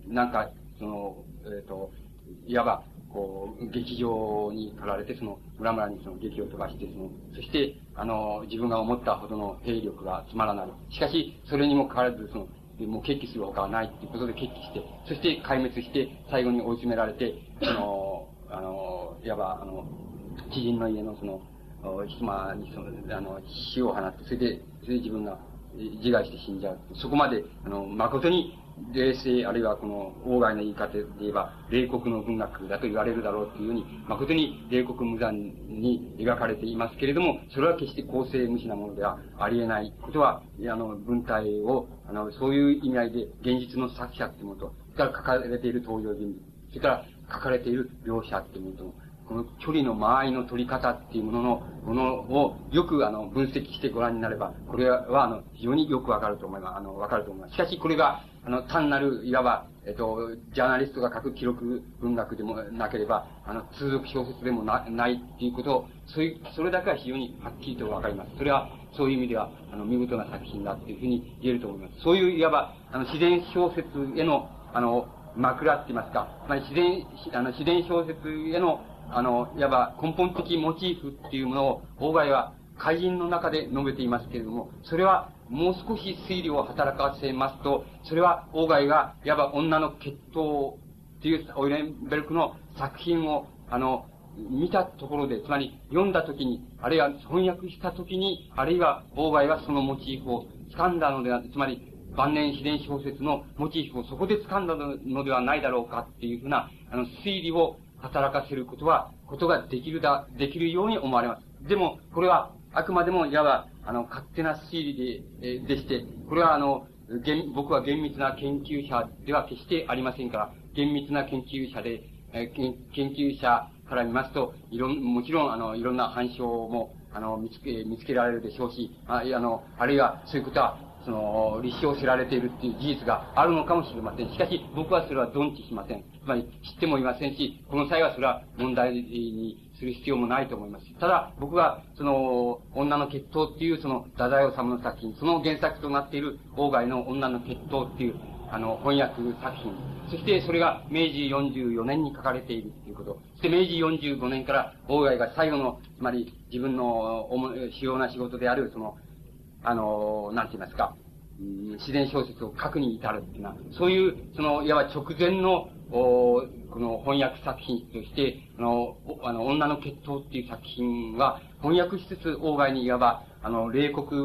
いわば、劇場に駆られて、村々に劇を飛ばして、そして、自分が思ったほどの兵力が集まらない。しかし、それにもかかわらず、もう決起するほかはないっていうことで決起して、そして壊滅して、最後に追い詰められて、いわば、知人の家の妻に死を放って、それで自分が自害して死んじゃう。そこまで、誠に冷静、あるいは外の言い方で言えば、冷酷の文学だと言われるだろうというように、誠に冷酷無残に描かれていますけれども、それは決して公正無視なものではありえないことは、文体を、そういう意味合いで、現実の作者っていうものと、それから書かれている登場人物、それから書かれている描写っていうものと、この距離の間合いの取り方っていうものをよく分析してご覧になれば、これは非常によくわかると思います。しかしこれが、単なる、いわば、ジャーナリストが書く記録文学でもなければ、通俗小説でもないっていうことを、それだけは非常にはっきりとわかります。それは、そういう意味では、見事な作品だっていうふうに言えると思います。そういう、いわば、自然小説への、枕って言いますか、自然小説への、いわば根本的モチーフっていうものを、外は怪人の中で述べていますけれども、それはもう少し推理を働かせますと、それは外が、いわば女の血統っていうオイレンベルクの作品を、見たところで、つまり読んだときに、あるいは翻訳したときに、あるいは外はそのモチーフを掴んだのでは、つまり晩年自然小説のモチーフをそこで掴んだのではないだろうかっていうふうな、推理を働かせることができるように思われます。でも、これは、あくまでも、いわば、勝手な推理でして、これは僕は厳密な研究者では決してありませんから、厳密な研究者で、研究者から見ますと、もちろん、いろんな反証も、見つけられるでしょうし、あるいは、そういうことは、立証せられているっていう事実があるのかもしれません。しかし、僕はそれは存知しません。つまり、知ってもいませんし、この際はそれは問題にする必要もないと思います。ただ、僕は、女の血統っていう、太宰治の作品、その原作となっている、外の女の血統っていう、翻訳作品。そして、それが明治44年に書かれているということ。そして、明治45年から、外が最後の、つまり、自分の主要な仕事である、なんて言いますか、自然小説を書くに至るっていうのは、そういう、いわば直前の、この翻訳作品として、女の血統っていう作品は、翻訳しつつ、外にいわば、冷酷、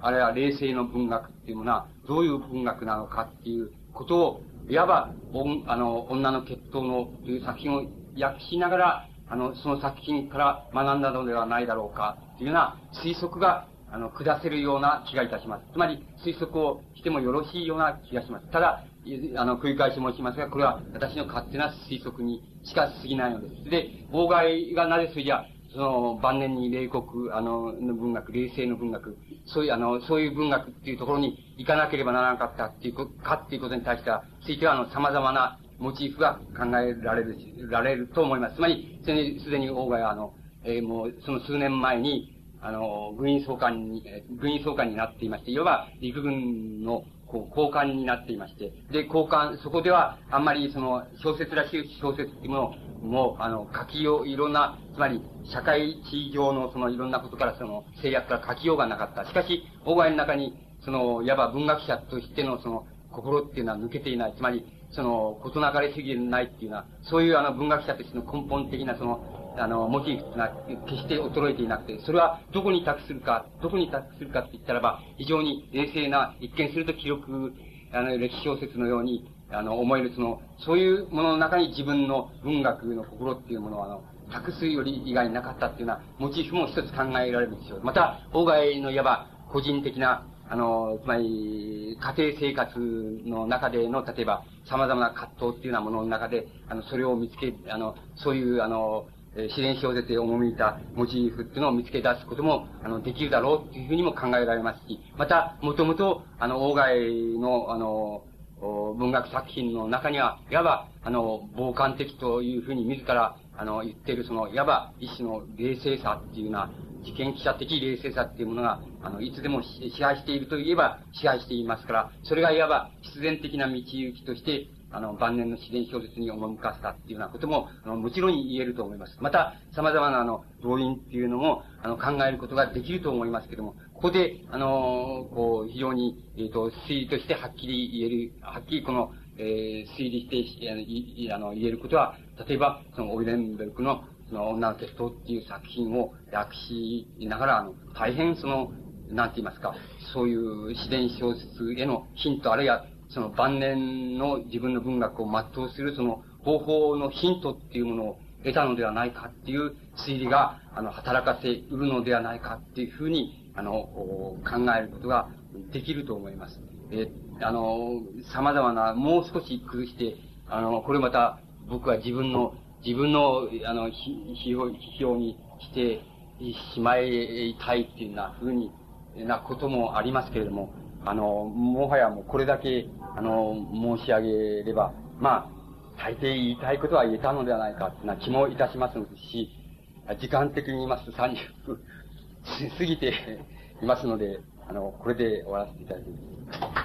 あるいは冷静の文学っていうものは、どういう文学なのかっていうことを、いわば、女の血統のという作品を訳しながら、その作品から学んだのではないだろうか、というような推測が、下せるような気がいたします。つまり、推測をしてもよろしいような気がします。ただ、繰り返し申しますが、これは私の勝手な推測にしか過ぎないのです。で、妨害がなぜそれじゃ、晩年に冷酷、の文学、冷静の文学、そういう文学っていうところに行かなければならなかったっていうことに対しては、ついては、様々なモチーフが考えられると思います。つまり、すでに妨害は、もう、その数年前に、軍員総監になっていまして、いわば陸軍の、高官になっていまして、で、そこでは、あんまり小説らしい小説っていうものも、書きよう、いろんな、つまり、社会地上のいろんなことから制約から書きようがなかった。しかし、妨害の中に、いわば文学者としての心っていうのは抜けていない。つまり、事なかれすぎないっていうのは、そういう文学者としての根本的なモチーフっていうのは決して衰えていなくて、それはどこに託するかって言ったらば、非常に冷静な、一見すると歴史小説のように、思えるそういうものの中に自分の文学の心っていうものを託すより以外になかったっていうようなモチーフも一つ考えられるでしょう。また、妨害のいわば個人的な、つまり、家庭生活の中での、例えば、様々な葛藤っていうようなものの中で、それを見つけ、そういう、自然小説へ赴いたモチーフっていうのを見つけ出すことも、できるだろうっていうふうにも考えられますし、また、もともと、妨害の、文学作品の中には、いわば、傍観的というふうに自ら、言っている、いわば、一種の冷静さっていうような、事件記者的冷静さっていうものが、いつでも支配しているといえば支配していますから、それがいわば必然的な道行きとして、晩年の自然小説に赴かせたっていうようなことも、もちろん言えると思います。また、様々な動因っていうのも、考えることができると思いますけども、ここで、非常に、推理としてはっきり推理して言えることは、例えば、オイレンベルクの女の血統っていう作品を訳しながら、大変なんて言いますか、そういう自然小説へのヒント、あるいは、晩年の自分の文学を全うする方法のヒントっていうものを得たのではないかっていう推理が、働かせうるのではないかっていうふうに、考えることができると思います。様々な、もう少し崩して、これまた僕は自分の批評にしてしまいたいっていうなこともありますけれども、もはやもうこれだけ、申し上げれば、まあ、大抵言いたいことは言えたのではないかってな気もいたしますし、時間的に言いますと30分過ぎていますので、これで終わらせていただきます。